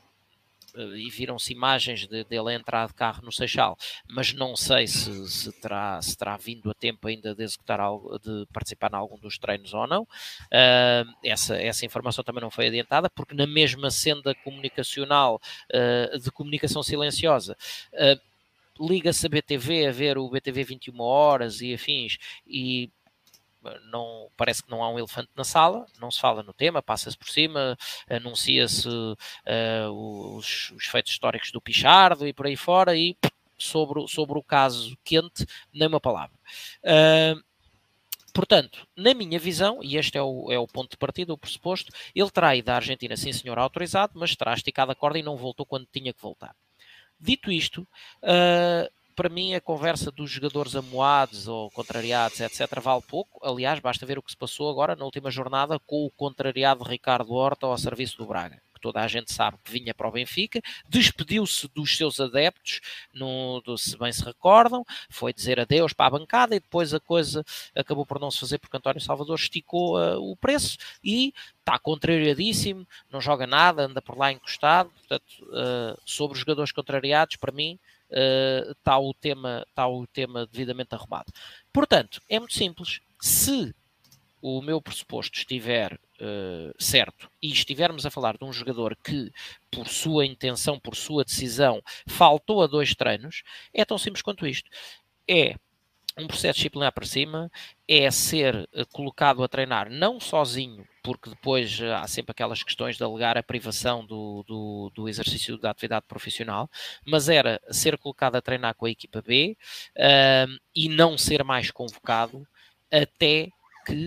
Speaker 3: e viram-se imagens de, dele entrar de carro no Seixal, mas não sei se, se, terá, se terá vindo a tempo ainda de executar algo, de participar em algum dos treinos ou não. Uh, essa, essa informação também não foi adiantada, porque na mesma senda comunicacional, uh, de comunicação silenciosa, uh, liga-se a B T V a ver o B T V vinte e uma horas e afins, e não, parece que não há um elefante na sala, não se fala no tema, passa-se por cima, anuncia-se uh, os, os feitos históricos do Pichardo e por aí fora, e sobre, sobre o caso quente, nem uma palavra. Uh, portanto, na minha visão, e este é o, é o ponto de partida, o pressuposto, ele terá ido à Argentina, sim senhor, autorizado, mas terá esticado a corda e não voltou quando tinha que voltar. Dito isto, uh, para mim a conversa dos jogadores amuados ou contrariados, etcétera, vale pouco. Aliás, basta ver o que se passou agora na última jornada com o contrariado Ricardo Horta ao serviço do Braga, que toda a gente sabe que vinha para o Benfica, despediu-se dos seus adeptos, no, do, se bem se recordam, foi dizer adeus para a bancada, e depois a coisa acabou por não se fazer porque António Salvador esticou uh, o preço, e está contrariadíssimo, não joga nada, anda por lá encostado. Portanto, uh, sobre os jogadores contrariados, para mim, está uh, o tema, está o tema devidamente arrumado. Portanto, é muito simples. Se o meu pressuposto estiver uh, certo, e estivermos a falar de um jogador que, por sua intenção, por sua decisão, faltou a dois treinos, é tão simples quanto isto. É um processo disciplinar para cima, é ser uh, colocado a treinar não sozinho, porque depois uh, há sempre aquelas questões de alegar a privação do, do, do exercício da atividade profissional, mas era ser colocado a treinar com a equipa B uh, e não ser mais convocado até que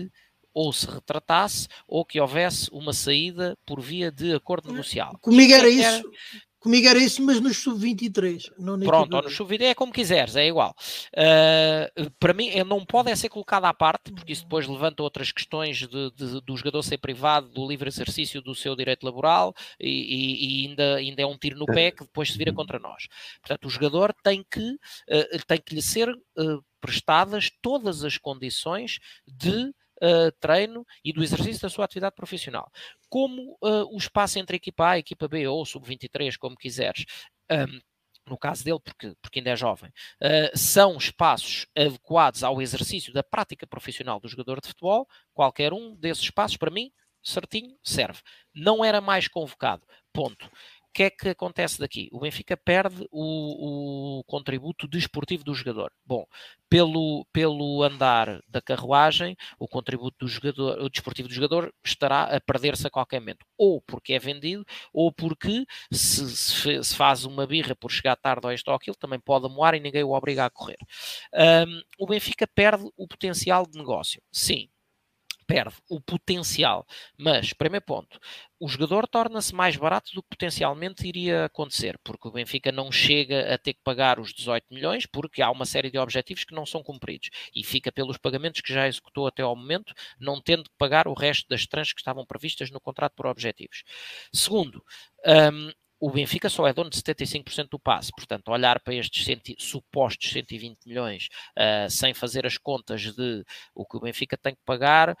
Speaker 3: ou se retratasse ou que houvesse uma saída por via de acordo negocial.
Speaker 1: Comigo era
Speaker 3: que é que
Speaker 1: isso. Comigo era isso, mas nos sub vinte e três. Não na
Speaker 3: Pronto, ou no sub vinte é como quiseres, é igual. Uh, para mim, não pode ser colocado à parte, porque isso depois levanta outras questões de, de, do jogador ser privado do livre exercício do seu direito laboral e, e, e ainda, ainda é um tiro no pé que depois se vira contra nós. Portanto, o jogador tem que, uh, tem que lhe ser uh, prestadas todas as condições de Uh, treino e do exercício da sua atividade profissional. Como uh, o espaço entre a equipa A e a equipa B, ou sub vinte e três, como quiseres, um, no caso dele, porque, porque ainda é jovem, uh, são espaços adequados ao exercício da prática profissional do jogador de futebol, qualquer um desses espaços, para mim, certinho, serve. Não era mais convocado. Ponto. O que é que acontece daqui? O Benfica perde o, o contributo desportivo do jogador. Bom, pelo, pelo andar da carruagem, o contributo do jogador, o desportivo do jogador estará a perder-se a qualquer momento. Ou porque é vendido, ou porque se, se, se faz uma birra por chegar tarde ou isto ou aquilo, também pode amoar e ninguém o obriga a correr. Um, o Benfica perde o potencial de negócio. Sim. Perde o potencial, mas, primeiro ponto, o jogador torna-se mais barato do que potencialmente iria acontecer, porque o Benfica não chega a ter que pagar os dezoito milhões, porque há uma série de objetivos que não são cumpridos, e fica pelos pagamentos que já executou até ao momento, não tendo que pagar o resto das trans que estavam previstas no contrato por objetivos. Segundo, um, o Benfica só é dono de setenta e cinco por cento do passe, portanto, olhar para estes cento, supostos cento e vinte milhões uh, sem fazer as contas de o que o Benfica tem que pagar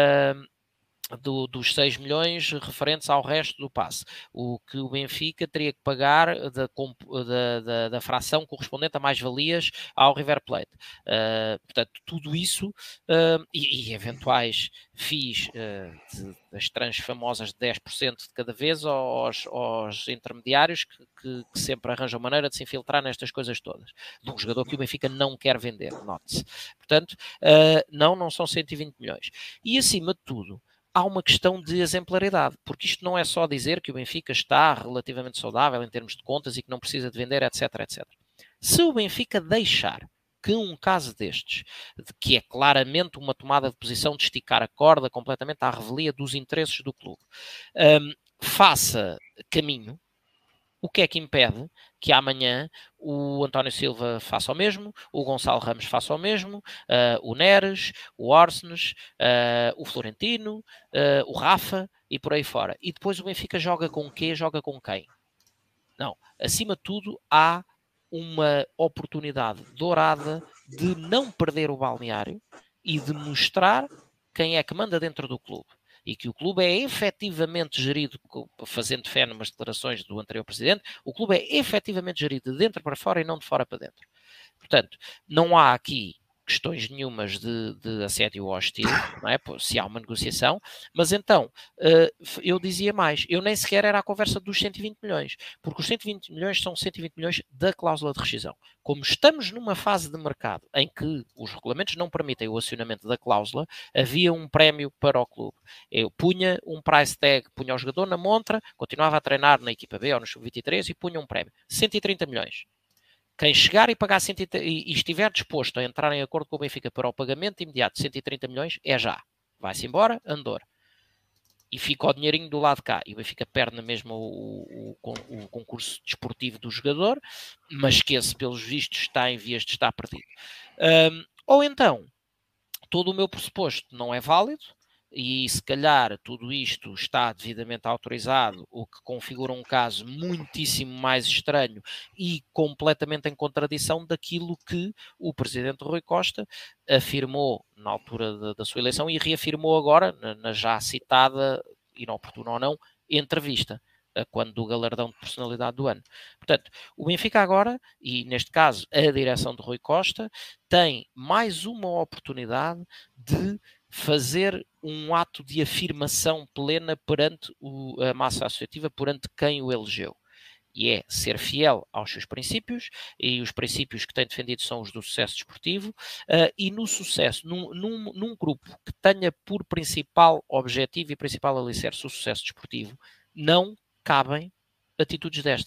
Speaker 3: uh, do, dos seis milhões referentes ao resto do passe, o que o Benfica teria que pagar da, da, da, da fração correspondente a mais-valias ao River Plate. Uh, portanto, tudo isso uh, e, e eventuais fees uh, de, das trans famosas de dez por cento de cada vez aos, aos intermediários que, que, que sempre arranjam maneira de se infiltrar nestas coisas todas. De um jogador que o Benfica não quer vender, note-se. Portanto, uh, não, não são cento e vinte milhões. E acima de tudo, há uma questão de exemplaridade, porque isto não é só dizer que o Benfica está relativamente saudável em termos de contas e que não precisa de vender, etc, etcétera. Se o Benfica deixar que um caso destes, de que é claramente uma tomada de posição de esticar a corda completamente à revelia dos interesses do clube, um, faça caminho, o que é que impede que amanhã o António Silva faça o mesmo, o Gonçalo Ramos faça o mesmo, uh, o Neres, o Orsnes, uh, o Florentino, uh, o Rafa e por aí fora. E depois o Benfica joga com quê? Joga com quem? Não. Acima de tudo, há uma oportunidade dourada de não perder o balneário e de mostrar quem é que manda dentro do clube. E que o clube é efetivamente gerido, fazendo fé numas declarações do anterior presidente, o clube é efetivamente gerido de dentro para fora e não de fora para dentro. Portanto, não há aqui questões nenhumas de, de assédio hostil, não é? Se há uma negociação, mas então, eu dizia mais, eu nem sequer era a conversa dos cento e vinte milhões, porque os cento e vinte milhões são cento e vinte milhões da cláusula de rescisão. Como estamos numa fase de mercado em que os regulamentos não permitem o acionamento da cláusula, havia um prémio para o clube. Eu punha um price tag, punha o jogador na montra, continuava a treinar na equipa B ou no sub vinte e três e punha um prémio. cento e trinta milhões. Quem chegar e pagar cento e trinta, e estiver disposto a entrar em acordo com o Benfica para o pagamento imediato de cento e trinta milhões, é já. Vai-se embora, andor. E fica o dinheirinho do lado de cá. E o Benfica perde na mesma o, o, o concurso desportivo do jogador, mas que esse, pelos vistos, está em vias de estar perdido. Um, ou então, todo o meu pressuposto não é válido, e se calhar tudo isto está devidamente autorizado, o que configura um caso muitíssimo mais estranho e completamente em contradição daquilo que o presidente Rui Costa afirmou na altura de, da sua eleição e reafirmou agora, na, na já citada, inoportuna ou não, entrevista, quando do galardão de personalidade do ano. Portanto, o Benfica agora, e neste caso a direção de Rui Costa, tem mais uma oportunidade de fazer um ato de afirmação plena perante o, a massa associativa, perante quem o elegeu. E é ser fiel aos seus princípios, e os princípios que tem defendido são os do sucesso desportivo, uh, e no sucesso, num, num, num grupo que tenha por principal objetivo e principal alicerce o sucesso desportivo, não cabem atitudes destas.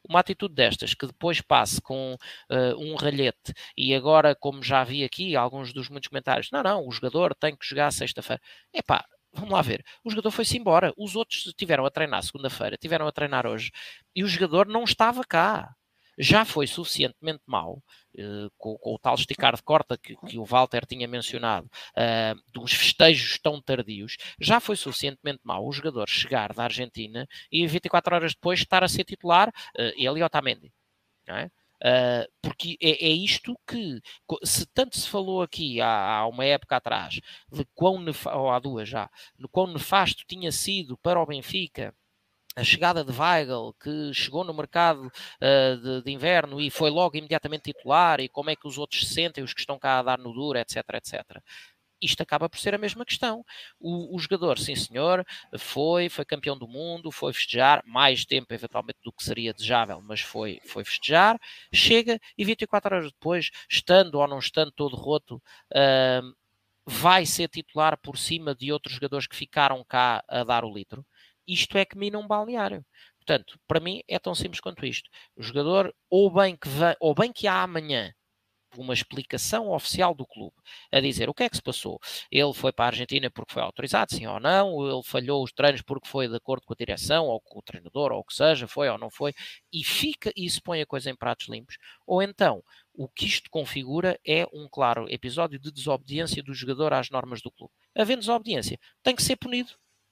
Speaker 3: uma atitude destas, que depois passe com uh, um ralhete, e agora, como já vi aqui, alguns dos muitos comentários, não, não, o jogador tem que jogar sexta-feira. Epá, vamos lá ver, o jogador foi-se embora, os outros tiveram a treinar segunda-feira, tiveram a treinar hoje, e o jogador não estava cá. Já foi suficientemente mau, uh, com, com o tal esticar de corda que, que o Walter tinha mencionado, uh, dos festejos tão tardios, já foi suficientemente mau o jogador chegar da Argentina e vinte e quatro horas depois estar a ser titular, uh, ele e Otamendi, não é? Uh, porque é, é isto que, se tanto se falou aqui há, há uma época atrás, de quão nefasto, ou há duas já, de quão nefasto tinha sido para o Benfica a chegada de Weigl, que chegou no mercado uh, de, de inverno e foi logo imediatamente titular, e como é que os outros se sentem, os que estão cá a dar no duro, etc, etcétera. Isto acaba por ser a mesma questão. O, o jogador, sim senhor, foi, foi campeão do mundo, foi festejar, mais tempo eventualmente do que seria desejável, mas foi, foi festejar, chega e vinte e quatro horas depois, estando ou não estando todo roto, uh, vai ser titular por cima de outros jogadores que ficaram cá a dar o litro. Isto é que mina um balneário. Portanto, para mim é tão simples quanto isto. O jogador, ou bem que, vem, ou bem que há amanhã uma explicação oficial do clube a dizer o que é que se passou. Ele foi para a Argentina porque foi autorizado, sim ou não, ele falhou os treinos porque foi de acordo com a direção, ou com o treinador, ou o que seja, foi ou não foi, e fica e se põe a coisa em pratos limpos. Ou então, o que isto configura é um claro episódio de desobediência do jogador às normas do clube. Havendo desobediência, tem que ser punido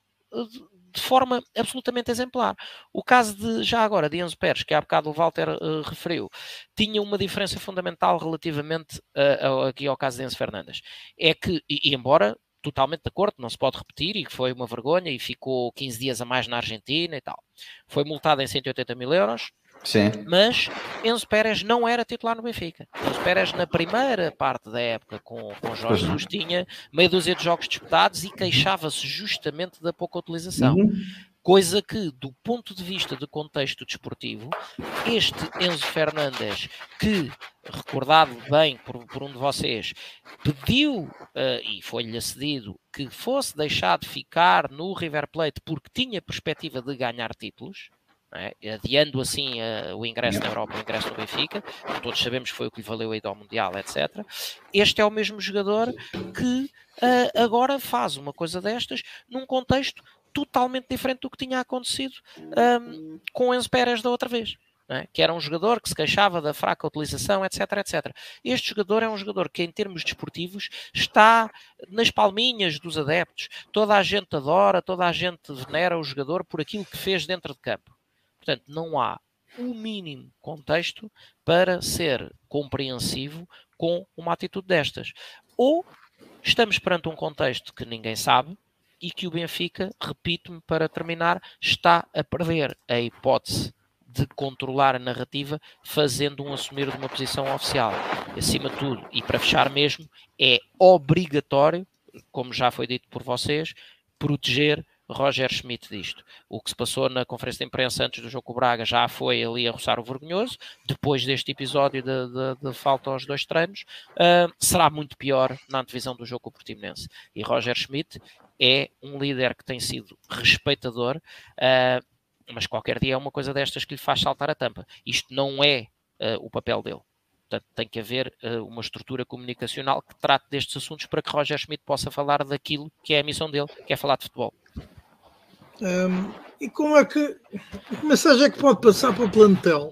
Speaker 3: de forma absolutamente exemplar. O caso de, já agora, de Enzo Pérez, que há bocado o Walter uh, referiu, tinha uma diferença fundamental relativamente uh, aqui ao caso de Enzo Fernandes. É que, e, e embora totalmente de acordo, não se pode repetir, e que foi uma vergonha, e ficou quinze dias a mais na Argentina e tal. Foi multado em cento e oitenta mil euros,
Speaker 2: Sim.
Speaker 3: Mas Enzo Pérez não era titular no Benfica. Enzo Pérez, na primeira parte da época com, com Jorge Jesus, tinha meia dúzia de jogos disputados e queixava-se justamente da pouca utilização. Uhum. Coisa que, do ponto de vista do contexto desportivo, este Enzo Fernandes, que, recordado bem por, por um de vocês, pediu, uh, e foi-lhe acedido, que fosse deixado ficar no River Plate porque tinha perspectiva de ganhar títulos, é? Adiando assim uh, o ingresso na Europa, o ingresso no Benfica, que todos sabemos que foi o que lhe valeu a ida ao Mundial, etcétera. Este é o mesmo jogador que uh, agora faz uma coisa destas num contexto totalmente diferente do que tinha acontecido um, com o Enzo Pérez da outra vez. É? Que era um jogador que se queixava da fraca utilização, etc, etcétera. Este jogador é um jogador que, em termos desportivos, está nas palminhas dos adeptos. Toda a gente adora, toda a gente venera o jogador por aquilo que fez dentro de campo. Portanto, não há o mínimo contexto para ser compreensivo com uma atitude destas. Ou estamos perante um contexto que ninguém sabe e que o Benfica, repito-me para terminar, está a perder a hipótese de controlar a narrativa fazendo um assumir de uma posição oficial. Acima de tudo, e para fechar mesmo, é obrigatório, como já foi dito por vocês, proteger Roger Schmidt disto. O que se passou na conferência de imprensa antes do jogo com o Braga já foi ali a roçar o vergonhoso. Depois deste episódio de, de, de falta aos dois treinos, uh, será muito pior na antevisão do jogo com o Portimonense. E Roger Schmidt é um líder que tem sido respeitador, uh, mas qualquer dia é uma coisa destas que lhe faz saltar a tampa. Isto não é uh, o papel dele. Portanto, tem que haver uh, uma estrutura comunicacional que trate destes assuntos para que Roger Schmidt possa falar daquilo que é a missão dele, que é falar de futebol.
Speaker 1: Um, e como é que que mensagem é que pode passar para o plantel?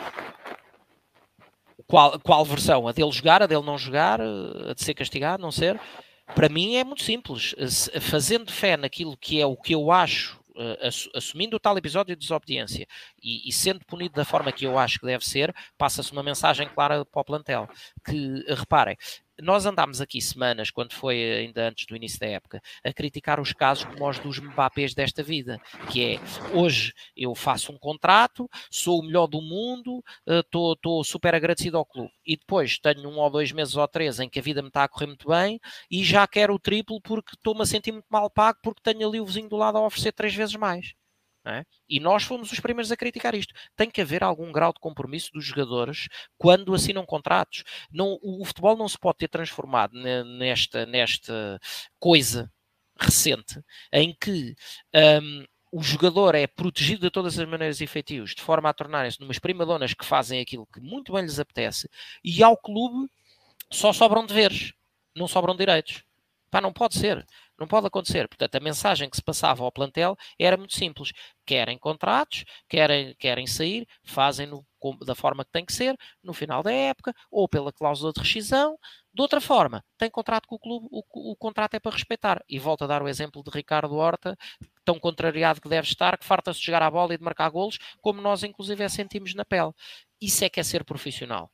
Speaker 3: Qual, qual versão? A dele jogar, a dele não jogar, a de ser castigado, não ser? Para mim é muito simples. Fazendo fé naquilo que é o que eu acho, assumindo o tal episódio de desobediência e, e sendo punido da forma que eu acho que deve ser, passa-se uma mensagem clara para o plantel. Que, reparem, nós andámos aqui semanas, quando foi ainda antes do início da época, a criticar os casos como os dos Mbappés desta vida, que é, hoje eu faço um contrato, sou o melhor do mundo, estou uh, super agradecido ao clube, e depois tenho um ou dois meses ou três em que a vida me está a correr muito bem, e já quero o triplo porque estou-me a sentir muito mal pago, porque tenho ali o vizinho do lado a oferecer três vezes mais. É? E nós fomos os primeiros a criticar isto. Tem que haver algum grau de compromisso dos jogadores quando assinam contratos. Não, o, o futebol não se pode ter transformado nesta, nesta coisa recente em que um, o jogador é protegido de todas as maneiras e feitios, de forma a tornarem-se numas primadonas que fazem aquilo que muito bem lhes apetece, e ao clube só sobram deveres, não sobram direitos. Pá, não pode ser, não pode acontecer. Portanto, a mensagem que se passava ao plantel era muito simples. Querem contratos, querem, querem sair, fazem-no da forma que tem que ser, no final da época, ou pela cláusula de rescisão. De outra forma, tem contrato com o clube, o, o contrato é para respeitar. E volto a dar o exemplo de Ricardo Horta, tão contrariado que deve estar, que farta-se de jogar à bola e de marcar golos, como nós inclusive é sentimos na pele. Isso é que é ser profissional.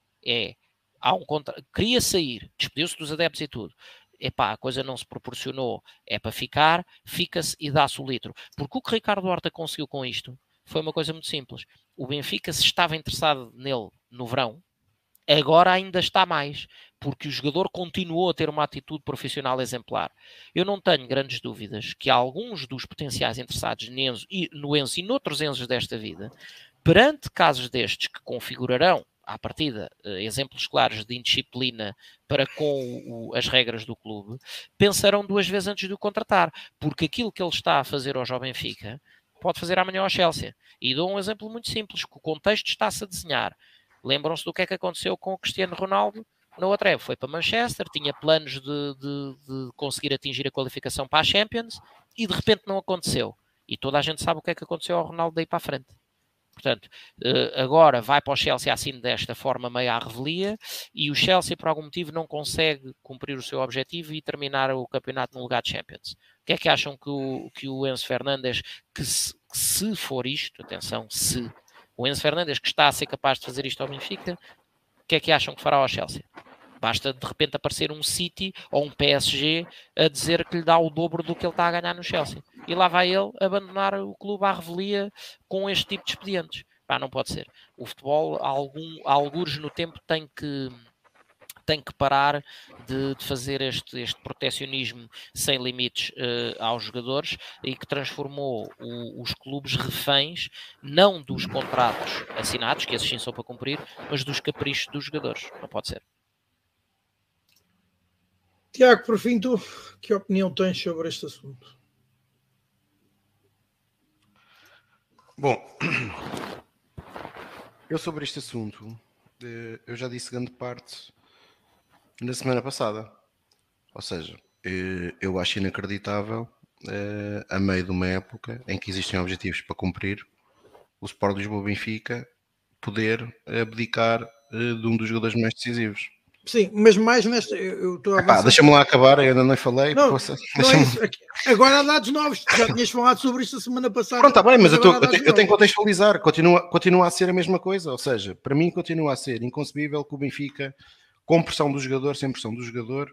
Speaker 3: É, há um contra... queria sair, despediu-se dos adeptos e tudo. Epá, a coisa não se proporcionou, é para ficar, fica-se e dá-se o litro. Porque o que Ricardo Horta conseguiu com isto foi uma coisa muito simples. O Benfica, se estava interessado nele no verão, agora ainda está mais, porque o jogador continuou a ter uma atitude profissional exemplar. Eu não tenho grandes dúvidas que alguns dos potenciais interessados no Enzo e, no Enzo e noutros Enzos desta vida, perante casos destes que configurarão à partida, exemplos claros de indisciplina para com o, as regras do clube, pensarão duas vezes antes de o contratar, porque aquilo que ele está a fazer hoje ao Benfica pode fazer amanhã ao Chelsea. E dou um exemplo muito simples, que o contexto está-se a desenhar. Lembram-se do que é que aconteceu com o Cristiano Ronaldo na outra época? Foi para Manchester, tinha planos de, de, de conseguir atingir a qualificação para a Champions e de repente não aconteceu. E toda a gente sabe o que é que aconteceu ao Ronaldo daí para a frente. Portanto, agora vai para o Chelsea assim desta forma meio à revelia e o Chelsea por algum motivo não consegue cumprir o seu objetivo e terminar o campeonato no lugar de Champions. O que é que acham que o, que o Enzo Fernandes, que se, que se for isto, atenção, se o Enzo Fernandes que está a ser capaz de fazer isto ao Benfica, o que é que acham que fará ao Chelsea? Basta de repente aparecer um City ou um P S G a dizer que lhe dá o dobro do que ele está a ganhar no Chelsea. E lá vai ele abandonar o clube à revelia com este tipo de expedientes. Pá, não pode ser. O futebol, algum, algures no tempo, tem que, tem que parar de, de fazer este, este protecionismo sem limites uh, aos jogadores e que transformou o, os clubes reféns, não dos contratos assinados, que esses sim são para cumprir, mas dos caprichos dos jogadores. Não pode ser.
Speaker 1: Tiago, por fim, tu, que opinião tens sobre este assunto?
Speaker 5: Bom, eu sobre este assunto, eu já disse grande parte na semana passada. Ou seja, eu acho inacreditável, a meio de uma época em que existem objetivos para cumprir, o Sport Lisboa-Benfica poder abdicar de um dos jogadores mais decisivos.
Speaker 1: Sim, mas mais nesta. Eu estou a
Speaker 5: Epá, deixa-me lá acabar, eu ainda não falei.
Speaker 1: Não,
Speaker 5: poxa,
Speaker 1: não é isso. Agora há dados novos. Já tinhas falado sobre isto a semana passada.
Speaker 5: Pronto, está bem, mas, mas eu, tô, eu, te, eu tenho que contextualizar. Continua, continua a ser a mesma coisa. Ou seja, para mim continua a ser inconcebível que o Benfica, com pressão do jogador, sem pressão do jogador,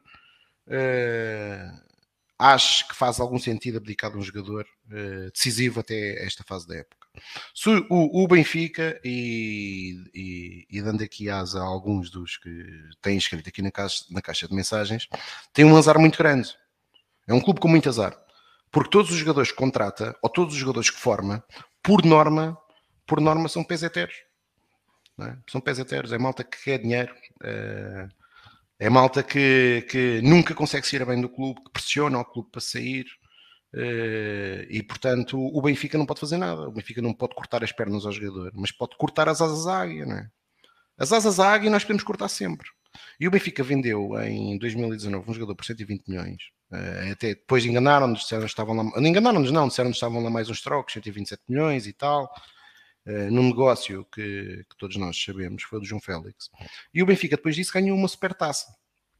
Speaker 5: uh, acho que faz algum sentido abdicar de um jogador uh, decisivo até esta fase da época. Se o, o Benfica, e, e, e dando aqui asa a alguns dos que têm escrito aqui na caixa, na caixa de mensagens, tem um azar muito grande. É um clube com muito azar. Porque todos os jogadores que contrata, ou todos os jogadores que forma, por norma, por norma são peseteros. Não é? São peseteros. É malta que quer dinheiro. É, é malta que, que nunca consegue sair bem do clube, que pressiona o clube para sair. Uh, e portanto o Benfica não pode fazer nada. O Benfica não pode cortar as pernas ao jogador, mas pode cortar as asas à águia, não é? As asas à águia nós podemos cortar sempre. E o Benfica vendeu em dois mil e dezanove um jogador por cento e vinte milhões. Uh, até depois enganaram-nos, disseram que estavam lá, não enganaram-nos não, disseram que estavam lá mais uns trocos, cento e vinte e sete milhões e tal, uh, num negócio que, que todos nós sabemos, foi o do João Félix. E o Benfica depois disso ganhou uma super taça.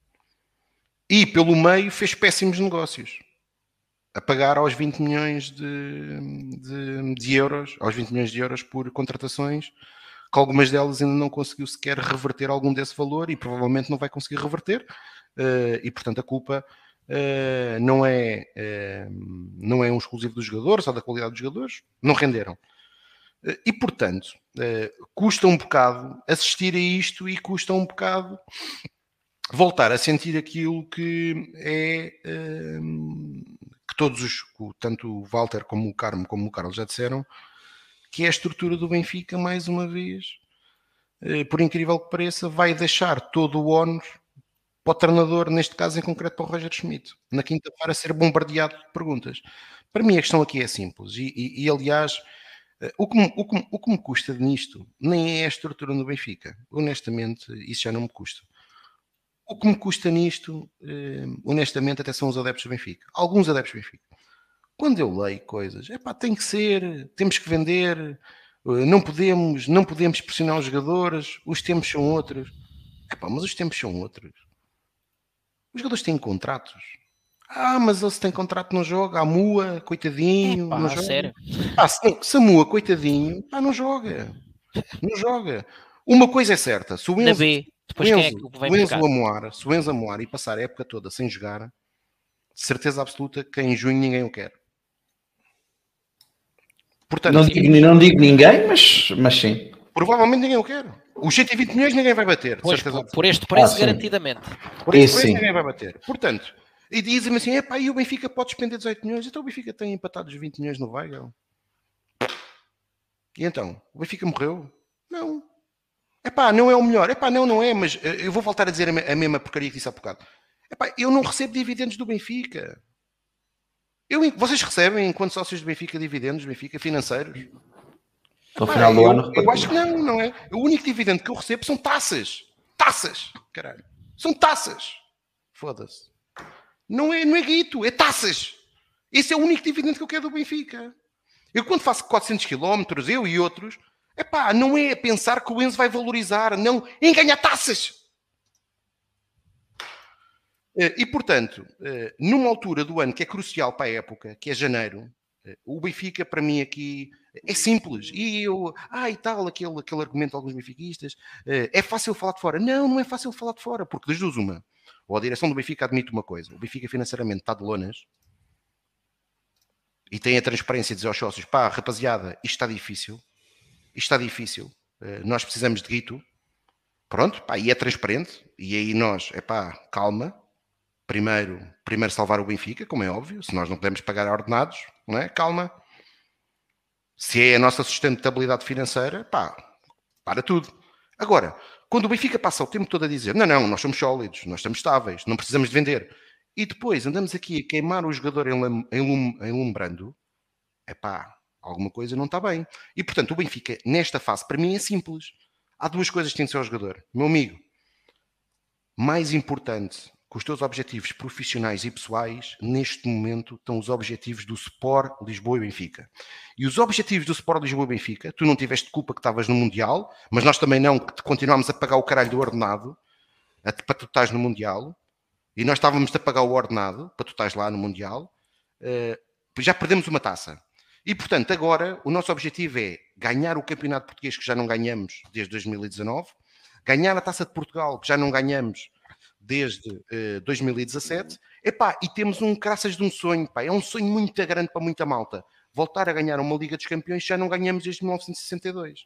Speaker 5: E pelo meio fez péssimos negócios. A pagar aos vinte milhões de, de, de euros, aos vinte milhões de euros por contratações, que algumas delas ainda não conseguiu sequer reverter algum desse valor e provavelmente não vai conseguir reverter, uh, e portanto a culpa uh, não, é, uh, não é um exclusivo dos jogadores ou da qualidade dos jogadores, não renderam. Uh, e portanto, uh, custa um bocado assistir a isto e custa um bocado voltar a sentir aquilo que é... Uh, que todos os, tanto o Walter como o Carmo como o Carlos já disseram, que é a estrutura do Benfica, mais uma vez, por incrível que pareça, vai deixar todo o ónus para o treinador, neste caso em concreto para o Roger Schmidt, na quinta-feira ser bombardeado de perguntas. para mim a questão aqui é simples. E, e, e aliás, o que, me, o, que, o que me custa nisto nem é a estrutura do Benfica. Honestamente, isso já não me custa. O que me custa nisto, honestamente, até são os adeptos do Benfica. Alguns adeptos do Benfica. Quando eu leio coisas, epá, tem que ser, temos que vender, não podemos, não podemos pressionar os jogadores, os tempos são outros. Epá, mas os tempos são outros. Os jogadores têm contratos. Ah, mas ele se tem contrato não joga. A Mua, coitadinho,
Speaker 3: Epá,
Speaker 5: não joga.
Speaker 3: Sério?
Speaker 5: Ah, se, se a Mua, coitadinho, pá, não joga. Não joga. Uma coisa é certa. Se o Enzo,
Speaker 3: Na B, depois
Speaker 5: o
Speaker 3: quem é
Speaker 5: Enzo,
Speaker 3: que vai
Speaker 5: o Enzo
Speaker 3: buscar?
Speaker 5: Amoar, se o Enzo Amoar e passar a época toda sem jogar, de certeza absoluta que em junho ninguém o quer. Portanto,
Speaker 2: não, digo, não digo ninguém, mas, mas sim.
Speaker 5: Provavelmente ninguém o quer. Os cento e vinte milhões ninguém vai bater.
Speaker 3: Pois, por, por este preço, ah, garantidamente.
Speaker 5: Por este preço ninguém vai bater. Portanto, e dizem-me assim, epá, e o Benfica pode despender dezoito milhões? Então o Benfica tem empatado os vinte milhões no Weigl. E então? O Benfica morreu? Não. Epá, não é o melhor. Epá, não, não é, mas eu vou voltar a dizer a mesma porcaria que disse há bocado. Epá, eu não recebo dividendos do Benfica. Eu, vocês recebem, enquanto sócios do Benfica, dividendos do Benfica financeiros?
Speaker 2: No final do
Speaker 5: eu,
Speaker 2: ano.
Speaker 5: Eu acho que não, não é. O único dividendo que eu recebo são taças. Taças! Caralho. São taças. Foda-se. Não é, não é guito, é taças. Esse é o único dividendo que eu quero do Benfica. Eu quando faço quatrocentos quilómetros, eu e outros, epá, não é pensar que o Enzo vai valorizar, não, em ganhar taças. E, portanto, numa altura do ano que é crucial para a época, que é janeiro, o Benfica, para mim, aqui é simples. E eu, ah, e tal, aquele, aquele argumento de alguns benfiquistas, é fácil falar de fora. Não, não é fácil falar de fora, porque das duas uma. Ou a direção do Benfica admite uma coisa. O Benfica financeiramente está de lonas e tem a transparência de dizer aos sócios, pá, rapaziada, isto está difícil. Isto está difícil. Nós precisamos de guito. Pronto, pá, e é transparente. E aí nós, é pá, calma. Primeiro, primeiro salvar o Benfica, como é óbvio. Se nós não podemos pagar ordenados, não é? Calma. Se é a nossa sustentabilidade financeira, pá, para tudo. Agora, quando o Benfica passa o tempo todo a dizer, não, não, nós somos sólidos, nós estamos estáveis, não precisamos de vender. E depois andamos aqui a queimar o jogador enlumbrando, é pá, alguma coisa não está bem. E, portanto, o Benfica, nesta fase, para mim é simples. Há duas coisas que tem de ser ao jogador. Meu amigo, mais importante que os teus objetivos profissionais e pessoais, neste momento, estão os objetivos do Sport Lisboa e Benfica. E os objetivos do Sport Lisboa e Benfica, tu não tiveste culpa que estavas no Mundial, mas nós também não, que continuámos a pagar o caralho do ordenado para tu estás no Mundial, e nós estávamos a pagar o ordenado para tu estás lá no Mundial, já perdemos uma taça. E, portanto, agora o nosso objetivo é ganhar o Campeonato Português, que já não ganhamos desde dois mil e dezanove, ganhar a Taça de Portugal, que já não ganhamos desde uh, dois mil e dezassete, epá, e temos um caraças de um sonho, pá, é um sonho muito grande para muita malta. Voltar a ganhar uma Liga dos Campeões já não ganhamos desde mil novecentos e sessenta e dois.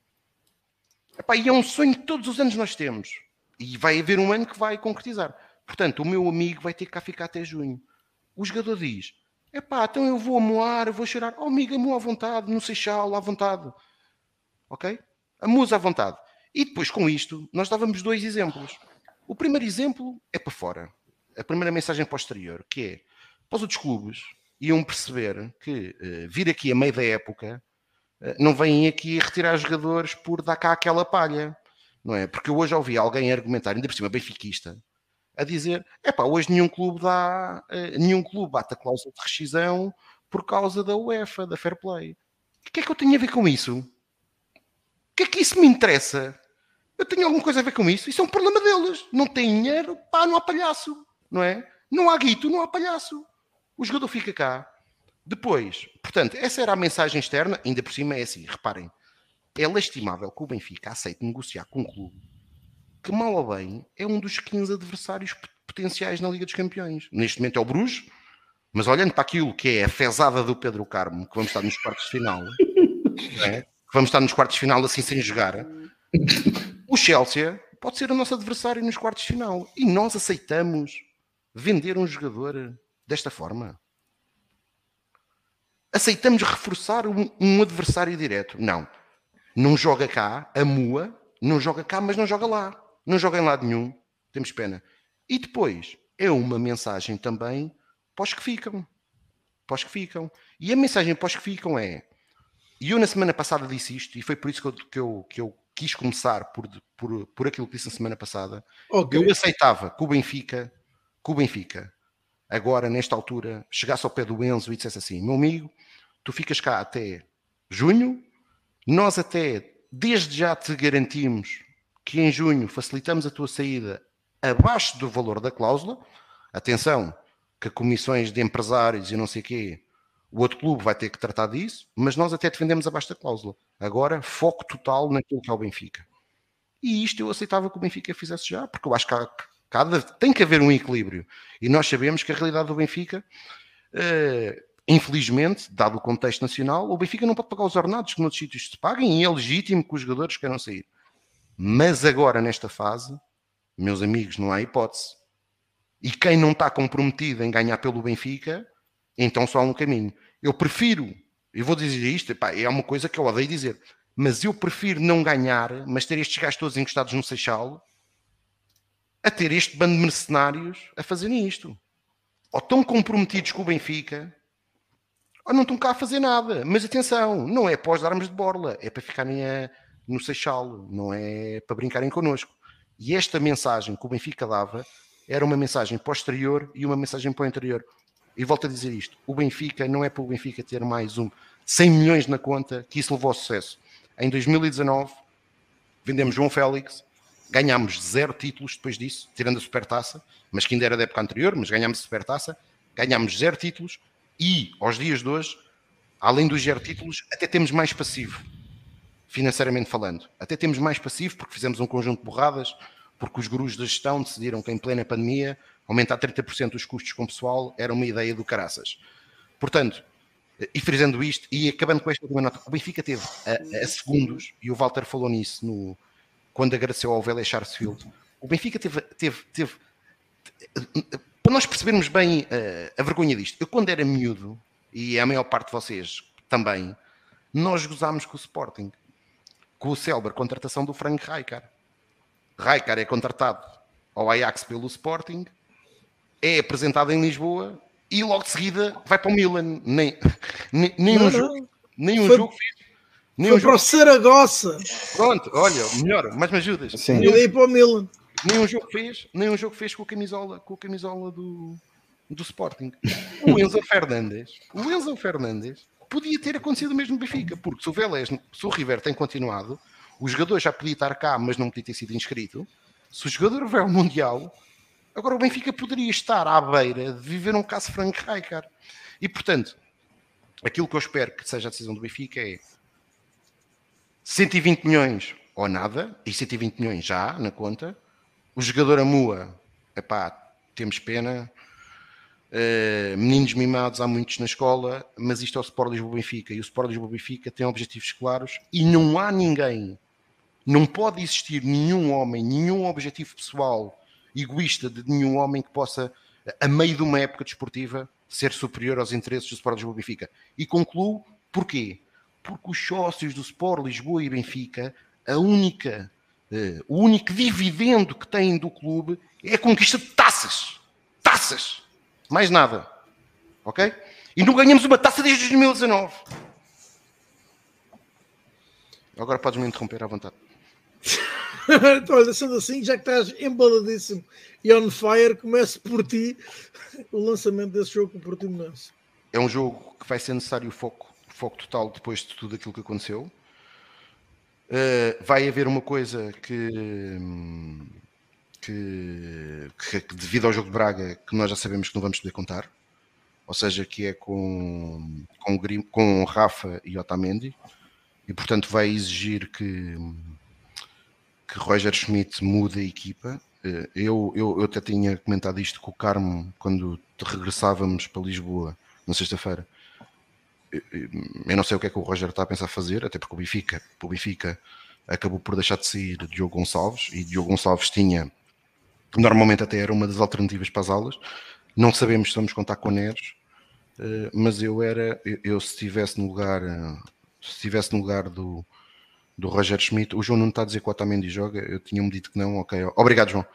Speaker 5: Epá, e é um sonho que todos os anos nós temos. E vai haver um ano que vai concretizar. Portanto, o meu amigo vai ter que cá ficar até junho. O jogador diz, epá, então eu vou amoar, eu vou chorar. Oh, amigo, amoa à vontade, no Seixal, à vontade. Ok? Amoa à vontade. E depois, com isto, nós dávamos dois exemplos. O primeiro exemplo é para fora. A primeira mensagem para o exterior, que é, para os outros clubes iam perceber que uh, vir aqui a meio da época uh, não vêm aqui retirar jogadores por dar cá aquela palha. Não é? Porque eu hoje ouvi alguém argumentar, ainda por cima benfiquista, a dizer, epá, hoje nenhum clube dá, uh, nenhum clube bate a cláusula de rescisão por causa da UEFA, da Fair Play. O que é que eu tenho a ver com isso? O que é que isso me interessa? Eu tenho alguma coisa a ver com isso? Isso é um problema deles. Não tem dinheiro, pá, não há palhaço. Não é? Não há guito, não há palhaço. O jogador fica cá. Depois, portanto, essa era a mensagem externa. Ainda por cima é assim, reparem. É lastimável que o Benfica aceite negociar com um clube que, mal ou bem, é um dos quinze adversários potenciais na Liga dos Campeões. Neste momento é o Bruges, mas olhando para aquilo que é a fezada do Pedro Carmo, que vamos estar nos quartos de final, não é? Que vamos estar nos quartos de final assim sem jogar... O Chelsea pode ser o nosso adversário nos quartos de final. E nós aceitamos vender um jogador desta forma? Aceitamos reforçar um, um adversário direto? Não. Não joga cá, a Mua, não joga cá, mas não joga lá. Não joga em lado nenhum. Temos pena. E depois, é uma mensagem também para os que ficam. para os que ficam. E a mensagem para os que ficam é, e eu na semana passada disse isto, e foi por isso que eu, que eu, que eu quis começar por, por, por aquilo que disse na semana passada, okay. Eu aceitava que o Benfica, que o Benfica, agora, nesta altura, chegasse ao pé do Enzo e dissesse assim, meu amigo, tu ficas cá até junho, nós até, desde já te garantimos que em junho facilitamos a tua saída abaixo do valor da cláusula. Atenção, que comissões de empresários e não sei o quê, o outro clube vai ter que tratar disso, mas nós até defendemos abaixo da cláusula. Agora, foco total naquilo que é o Benfica. E isto eu aceitava que o Benfica fizesse já, porque eu acho que há, cada, tem que haver um equilíbrio. E nós sabemos que a realidade do Benfica, uh, infelizmente, dado o contexto nacional, o Benfica não pode pagar os ordenados que noutros sítios se paguem e é legítimo que os jogadores queiram sair. Mas agora, nesta fase, meus amigos, não há hipótese. E quem não está comprometido em ganhar pelo Benfica, então só há um caminho. Eu prefiro, eu vou dizer isto, pá, é uma coisa que eu odeio dizer, mas eu prefiro não ganhar, mas ter estes gajos todos encostados no Seixal, a ter este bando de mercenários a fazerem isto. Ou estão comprometidos com o Benfica, ou não estão cá a fazer nada. Mas atenção, não é para os darmos de borla, é para ficarem a, no Seixal, não é para brincarem connosco. E esta mensagem que o Benfica dava era uma mensagem para o exterior e uma mensagem para o interior. E volto a dizer isto, o Benfica não é para o Benfica ter mais um cem milhões na conta que isso levou ao sucesso. Em dois mil e dezanove vendemos João Félix, ganhámos zero títulos depois disso, tirando a Supertaça, mas que ainda era da época anterior, mas ganhámos a Supertaça, ganhámos zero títulos e, aos dias de hoje, além dos zero títulos, até temos mais passivo, financeiramente falando. Até temos mais passivo porque fizemos um conjunto de borradas, porque os gurus da gestão decidiram que em plena pandemia aumentar trinta por cento os custos com pessoal era uma ideia do caraças. Portanto, e frisando isto, e acabando com esta última nota, o Benfica teve a, a segundos, e o Walter falou nisso no, quando agradeceu ao Vélez Sarsfield, o Benfica teve, teve, teve, teve para nós percebermos bem a, a vergonha disto, eu quando era miúdo, e a maior parte de vocês também, nós gozámos com o Sporting, com o célebre contratação do Frank Rijkaard. Rijkaard é contratado ao Ajax pelo Sporting, é apresentado em Lisboa e logo de seguida vai para o Milan. Nem, nem, nem
Speaker 1: não,
Speaker 5: um
Speaker 1: não.
Speaker 5: jogo, nem um
Speaker 1: foi,
Speaker 5: jogo fez. Nem
Speaker 1: foi
Speaker 5: um
Speaker 1: para o Saragossa.
Speaker 5: Pronto, olha, melhor, mas me ajudas.
Speaker 1: Sim. E daí para o Milan.
Speaker 5: Nem um jogo fez, nem um jogo fez com a camisola, com a camisola do, do Sporting. O Enzo Fernandes, o Enzo Fernandes podia ter acontecido o mesmo no Benfica, porque se o Vélez, se o River tem continuado, o jogador já podia estar cá, mas não podia ter sido inscrito. Se o jogador vai ao Mundial, agora o Benfica poderia estar à beira de viver um caso Frank Rijkaard. E, portanto, aquilo que eu espero que seja a decisão do Benfica é cento e vinte milhões ou nada, e cento e vinte milhões já na conta. O jogador Amua, epá, temos pena. Uh, meninos mimados há muitos na escola, mas isto é o Sport Lisboa Benfica, e o Sport Lisboa Benfica tem objetivos claros, e não há ninguém, não pode existir nenhum homem, nenhum objetivo pessoal egoísta de nenhum homem que possa, a meio de uma época desportiva, ser superior aos interesses do Sport Lisboa Benfica. E concluo, porquê? Porque os sócios do Sport Lisboa e Benfica, a única, uh, o único dividendo que têm do clube é a conquista de taças. Taças! Mais nada. Ok? E não ganhamos uma taça desde dois mil e dezanove. Agora podes-me interromper à vontade.
Speaker 1: Então, olha, sendo assim, já que estás embaladíssimo e on fire, comece por ti o lançamento desse jogo com o Portimonense.
Speaker 5: É um jogo que vai ser necessário foco, foco total depois de tudo aquilo que aconteceu. Uh, vai haver uma coisa que... Que, que, que devido ao jogo de Braga, que nós já sabemos que não vamos poder contar, ou seja, que é com, com, com Rafa e Otamendi, e portanto vai exigir que, que Roger Schmidt mude a equipa. Eu, eu, eu até tinha comentado isto com o Carmo quando regressávamos para Lisboa na sexta-feira. Eu não sei o que é que o Roger está a pensar fazer, até porque o Benfica, o Benfica acabou por deixar de sair de Diogo Gonçalves, e Diogo Gonçalves tinha, normalmente até era uma das alternativas para as aulas. Não sabemos se vamos contar com Neres, mas eu era, eu, eu se estivesse no lugar, se estivesse no lugar do, do Roger Schmidt, o João não está a dizer que o Otamendi joga, eu tinha-me dito que não, ok, obrigado João.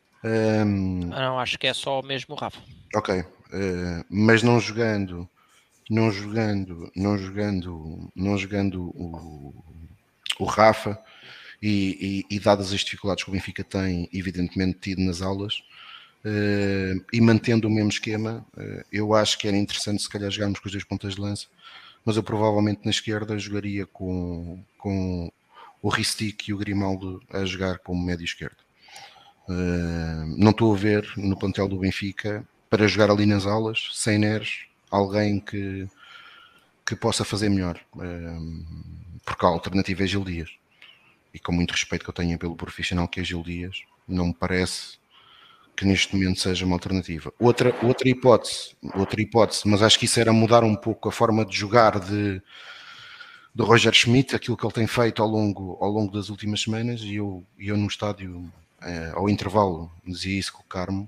Speaker 5: Um,
Speaker 3: não, acho que é só mesmo o Rafa.
Speaker 5: Ok, uh, mas não jogando, não jogando, não jogando, não jogando o, o Rafa e, e, e dadas as dificuldades que o Benfica tem, evidentemente, tido nas aulas, uh, e mantendo o mesmo esquema, uh, eu acho que era interessante se calhar jogarmos com os dois pontas de lança, mas eu provavelmente na esquerda jogaria com, com o Ristic e o Grimaldo a jogar como médio esquerdo. Uh, não estou a ver no plantel do Benfica, para jogar ali nas aulas, sem Neres, alguém que, que possa fazer melhor, uh, porque a alternativa é Gil Dias, e com muito respeito que eu tenho pelo profissional que é Gil Dias, não me parece que neste momento seja uma alternativa. Outra, outra hipótese, outra hipótese, mas acho que isso era mudar um pouco a forma de jogar de, de Roger Schmidt, aquilo que ele tem feito ao longo, ao longo das últimas semanas, e eu, eu no estádio, eh, ao intervalo, dizia isso com o Carmo,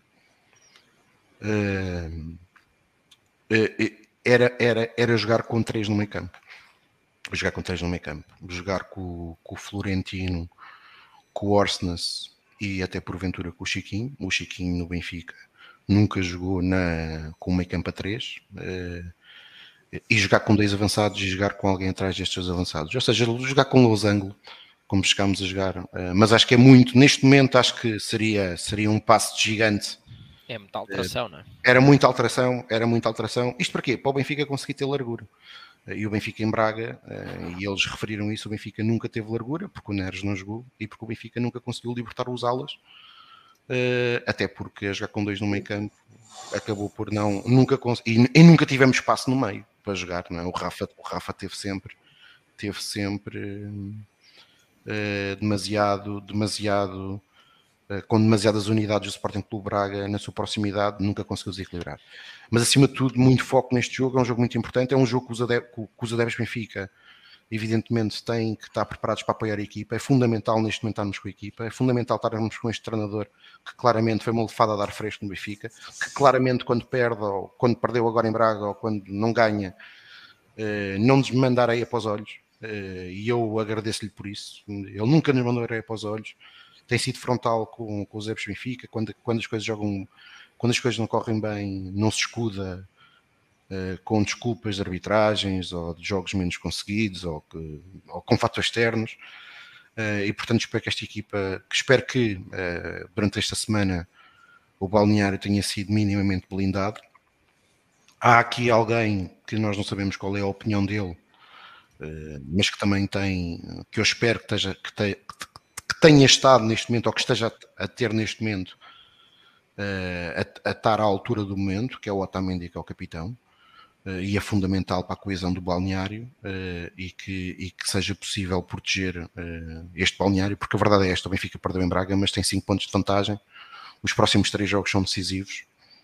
Speaker 5: eh, eh, era, era, era jogar com três no meio campo. Jogar com três no meio campo. Jogar com, com o Florentino, com o Orsnes e até porventura com o Chiquinho. O Chiquinho no Benfica nunca jogou na, com o meio campo a três. Eh, e jogar com dois avançados e jogar com alguém atrás destes dois avançados. Ou seja, jogar com losango, como chegámos a jogar. Uh, mas acho que é muito, neste momento, acho que seria, seria um passo gigante.
Speaker 3: É muita alteração,
Speaker 5: uh,
Speaker 3: não é?
Speaker 5: Era muita alteração, era muita alteração. Isto para quê? Para o Benfica conseguir ter largura. Uh, e o Benfica em Braga, uh, e eles referiram isso, o Benfica nunca teve largura, porque o Neres não jogou, e porque o Benfica nunca conseguiu libertar os alas, uh, até porque a jogar com dois no meio campo, acabou por não, nunca e, e nunca tivemos espaço no meio para jogar, não é? O Rafa, o Rafa teve sempre, teve sempre uh, demasiado, demasiado, uh, com demasiadas unidades do Sporting Clube Braga na sua proximidade, nunca conseguiu desequilibrar. Mas acima de tudo, muito foco neste jogo, é um jogo muito importante, é um jogo que os adeptos, que os adeptos Benfica, evidentemente, têm que estar preparados para apoiar a equipa. É fundamental neste momento estarmos com a equipa, é fundamental estarmos com este treinador que claramente foi uma lefada a dar fresco no Benfica, que claramente quando perde, ou quando perdeu agora em Braga, ou quando não ganha, não nos manda areia para os olhos, e eu agradeço-lhe por isso. Ele nunca nos mandou areia para os olhos, tem sido frontal com, com os adeptos Benfica. Quando, quando as coisas jogam, quando as coisas não correm bem, não se escuda Uh, com desculpas de arbitragens ou de jogos menos conseguidos ou, que, ou com fatores externos, uh, e portanto espero que esta equipa, que espero que uh, durante esta semana o balneário tenha sido minimamente blindado. Há aqui alguém que nós não sabemos qual é a opinião dele, uh, mas que também tem, que eu espero que, esteja, que, te, que tenha estado neste momento, ou que esteja a ter neste momento, uh, a, a estar à altura do momento, que é o Otamendi, que é o capitão. Uh, e é fundamental para a coesão do balneário, uh, e, que, e que seja possível proteger uh, este balneário, porque a verdade é esta: o Benfica perdeu em Braga, mas tem cinco pontos de vantagem. Os próximos três jogos são decisivos.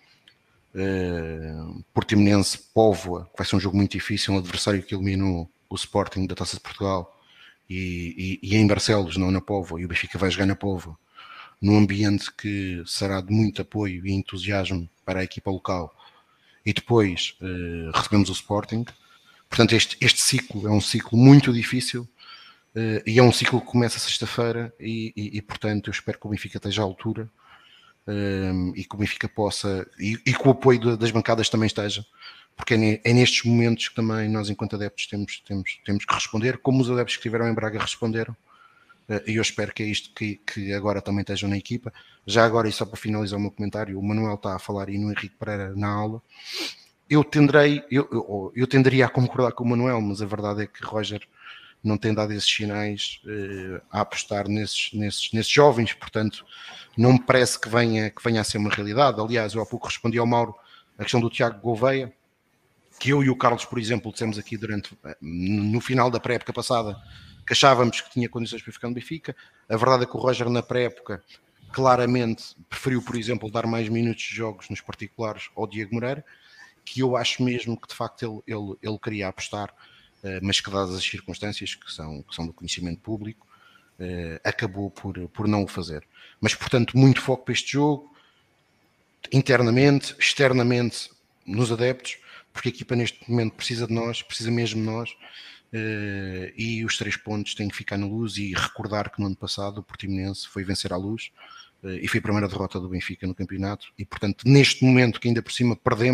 Speaker 5: Uh, Portimonense, Póvoa, que vai ser um jogo muito difícil, um adversário que eliminou o Sporting da Taça de Portugal, e, e, e em Barcelos, não na Póvoa, e o Benfica vai jogar na Póvoa, num ambiente que será de muito apoio e entusiasmo para a equipa local. E depois uh, recebemos o Sporting. Portanto, este, este ciclo é um ciclo muito difícil, uh, e é um ciclo que começa sexta-feira, e, e, e portanto eu espero que o Benfica esteja à altura, um, e que o Benfica possa, e, e que o apoio de, das bancadas também esteja, porque é, ne, é nestes momentos que também nós, enquanto adeptos, temos, temos, temos que responder, como os adeptos que estiveram em Braga responderam. E eu espero que é isto que, que agora também estejam na equipa. Já agora, e só para finalizar o meu comentário, o Manuel está a falar aí no Henrique Pereira na aula. Eu tenderei, eu, eu, eu tenderia a concordar com o Manuel, mas a verdade é que Roger não tem dado esses sinais uh, a apostar nesses, nesses, nesses jovens, portanto não me parece que venha, que venha a ser uma realidade. Aliás, eu há pouco respondi ao Mauro a questão do Tiago Gouveia, que eu e o Carlos, por exemplo, dissemos aqui durante, no final da pré-época passada, que achávamos que tinha condições para ficar no Benfica. A verdade é que o Roger, na pré-época, claramente preferiu, por exemplo, dar mais minutos de jogos nos particulares ao Diego Moreira, que eu acho mesmo que de facto ele, ele, ele queria apostar, mas que, dadas as circunstâncias que são, que são do conhecimento público, acabou por, por não o fazer. Mas, portanto, muito foco para este jogo, internamente, externamente, nos adeptos, porque a equipa neste momento precisa de nós, precisa mesmo de nós. Uh, e os três pontos têm que ficar na Luz, e recordar que no ano passado o Portimonense foi vencer à Luz, uh, e foi a primeira derrota do Benfica no campeonato, e portanto neste momento que ainda por cima perdemos,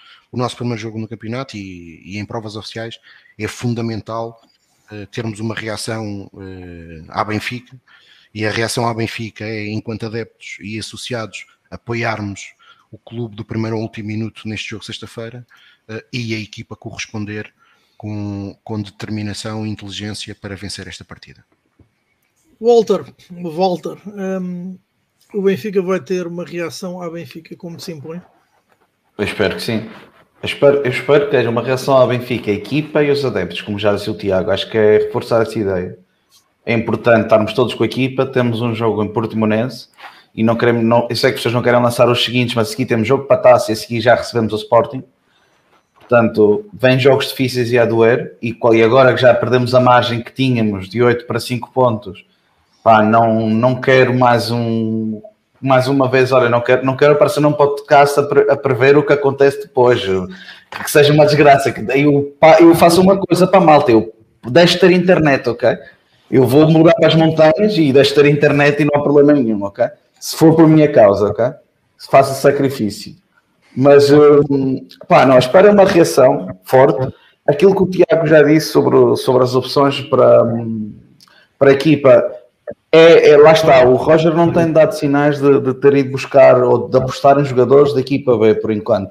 Speaker 5: o nosso primeiro jogo no campeonato e, e em provas oficiais é fundamental uh, termos uma reação uh, à Benfica, e a reação à Benfica é, enquanto adeptos e associados, apoiarmos o clube do primeiro ao último minuto neste jogo sexta-feira, uh, e a equipa corresponder com, com determinação e inteligência para vencer esta partida.
Speaker 1: Walter, Walter, um, o Benfica vai ter uma reação à Benfica como se impõe?
Speaker 2: Eu espero que sim. Eu espero, eu espero que haja uma reação à Benfica, a equipa e os adeptos, como já disse o Tiago. Acho que é reforçar essa ideia. É importante estarmos todos com a equipa. Temos um jogo em Portimonense e não queremos, não, eu sei que vocês não querem lançar os seguintes, mas a seguir temos jogo para a Taça e a seguir já recebemos o Sporting. Portanto, vem jogos difíceis e a doer, e, e agora que já perdemos a margem que tínhamos de oito para cinco pontos, pá, não, não quero mais um mais uma vez, olha, não quero, não quero aparecer num podcast a, pre, a prever o que acontece depois, que, que seja uma desgraça, que eu, eu faço uma coisa para a malta, eu deixo ter internet, ok? Eu vou morar para as montanhas e deixo ter internet e não há problema nenhum, ok? Se for por minha causa, ok? Se faço sacrifício. Mas, hum, pá, não, espero uma reação forte. Aquilo que o Tiago já disse sobre, sobre as opções para, para a equipa, é, é, lá está, o Roger não tem dado sinais de, de ter ido buscar ou de apostar em jogadores da equipa B, por enquanto.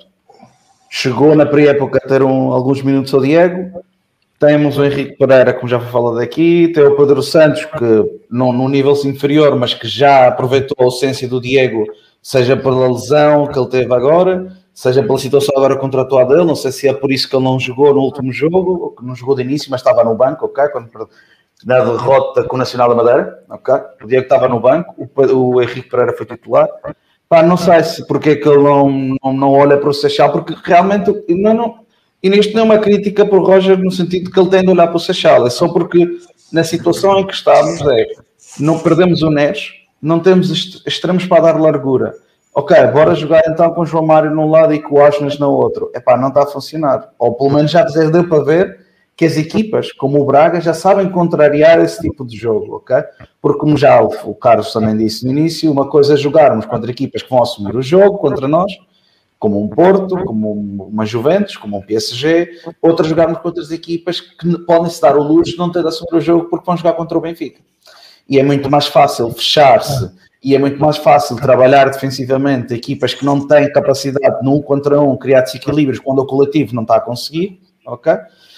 Speaker 2: Chegou na pré-época a ter um, alguns minutos ao Diego. Temos o Henrique Pereira, como já foi falado aqui, tem o Pedro Santos, que não, num nível inferior, mas que já aproveitou a ausência do Diego, seja pela lesão que ele teve agora, seja pela situação agora contratual dele. Não sei se é por isso que ele não jogou no último jogo, ou que não jogou de início, mas estava no banco, ok? Quando na derrota com o Nacional da Madeira, ok? O Diego estava no banco, o, o Henrique Pereira foi titular. Pá, não sei se porque é que ele não, não, não olha para o Seixal, porque realmente não, não, e nisto não é uma crítica para o Roger no sentido que ele tem de olhar para o Seixal, é só porque na situação em que estamos é, não perdemos o Neres, não temos extremos para dar largura. Ok, bora jogar então com o João Mário num lado e com o Asnas no outro. Epá, não está a funcionar. Ou pelo menos já deu para ver que as equipas, como o Braga, já sabem contrariar esse tipo de jogo, ok? Porque como já o Carlos também disse no início, uma coisa é jogarmos contra equipas que vão assumir o jogo contra nós, como um Porto, como uma Juventus, como um P S G, outra jogarmos contra as equipas que podem se dar o luxo de não ter de assumir o jogo porque vão jogar contra o Benfica. E é muito mais fácil fechar-se e é muito mais fácil trabalhar defensivamente equipas que não têm capacidade de um contra um criar desequilíbrios quando o coletivo não está a conseguir, ok?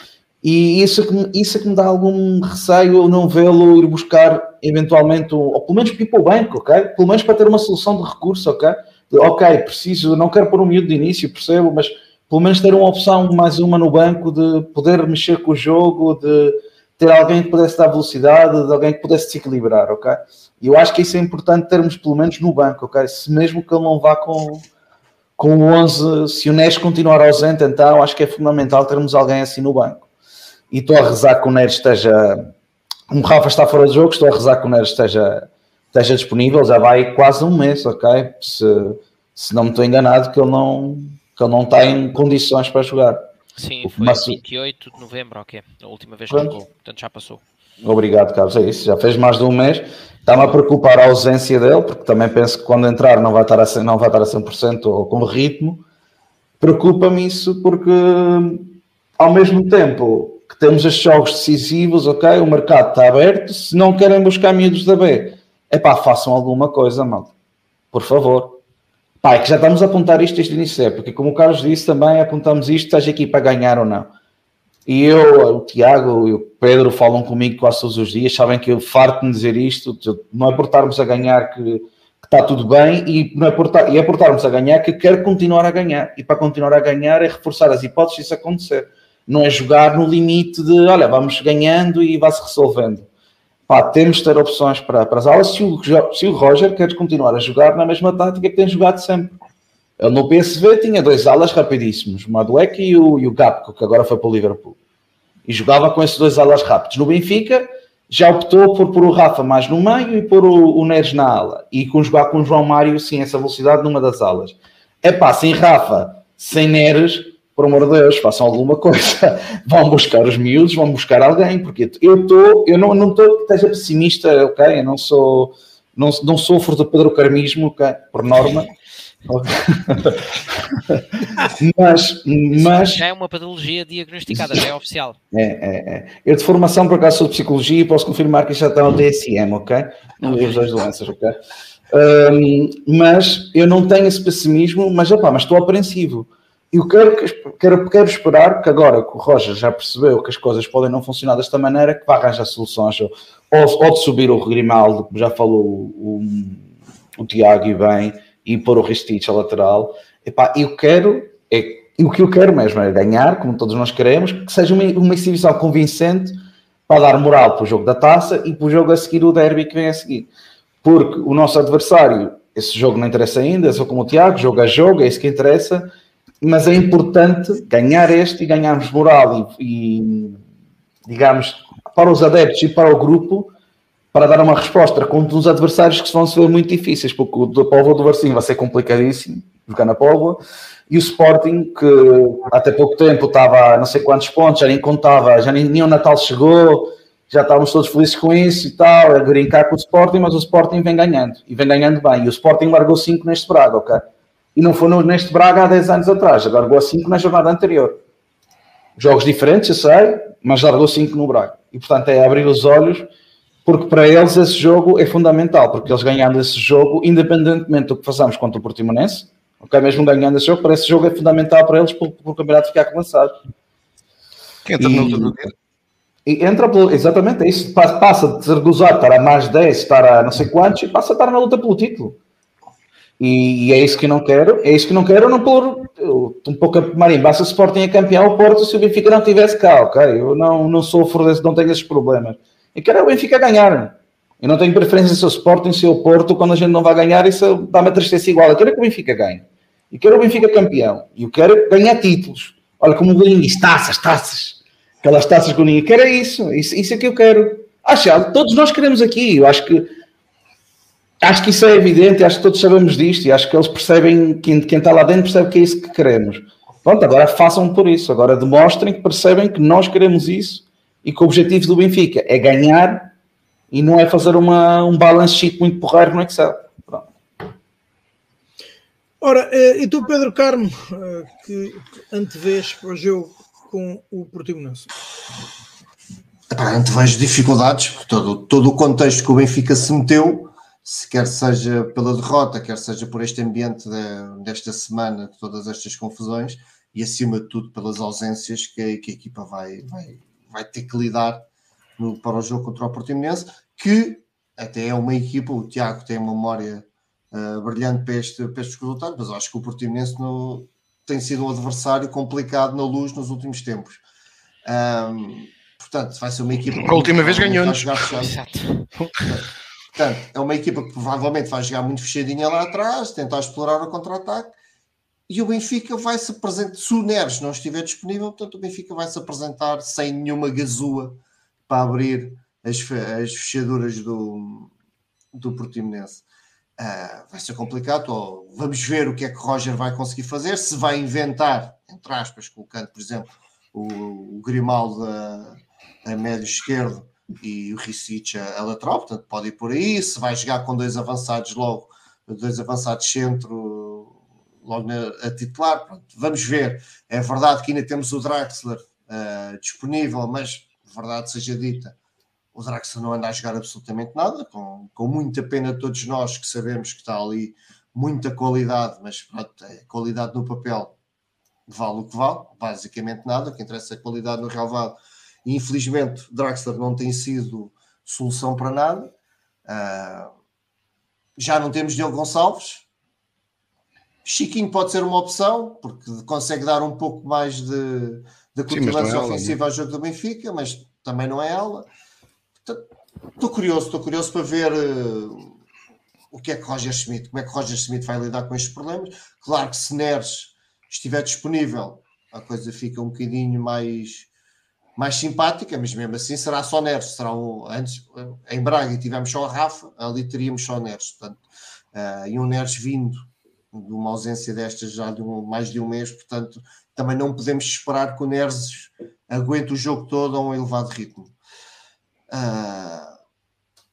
Speaker 2: E isso é que, isso é que me dá algum receio eu não vê-lo ir buscar eventualmente, ou pelo menos ir para o banco, ok? Pelo menos para ter uma solução de recurso, ok? De, ok, preciso, não quero pôr um miúdo de início, percebo, mas pelo menos ter uma opção, mais uma no banco, de poder mexer com o jogo, de ter alguém que pudesse dar velocidade, de alguém que pudesse desequilibrar, ok? E eu acho que isso é importante termos pelo menos no banco, ok? Se mesmo que ele não vá com, com o onze, se o Neres continuar ausente, então acho que é fundamental termos alguém assim no banco. E estou a rezar que o Neres esteja... Como o Rafa está fora de jogo, estou a rezar que o Neres esteja, esteja disponível, já vai quase um mês, ok? Se, se não me estou enganado, que ele não, que ele não está em condições para jogar.
Speaker 3: Sim, foi Mas, vinte e oito de novembro, ok? A última vez que
Speaker 2: pronto.
Speaker 3: jogou, portanto já passou.
Speaker 2: Obrigado, Carlos, é isso. Já fez mais de um mês. Está-me a preocupar a ausência dele, porque também penso que quando entrar não vai estar a, não vai estar a cem por cento ou com ritmo. Preocupa-me isso porque, ao mesmo tempo que temos estes jogos decisivos, ok, o mercado está aberto, se não querem buscar miúdos da B, epá, façam alguma coisa, malta. Por favor. Pá, é que já estamos a apontar isto desde o início da época, como o Carlos disse também, apontamos isto, seja aqui para ganhar ou não. E eu, o Tiago e o Pedro falam comigo quase todos os dias, sabem que eu farto-me dizer isto, não é por estarmos a ganhar que, que está tudo bem, e, não é por, e é por estarmos a ganhar que quero continuar a ganhar. E para continuar a ganhar é reforçar as hipóteses disso acontecer. Não é jogar no limite de, olha, vamos ganhando e vai-se resolvendo. Pá, temos de ter opções para, para as aulas. Se o, se o Roger quer continuar a jogar na mesma tática que tem jogado sempre. Ele no P S V tinha dois alas rapidíssimos, o Madueke e o, e o Gapco, que agora foi para o Liverpool. E jogava com esses dois alas rápidos. No Benfica, já optou por pôr o Rafa mais no meio e pôr o, o Neres na ala. E com jogar com o João Mário, sim, essa velocidade numa das alas. É pá, sem Rafa, sem Neres, por amor de Deus, façam alguma coisa. Vão buscar os miúdos, vão buscar alguém, porque eu estou, eu não estou que esteja pessimista, ok? Eu não sou, não, não sofro do Pedro Carmismo, okay, por norma. mas, mas
Speaker 3: já é uma patologia diagnosticada, já é oficial.
Speaker 2: É, é, é. Eu de formação, por acaso, sou de psicologia e posso confirmar que isto já está no D S M, ok? Não okay. As duas doenças, ok? Um, mas eu não tenho esse pessimismo, mas, opa, mas estou apreensivo. Eu quero, quero, quero esperar que agora que o Roger já percebeu que as coisas podem não funcionar desta maneira, que vá arranjar soluções, ou, ou de subir o Grimaldo, como já falou o, o Tiago e bem, e pôr o Ristich a lateral. Epá, eu quero, é, o que eu quero mesmo é ganhar, como todos nós queremos, que seja uma, uma exibição convincente para dar moral para o jogo da taça e para o jogo a seguir, o derby que vem a seguir. Porque o nosso adversário, esse jogo não interessa ainda, eu sou como o Tiago, jogo a jogo, é isso que interessa, mas é importante ganhar este e ganharmos moral e, e digamos, para os adeptos e para o grupo, para dar uma resposta contra uns adversários que vão ser muito difíceis, porque o da Póvoa do Varzim vai ser complicadíssimo, jogar na Póvoa, e o Sporting, que até pouco tempo estava a não sei quantos pontos, já nem contava, já nem, nem o Natal chegou, já estávamos todos felizes com isso e tal, a brincar com o Sporting, mas o Sporting vem ganhando, e vem ganhando bem, e o Sporting largou cinco neste Braga, ok? E não foi neste Braga há dez anos atrás, agora largou cinco na jornada anterior. Jogos diferentes, eu sei, mas largou cinco no Braga. E, portanto, é abrir os olhos, porque para eles esse jogo é fundamental, porque eles ganhando esse jogo, independentemente do que façamos contra o Portimonense, okay, mesmo ganhando esse jogo, para esse jogo é fundamental para eles, para o campeonato ficar relançado.
Speaker 5: Que entra na luta do título.
Speaker 2: E entra, pelo, exatamente, é isso, passa de ser gozado, estar a mais dez, estar a não sei quantos, e passa a estar na luta pelo título. E, e é isso que eu não quero, é isso que eu não quero, eu não pôr um pouco a marimba, se o Sporting é campeão, o Porto, se o Benfica não estivesse cá, ok? Eu não, não sofro desse, não tenho esses problemas. Eu quero o Benfica ganhar. Eu não tenho preferência se o Sporting, se o Porto, quando a gente não vai ganhar, isso dá-me a tristeza igual. Eu quero que o Benfica ganhe. Eu quero o Benfica campeão. E eu quero ganhar títulos. Olha, como o Golinho diz, taças, taças. Aquelas taças com ninguém. Eu quero é isso. isso. Isso é que eu quero. Acho, todos nós queremos aqui. Eu acho que Acho que isso é evidente, acho que todos sabemos disto e acho que eles percebem, quem, quem está lá dentro percebe que é isso que queremos. Pronto, agora façam por isso, agora demonstrem que percebem que nós queremos isso e que o objetivo do Benfica é ganhar e não é fazer uma, um balance sheet muito porreiro no Excel. Pronto.
Speaker 1: Ora, e tu, Pedro Carmo, que antevês para o jogo com o Portimonense?
Speaker 4: Antevejo dificuldades, todo, todo o contexto que o Benfica se meteu, se quer seja pela derrota, quer seja por este ambiente de, desta semana, de todas estas confusões, e acima de tudo pelas ausências que, que a equipa vai, vai, vai ter que lidar no, para o jogo contra o Portimonense, que até é uma equipa, o Tiago tem uma memória uh, brilhante para, este, para estes resultados, mas acho que o Portimonense no, tem sido um adversário complicado na Luz nos últimos tempos. Um, portanto, vai ser uma equipa...
Speaker 5: A última vez ganhou-nos.
Speaker 4: Portanto, é uma equipa que provavelmente vai jogar muito fechadinha lá atrás, tentar explorar o contra-ataque, e o Benfica vai se apresentar, se o Neres não estiver disponível, portanto o Benfica vai se apresentar sem nenhuma gazua para abrir as, as fechaduras do, do Portimonense. Uh, vai ser complicado, ou vamos ver o que é que o Roger vai conseguir fazer, se vai inventar, entre aspas, colocando, por exemplo, o, o Grimaldo a, a médio esquerdo, e o Ristich a, a lateral, portanto pode ir por aí, se vai jogar com dois avançados logo, dois avançados centro logo na, a titular, pronto, vamos ver. É verdade que ainda temos o Draxler uh, disponível, mas verdade seja dita, o Draxler não anda a jogar absolutamente nada, com, com muita pena de todos nós que sabemos que está ali muita qualidade, mas pronto, é qualidade no papel vale o que vale, basicamente nada, o que interessa é a qualidade no relvado. E infelizmente Draxler não tem sido solução para nada. Uh, já não temos Diogo Gonçalves. Chiquinho pode ser uma opção, porque consegue dar um pouco mais de, de cultivação é ofensiva ela, ao jogo do Benfica, mas também não é ela. Estou curioso, estou curioso para ver uh, o que é que Roger Schmidt, como é que Roger Schmidt vai lidar com estes problemas. Claro que se Neres estiver disponível, a coisa fica um bocadinho mais... mais simpática, mas mesmo assim será só Neres. Será um, antes, em Braga tivemos só a Rafa, ali teríamos só Neres. Portanto, uh, e um Neres vindo de uma ausência destas já de um, mais de um mês, portanto, também não podemos esperar que o Neres aguente o jogo todo a um elevado ritmo. Uh,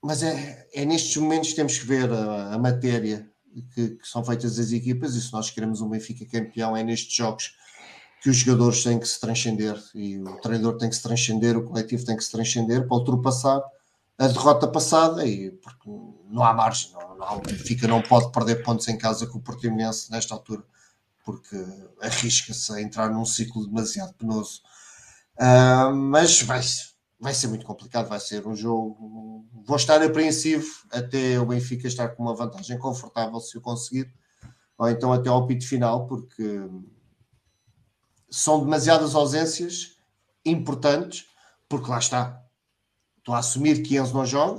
Speaker 4: mas é, é nestes momentos que temos que ver a, a matéria que, que são feitas as equipas, e se nós queremos um Benfica campeão, é nestes jogos que os jogadores têm que se transcender, e o treinador tem que se transcender, o coletivo tem que se transcender para ultrapassar a derrota passada, e porque não há margem, não, não, o Benfica não pode perder pontos em casa com o Portimonense nesta altura, porque arrisca-se a entrar num ciclo demasiado penoso. Uh, mas vai, vai ser muito complicado, vai ser um jogo, vou estar apreensivo até o Benfica estar com uma vantagem confortável, se o conseguir, ou então até ao apito final, porque são demasiadas ausências importantes, porque lá está, estou a assumir que Enzo não joga,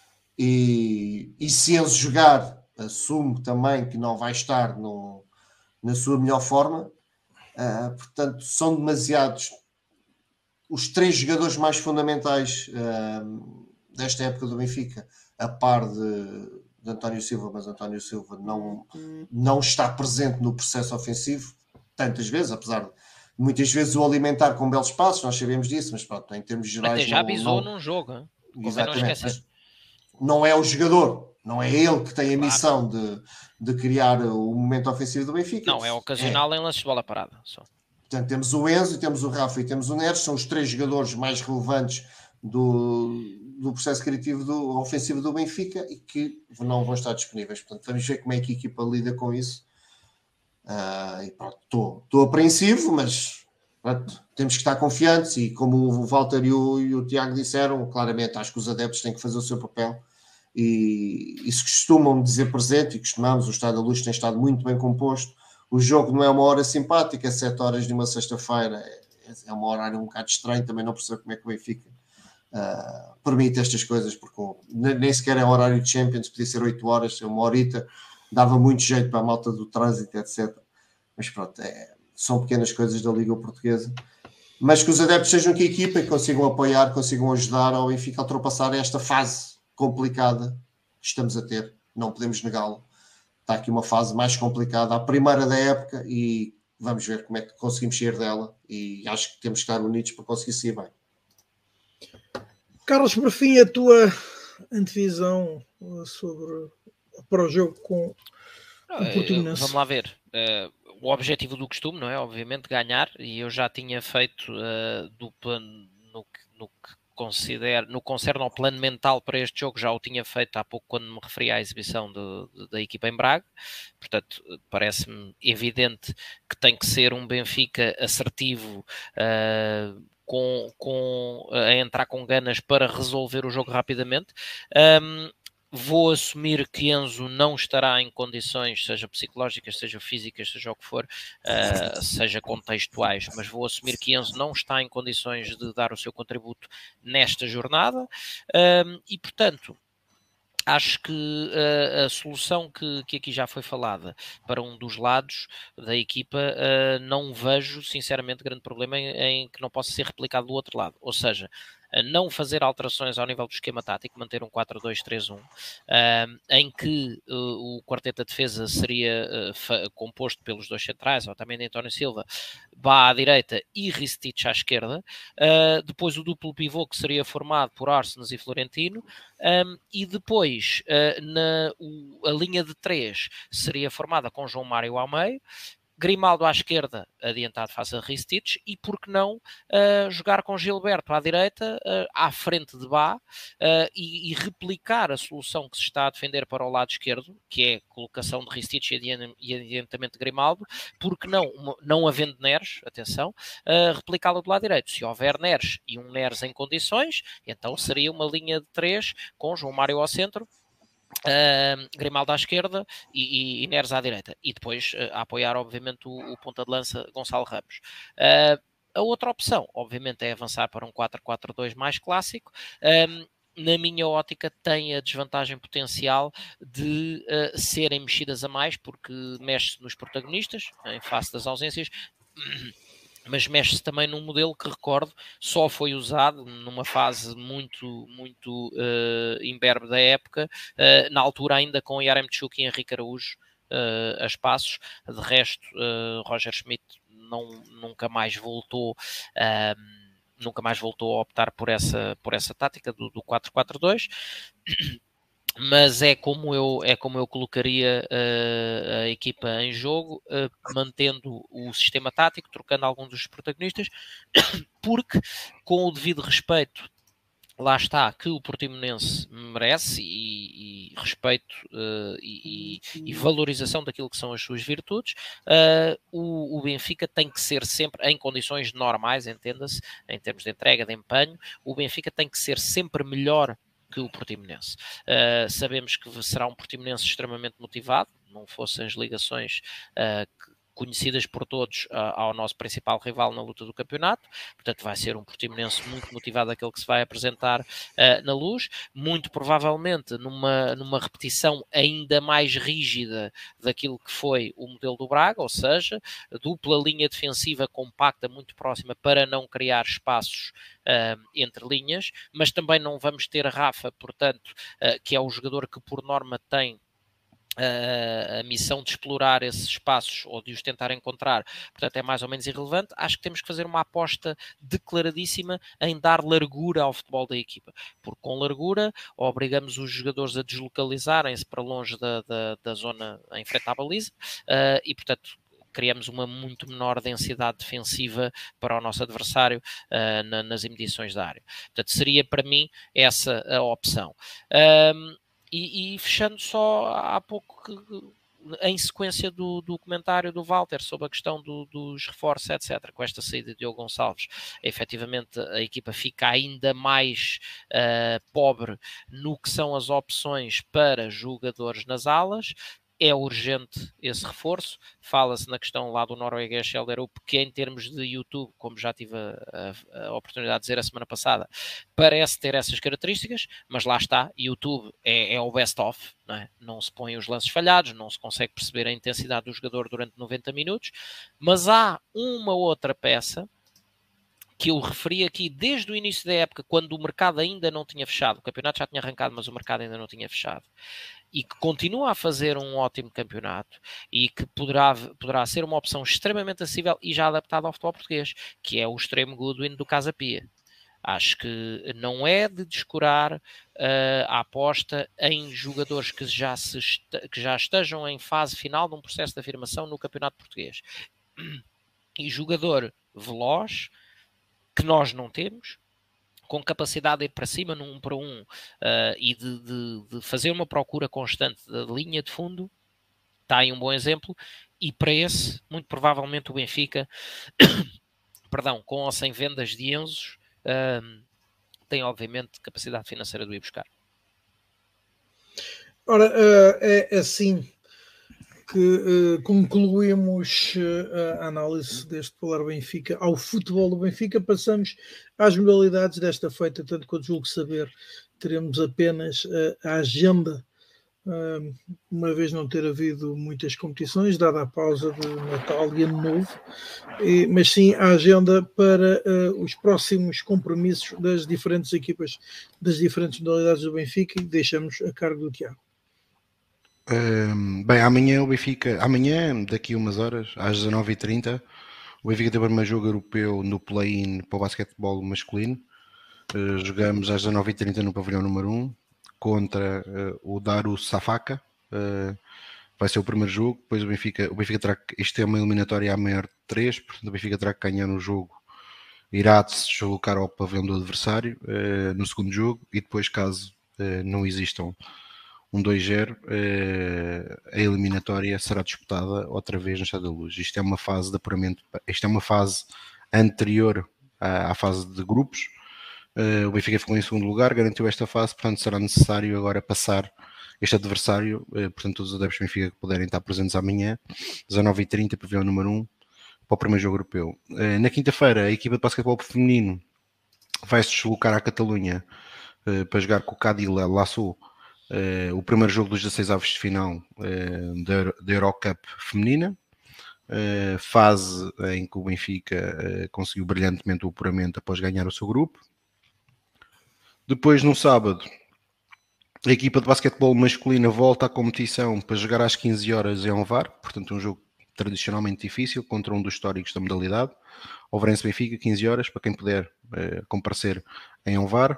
Speaker 4: e, e se Enzo jogar, assumo também que não vai estar no, na sua melhor forma. Uh, portanto, são demasiados os três jogadores mais fundamentais uh, desta época do Benfica, a par de, de António Silva, mas António Silva não, não está presente no processo ofensivo tantas vezes, apesar de muitas vezes o alimentar com belos passos, nós sabemos disso, mas pronto, em termos gerais...
Speaker 3: Até já
Speaker 4: não,
Speaker 3: avisou
Speaker 4: não,
Speaker 3: num jogo, hein?
Speaker 4: Exatamente, não, não é o jogador, não é ele que tem a
Speaker 3: claro.
Speaker 4: missão de, de criar o momento ofensivo do Benfica.
Speaker 3: Não, é ocasional é. em lances de bola parada, só.
Speaker 4: Portanto, temos o Enzo, temos o Rafa e temos o Neres, são os três jogadores mais relevantes do, do processo criativo do, ofensivo do Benfica e que não vão estar disponíveis. Portanto, vamos ver como é que a equipa lida com isso. Uh, e pronto, estou apreensivo, mas pronto, temos que estar confiantes e como o Walter e o, e o Tiago disseram, claramente acho que os adeptos têm que fazer o seu papel e, e se costumam dizer presente, e costumamos, o Estádio da Luz tem estado muito bem composto. O jogo não é uma hora simpática, sete horas de uma sexta-feira é um horário um bocado estranho, também não percebo como é que o Benfica uh, permite estas coisas, porque nem sequer é horário de Champions, podia ser oito horas, uma horita, dava muito jeito para a malta do trânsito, etcétera. Mas pronto, é, são pequenas coisas da Liga Portuguesa. Mas que os adeptos sejam que a equipa e consigam apoiar, consigam ajudar ao Benfica a ultrapassar esta fase complicada que estamos a ter, não podemos negá-lo. Está aqui uma fase mais complicada, a primeira da época, e vamos ver como é que conseguimos sair dela, e acho que temos que estar unidos para conseguir sair bem.
Speaker 1: Carlos, por fim, a tua antevisão sobre, para o jogo com o Portimonense.
Speaker 3: Vamos lá ver. Uh, o objetivo do costume, não é? Obviamente ganhar, e eu já tinha feito uh, do plano no que, no que considero, no que concerne ao plano mental para este jogo, já o tinha feito há pouco quando me referi à exibição de, de, da equipa em Braga. Portanto, parece-me evidente que tem que ser um Benfica assertivo, uh, com, com, uh, a entrar com ganas para resolver o jogo rapidamente. Um, Vou assumir que Enzo não estará em condições, seja psicológicas, seja físicas, seja o que for, uh, seja contextuais, mas vou assumir que Enzo não está em condições de dar o seu contributo nesta jornada, um, e portanto acho que uh, a solução que, que aqui já foi falada para um dos lados da equipa, uh, não vejo sinceramente grande problema em, em que não possa ser replicado do outro lado, ou seja, a não fazer alterações ao nível do esquema tático, manter um quatro dois três um, uh, em que uh, o quarteto de defesa seria uh, composto pelos dois centrais, ou também de António Silva, Bá à direita e Ristich à esquerda, uh, depois o duplo pivô que seria formado por Arsenis e Florentino, um, e depois uh, na, o, a linha de três seria formada com João Mário ao meio, Grimaldo à esquerda, adiantado face a Ristich, e por que não uh, jogar com Gilberto à direita, uh, à frente de Bá, uh, e, e replicar a solução que se está a defender para o lado esquerdo, que é a colocação de Ristich e adiantamento de Grimaldo, porque não, uma, não havendo Neres, atenção, uh, replicá-lo do lado direito. Se houver Neres e um Neres em condições, então seria uma linha de três com João Mário ao centro, Uh, Grimaldo à esquerda e, e, e Neres à direita, e depois uh, a apoiar obviamente o, o ponta de lança Gonçalo Ramos. Uh, a outra opção obviamente é avançar para um quatro quatro dois mais clássico. Um, na minha ótica tem a desvantagem potencial de uh, serem mexidas a mais, porque mexe-se nos protagonistas em face das ausências, mas mexe-se também num modelo que, recordo, só foi usado numa fase muito, muito uh, imberbe da época, uh, na altura ainda com Yaremchuk e Henrique Araújo uh, a espaços. De resto, uh, Roger Schmidt não, nunca mais voltou uh, nunca mais voltou a optar por essa, por essa tática do, do quatro quatro dois. Mas é como eu, é como eu colocaria uh, a equipa em jogo, uh, mantendo o sistema tático, trocando alguns dos protagonistas, porque, com o devido respeito, lá está, que o Portimonense merece, e, e respeito uh, e, e valorização daquilo que são as suas virtudes, uh, o, o Benfica tem que ser sempre, em condições normais, entenda-se, em termos de entrega, de empenho, o Benfica tem que ser sempre melhor que o Portimonense. Uh, sabemos que será um Portimonense extremamente motivado, não fossem as ligações uh, que conhecidas por todos uh, ao nosso principal rival na luta do campeonato, portanto vai ser um Portimonense muito motivado aquele que se vai apresentar uh, na Luz, muito provavelmente numa, numa repetição ainda mais rígida daquilo que foi o modelo do Braga, ou seja, dupla linha defensiva compacta muito próxima para não criar espaços uh, entre linhas, mas também não vamos ter Rafa, portanto, uh, que é o jogador que por norma tem a, a missão de explorar esses espaços ou de os tentar encontrar, portanto é mais ou menos irrelevante. Acho que temos que fazer uma aposta declaradíssima em dar largura ao futebol da equipa, porque com largura obrigamos os jogadores a deslocalizarem-se para longe da, da, da zona em frente à baliza uh, e portanto criamos uma muito menor densidade defensiva para o nosso adversário uh, na, nas imediações da área. Portanto seria para mim essa a opção. Um, E, e fechando só há pouco, que, em sequência do, do comentário do Walter sobre a questão do, dos reforços, etcétera, com esta saída de Diogo Gonçalves, efetivamente a equipa fica ainda mais uh, pobre no que são as opções para jogadores nas alas. É urgente esse reforço. Fala-se na questão lá do norueguês Kjelderup, que em termos de YouTube, como já tive a, a, a oportunidade de dizer a semana passada, parece ter essas características, mas lá está, YouTube é, é o best-of, não é? Não se põe os lances falhados, não se consegue perceber a intensidade do jogador durante noventa minutos, mas há uma outra peça que eu referi aqui desde o início da época, quando o mercado ainda não tinha fechado, o campeonato já tinha arrancado, mas o mercado ainda não tinha fechado, e que continua a fazer um ótimo campeonato e que poderá, poderá ser uma opção extremamente acessível e já adaptada ao futebol português, que é o extremo Goodwin do Casa Pia. Acho que não é de descurar uh, a aposta em jogadores que já, se est- que já estejam em fase final de um processo de afirmação no campeonato português. E jogador veloz, que nós não temos, com capacidade de ir para cima num um para um uh, e de, de, de fazer uma procura constante da linha de fundo, está aí um bom exemplo, e para esse, muito provavelmente o Benfica, perdão, com ou sem vendas de Enzos, uh, tem obviamente capacidade financeira de ir buscar.
Speaker 1: Ora, uh, é assim que uh, concluímos uh, a análise deste Polar Benfica ao futebol do Benfica. Passamos às modalidades desta feita, tanto quanto julgo saber, teremos apenas uh, a agenda, uh, uma vez não ter havido muitas competições, dada a pausa de Natal e Ano Novo, e, mas sim a agenda para uh, os próximos compromissos das diferentes equipas, das diferentes modalidades do Benfica, e deixamos a cargo do Tiago.
Speaker 5: Um, bem, amanhã o Benfica, amanhã, daqui a umas horas, às dezanove e trinta, o Benfica tem o primeiro jogo europeu no play-in para o basquetebol masculino. Uh, jogamos às dezanove e trinta no pavilhão número um contra uh, o Darussafaka. Uh, vai ser o primeiro jogo. Depois o Benfica, o Benfica terá que, isto é uma eliminatória à maior de três, portanto o Benfica terá que ganhar no jogo. Irá se deslocar ao pavilhão do adversário uh, no segundo jogo, e depois, caso uh, não existam um dois zero, eh, a eliminatória será disputada outra vez no Estádio da Luz. Isto é uma fase de apuramento, isto é uma fase anterior à, à fase de grupos. Eh, o Benfica ficou em segundo lugar, garantiu esta fase, portanto será necessário agora passar este adversário, eh, portanto todos os adeptos do Benfica que puderem estar presentes amanhã, dezanove e trinta, pavilhão número um, para o primeiro jogo europeu. Eh, na quinta-feira, a equipa de basquetebol feminino vai se deslocar à Catalunha eh, para jogar com o Cadila Laçou, Uh, o primeiro jogo dos dezasseis avos de final uh, da, da Eurocup feminina, uh, fase em que o Benfica uh, conseguiu brilhantemente o apuramento após ganhar o seu grupo. Depois, no sábado, a equipa de basquetebol masculina volta à competição para jogar às quinze horas em Ovar, portanto um jogo tradicionalmente difícil, contra um dos históricos da modalidade. Overense-Benfica, quinze horas, para quem puder uh, comparecer em Alvar.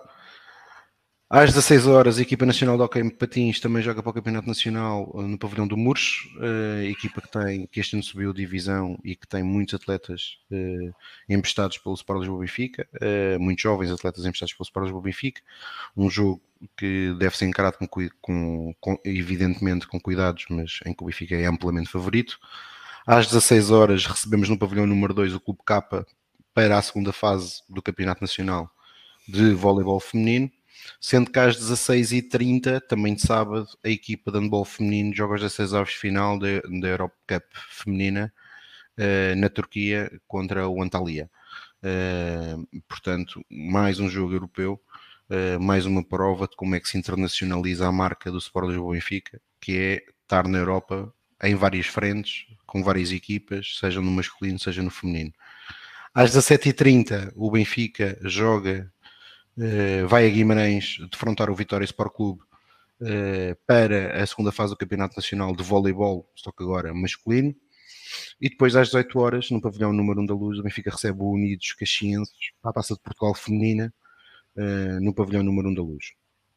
Speaker 5: Às dezasseis horas, a equipa nacional de hóquei patins também joga para o Campeonato Nacional no pavilhão do Mures, a equipa que, tem, que este ano subiu divisão e que tem muitos atletas uh, emprestados pelo Sport Lisboa Benfica, uh, muitos jovens atletas emprestados pelo Sport Lisboa Benfica, um jogo que deve ser encarado com, com, com, evidentemente com cuidados, mas em que o Benfica é amplamente favorito. Às dezasseis horas recebemos no pavilhão número dois o Clube K para a segunda fase do Campeonato Nacional de Voleibol Feminino, sendo que às dezasseis e trinta, também de sábado, a equipa de handball feminino joga as dezasseis aves final da Europe Cup feminina uh, na Turquia contra o Antalya. Uh, portanto, mais um jogo europeu, uh, mais uma prova de como é que se internacionaliza a marca do Sport Lisboa Benfica, que é estar na Europa em várias frentes, com várias equipas, seja no masculino, seja no feminino. Às dezassete e trinta, o Benfica joga Uh, vai a Guimarães defrontar o Vitória Sport Clube uh, para a segunda fase do Campeonato Nacional de Voleibol, só que agora masculino. E depois às dezoito horas, no pavilhão número um da Luz, o Benfica recebe o Unidos Caxienses para a Taça de Portugal feminina uh, no pavilhão número um da Luz.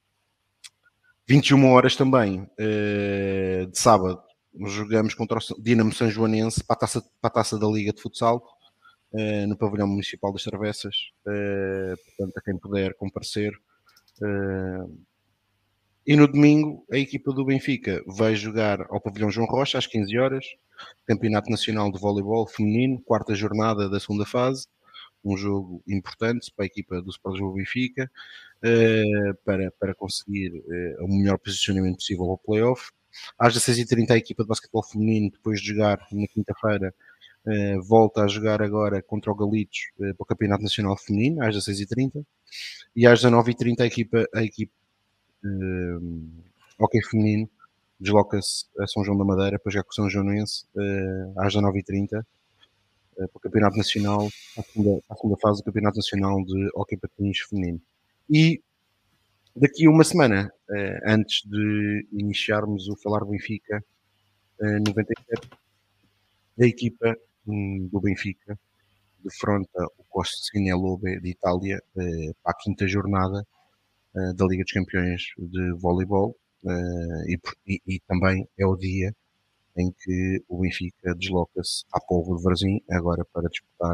Speaker 5: vinte e uma horas também uh, de sábado, jogamos contra o Dinamo Sanjoanense para a taça, para a taça da Liga de Futsal. Uh, no pavilhão municipal das Travessas, uh, portanto a quem puder comparecer. Uh, e no domingo a equipa do Benfica vai jogar ao pavilhão João Rocha às quinze horas, Campeonato Nacional de Voleibol Feminino, quarta jornada da segunda fase, um jogo importante para a equipa do Sport Lisboa Benfica, uh, para, para conseguir uh, o melhor posicionamento possível ao play-off. Às dezasseis e trinta a equipa de basquetebol feminino, depois de jogar na quinta-feira, Uh, volta a jogar agora contra o Galitos uh, para o Campeonato Nacional Feminino às dezasseis e trinta, e às dezanove e trinta a equipa, a equipa uh, hóquei feminino desloca-se a São João da Madeira para jogar com o São Joanense uh, às dezanove e trinta uh, para o Campeonato Nacional, a segunda, a segunda fase do Campeonato Nacional de hóquei patins feminino. E daqui a uma semana, uh, antes de iniciarmos o Falar Benfica uh, noventa e sete, a equipa do Benfica defronta o Coscine Lobe de Itália eh, para a quinta jornada eh, da Liga dos Campeões de Voleibol eh, e, e, e também é o dia em que o Benfica desloca-se à Póvoa de Varzim agora para disputar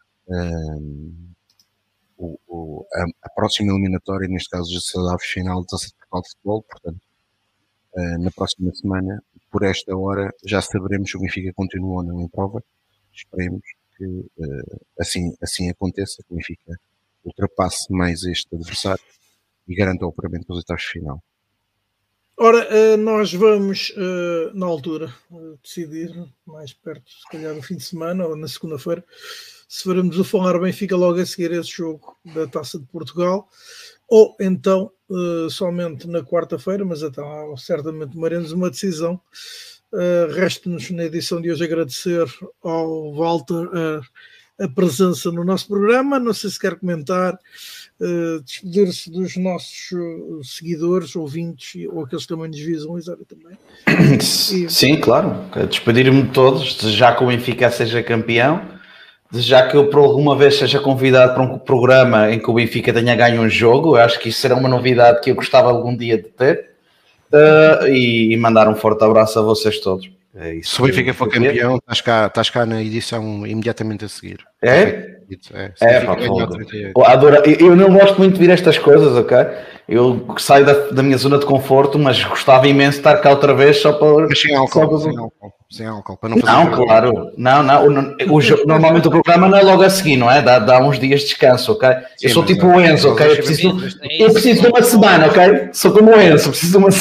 Speaker 5: eh, o, o, a, a próxima eliminatória, neste caso a final da Taça de Portugal de Futebol. Portanto, eh, na próxima semana, por esta hora, já saberemos se o Benfica continua ou não em prova. Esperemos que uh, assim, assim aconteça, que o Benfica ultrapasse mais este adversário e garanta o apuramento para os oitavos de final.
Speaker 1: Ora, uh, nós vamos, uh, na altura, uh, decidir, mais perto, se calhar no fim de semana ou na segunda-feira, se faremos o Falar Benfica logo a seguir esse jogo da Taça de Portugal, ou então uh, somente na quarta-feira, mas então certamente tomaremos uma decisão. Uh, Resta-nos na edição de hoje agradecer ao Walter uh, a presença no nosso programa. Não sei se quer comentar, uh, despedir-se dos nossos uh, seguidores, ouvintes ou aqueles que também nos visualizam também.
Speaker 2: E... Sim, claro. Despedir-me de todos, desejar que o Benfica seja campeão, desejar que eu por alguma vez seja convidado para um programa em que o Benfica tenha ganho um jogo. Eu acho que isso será uma novidade que eu gostava algum dia de ter. Uh, e, e mandar um forte abraço a vocês todos. É isso.
Speaker 5: Se o Benfica for campeão, estás cá, estás cá na edição imediatamente a seguir.
Speaker 2: É?
Speaker 5: É,
Speaker 2: é pá, pô, adoro. Eu não gosto muito de vir estas coisas, ok? Eu saio da, da minha zona de conforto, mas gostava imenso de estar cá outra vez só para...
Speaker 5: Mas sem álcool, sem álcool, sem álcool, para não fazer...
Speaker 2: Não, claro. Não, não. O, o, normalmente o programa não é logo a seguir, não é? Dá, dá uns dias de descanso, ok? Sim, eu sou tipo o Enzo, ok? Eu preciso, eu preciso de uma semana, ok? Sou como o Enzo, preciso de uma,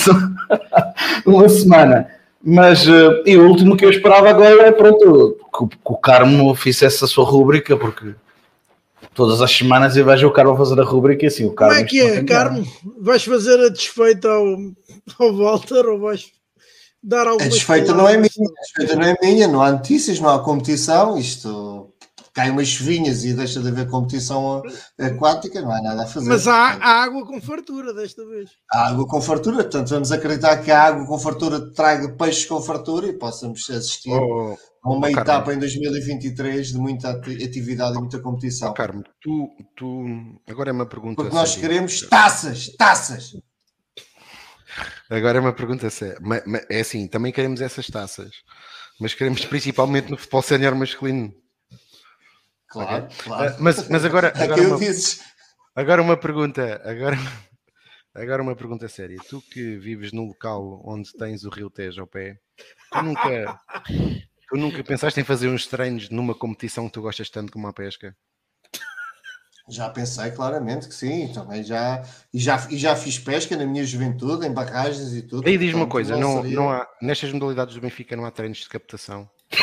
Speaker 2: uma semana. Mas uh, e o último que eu esperava agora é, pronto, que, que o Carmo fizesse a sua rúbrica, porque todas as semanas eu vejo o Carmo fazer a rúbrica e assim, o Carmo...
Speaker 1: Como é que é, Carmo? Vais fazer a desfeita ao, ao Walter ou vais dar alguma...
Speaker 4: A desfeita não é minha, a desfeita não é minha, não há notícias, não há competição, isto... cai umas chuvinhas e deixa de haver competição aquática, não há nada a fazer.
Speaker 1: Mas há, há água com fartura desta vez.
Speaker 4: Há água com fartura, portanto vamos acreditar que a água com fartura traga peixes com fartura e possamos assistir
Speaker 5: Oh,
Speaker 4: a uma
Speaker 5: oh,
Speaker 4: etapa
Speaker 5: Carmo.
Speaker 4: em dois mil e vinte e três de muita ati- atividade e muita competição.
Speaker 5: Oh, Carmo, tu, tu... Agora é uma pergunta
Speaker 4: Porque nós
Speaker 5: séria.
Speaker 4: queremos taças, taças.
Speaker 5: Agora é uma pergunta séria. Ma- ma- É assim, também queremos essas taças, mas queremos principalmente no futebol sénior masculino.
Speaker 4: Claro,
Speaker 5: Ok.
Speaker 4: claro.
Speaker 5: Ah, mas, mas agora,
Speaker 4: É
Speaker 5: agora,
Speaker 4: que eu
Speaker 5: uma,
Speaker 4: disse.
Speaker 5: agora uma pergunta, agora, agora uma pergunta séria. Tu que vives num local onde tens o Rio Tejo ao pé, tu nunca, tu nunca pensaste em fazer uns treinos numa competição que tu gostas tanto como a pesca?
Speaker 4: Já pensei claramente que sim, também já e, já e já fiz pesca na minha juventude, em barragens e tudo.
Speaker 5: Aí diz uma
Speaker 4: portanto,
Speaker 5: coisa, não,
Speaker 4: seria-
Speaker 5: não há, nestas modalidades do Benfica não há treinos de captação?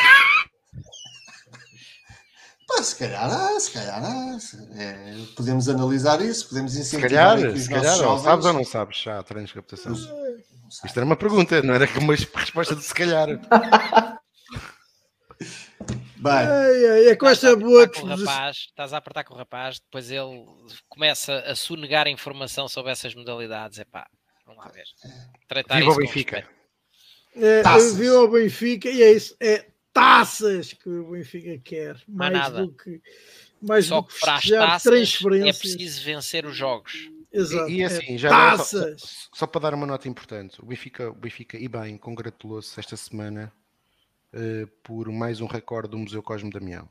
Speaker 4: Pá, se calhar há, se calhar há. É, podemos analisar isso, podemos
Speaker 5: Se
Speaker 4: incentivar
Speaker 5: calhar,
Speaker 4: aqui os
Speaker 5: se
Speaker 4: nossos
Speaker 5: calhar, ou
Speaker 4: jovens.
Speaker 5: sabes ou não sabes já há treinos de captação?
Speaker 4: Não sei.
Speaker 5: Isto era uma pergunta, não era uma resposta de se calhar.
Speaker 4: Bem,
Speaker 1: Ai, ai, é com
Speaker 3: Estás a
Speaker 1: esta boa
Speaker 3: apertar com o
Speaker 1: disposição.
Speaker 3: rapaz, estás a apertar com o rapaz, depois ele começa a sonegar informação sobre essas modalidades. Epá, vamos lá ver. Tratar
Speaker 5: Viva o
Speaker 3: isso com
Speaker 5: Benfica!
Speaker 3: respeito.
Speaker 1: É,
Speaker 4: Taças.
Speaker 1: viu ao Benfica e é isso, é taças que o Benfica quer,
Speaker 3: Mais
Speaker 1: mais
Speaker 3: nada.
Speaker 1: do que mais
Speaker 3: Só
Speaker 1: do que
Speaker 3: que para as
Speaker 1: festejar
Speaker 3: taças é
Speaker 1: transferências.
Speaker 3: preciso vencer os jogos.
Speaker 1: Exato,
Speaker 5: E, e
Speaker 1: é
Speaker 5: assim, já agora, só,
Speaker 1: taças.
Speaker 5: só- só para dar uma nota importante, o Benfica, o Benfica e bem, congratulou-se esta semana eh, por mais um recorde do Museu Cosme Damião.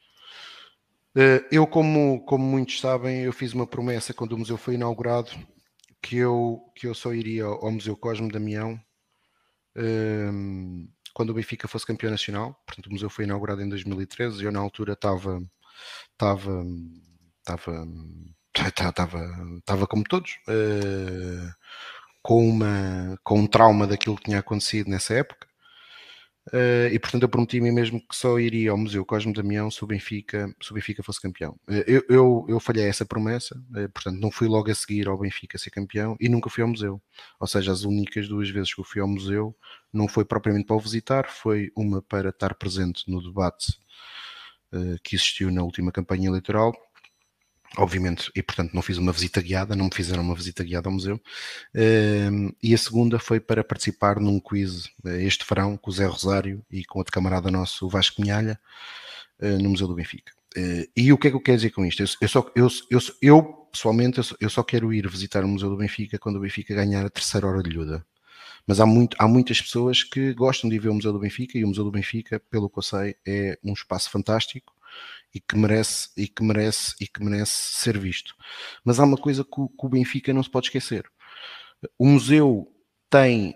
Speaker 5: Eh, eu, como, como muitos sabem, eu fiz uma promessa quando o museu foi inaugurado que eu, que eu só iria ao ao Museu Cosme Damião eh, quando o Benfica fosse campeão nacional. Portanto, o museu foi inaugurado em dois mil e treze e eu na altura estava estava estava estava estava como todos eh, com uma com um trauma daquilo que tinha acontecido nessa época. Uh, e portanto eu prometi a mim mesmo que só iria ao Museu Cosme Damião se o Benfica, se o Benfica fosse campeão. Uh, eu, eu, eu falhei essa promessa, uh, portanto não fui logo a seguir ao Benfica ser campeão e nunca fui ao museu. Ou seja, as únicas duas vezes que eu fui ao museu não foi propriamente para o visitar, foi uma para estar presente no debate uh, que existiu na última campanha eleitoral. Obviamente, e portanto não fiz uma visita guiada, não me fizeram uma visita guiada ao museu. Uh, e a segunda foi para participar num quiz uh, este verão com o Zé Rosário e com outro camarada nosso, o Vasco Minhalha, uh, no Museu do Benfica. Uh, e o que é que eu quero dizer com isto? Eu, eu, só, eu, eu, eu pessoalmente, eu só, eu só quero ir visitar o Museu do Benfica quando o Benfica ganhar a terceira hora de Lhuda. Mas há, muito, há muitas pessoas que gostam de ir ver o Museu do Benfica e o Museu do Benfica, pelo que eu sei, é um espaço fantástico e que merece e que merece e que merece ser visto. Mas há uma coisa que o, que o Benfica não se pode esquecer. O museu tem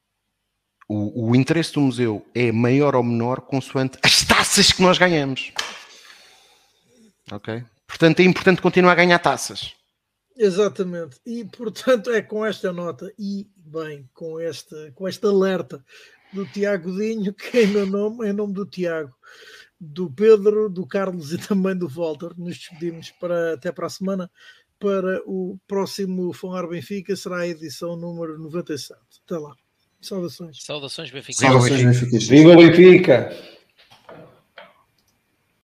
Speaker 5: o, o interesse do museu é maior ou menor consoante as taças que nós ganhamos. Ok? Portanto, é importante continuar a ganhar taças.
Speaker 1: Exatamente. E portanto é com esta nota e bem, com este, com este alerta do Tiago Dinho, que em meu nome, em nome do Tiago, do Pedro, do Carlos e também do Walter, nos despedimos para, até para a semana. Para o próximo Falar Benfica será a edição número noventa e sete. Até lá. Saudações.
Speaker 3: Saudações, Benfica.
Speaker 4: Saudações, Benfica.
Speaker 2: Viva o Benfica!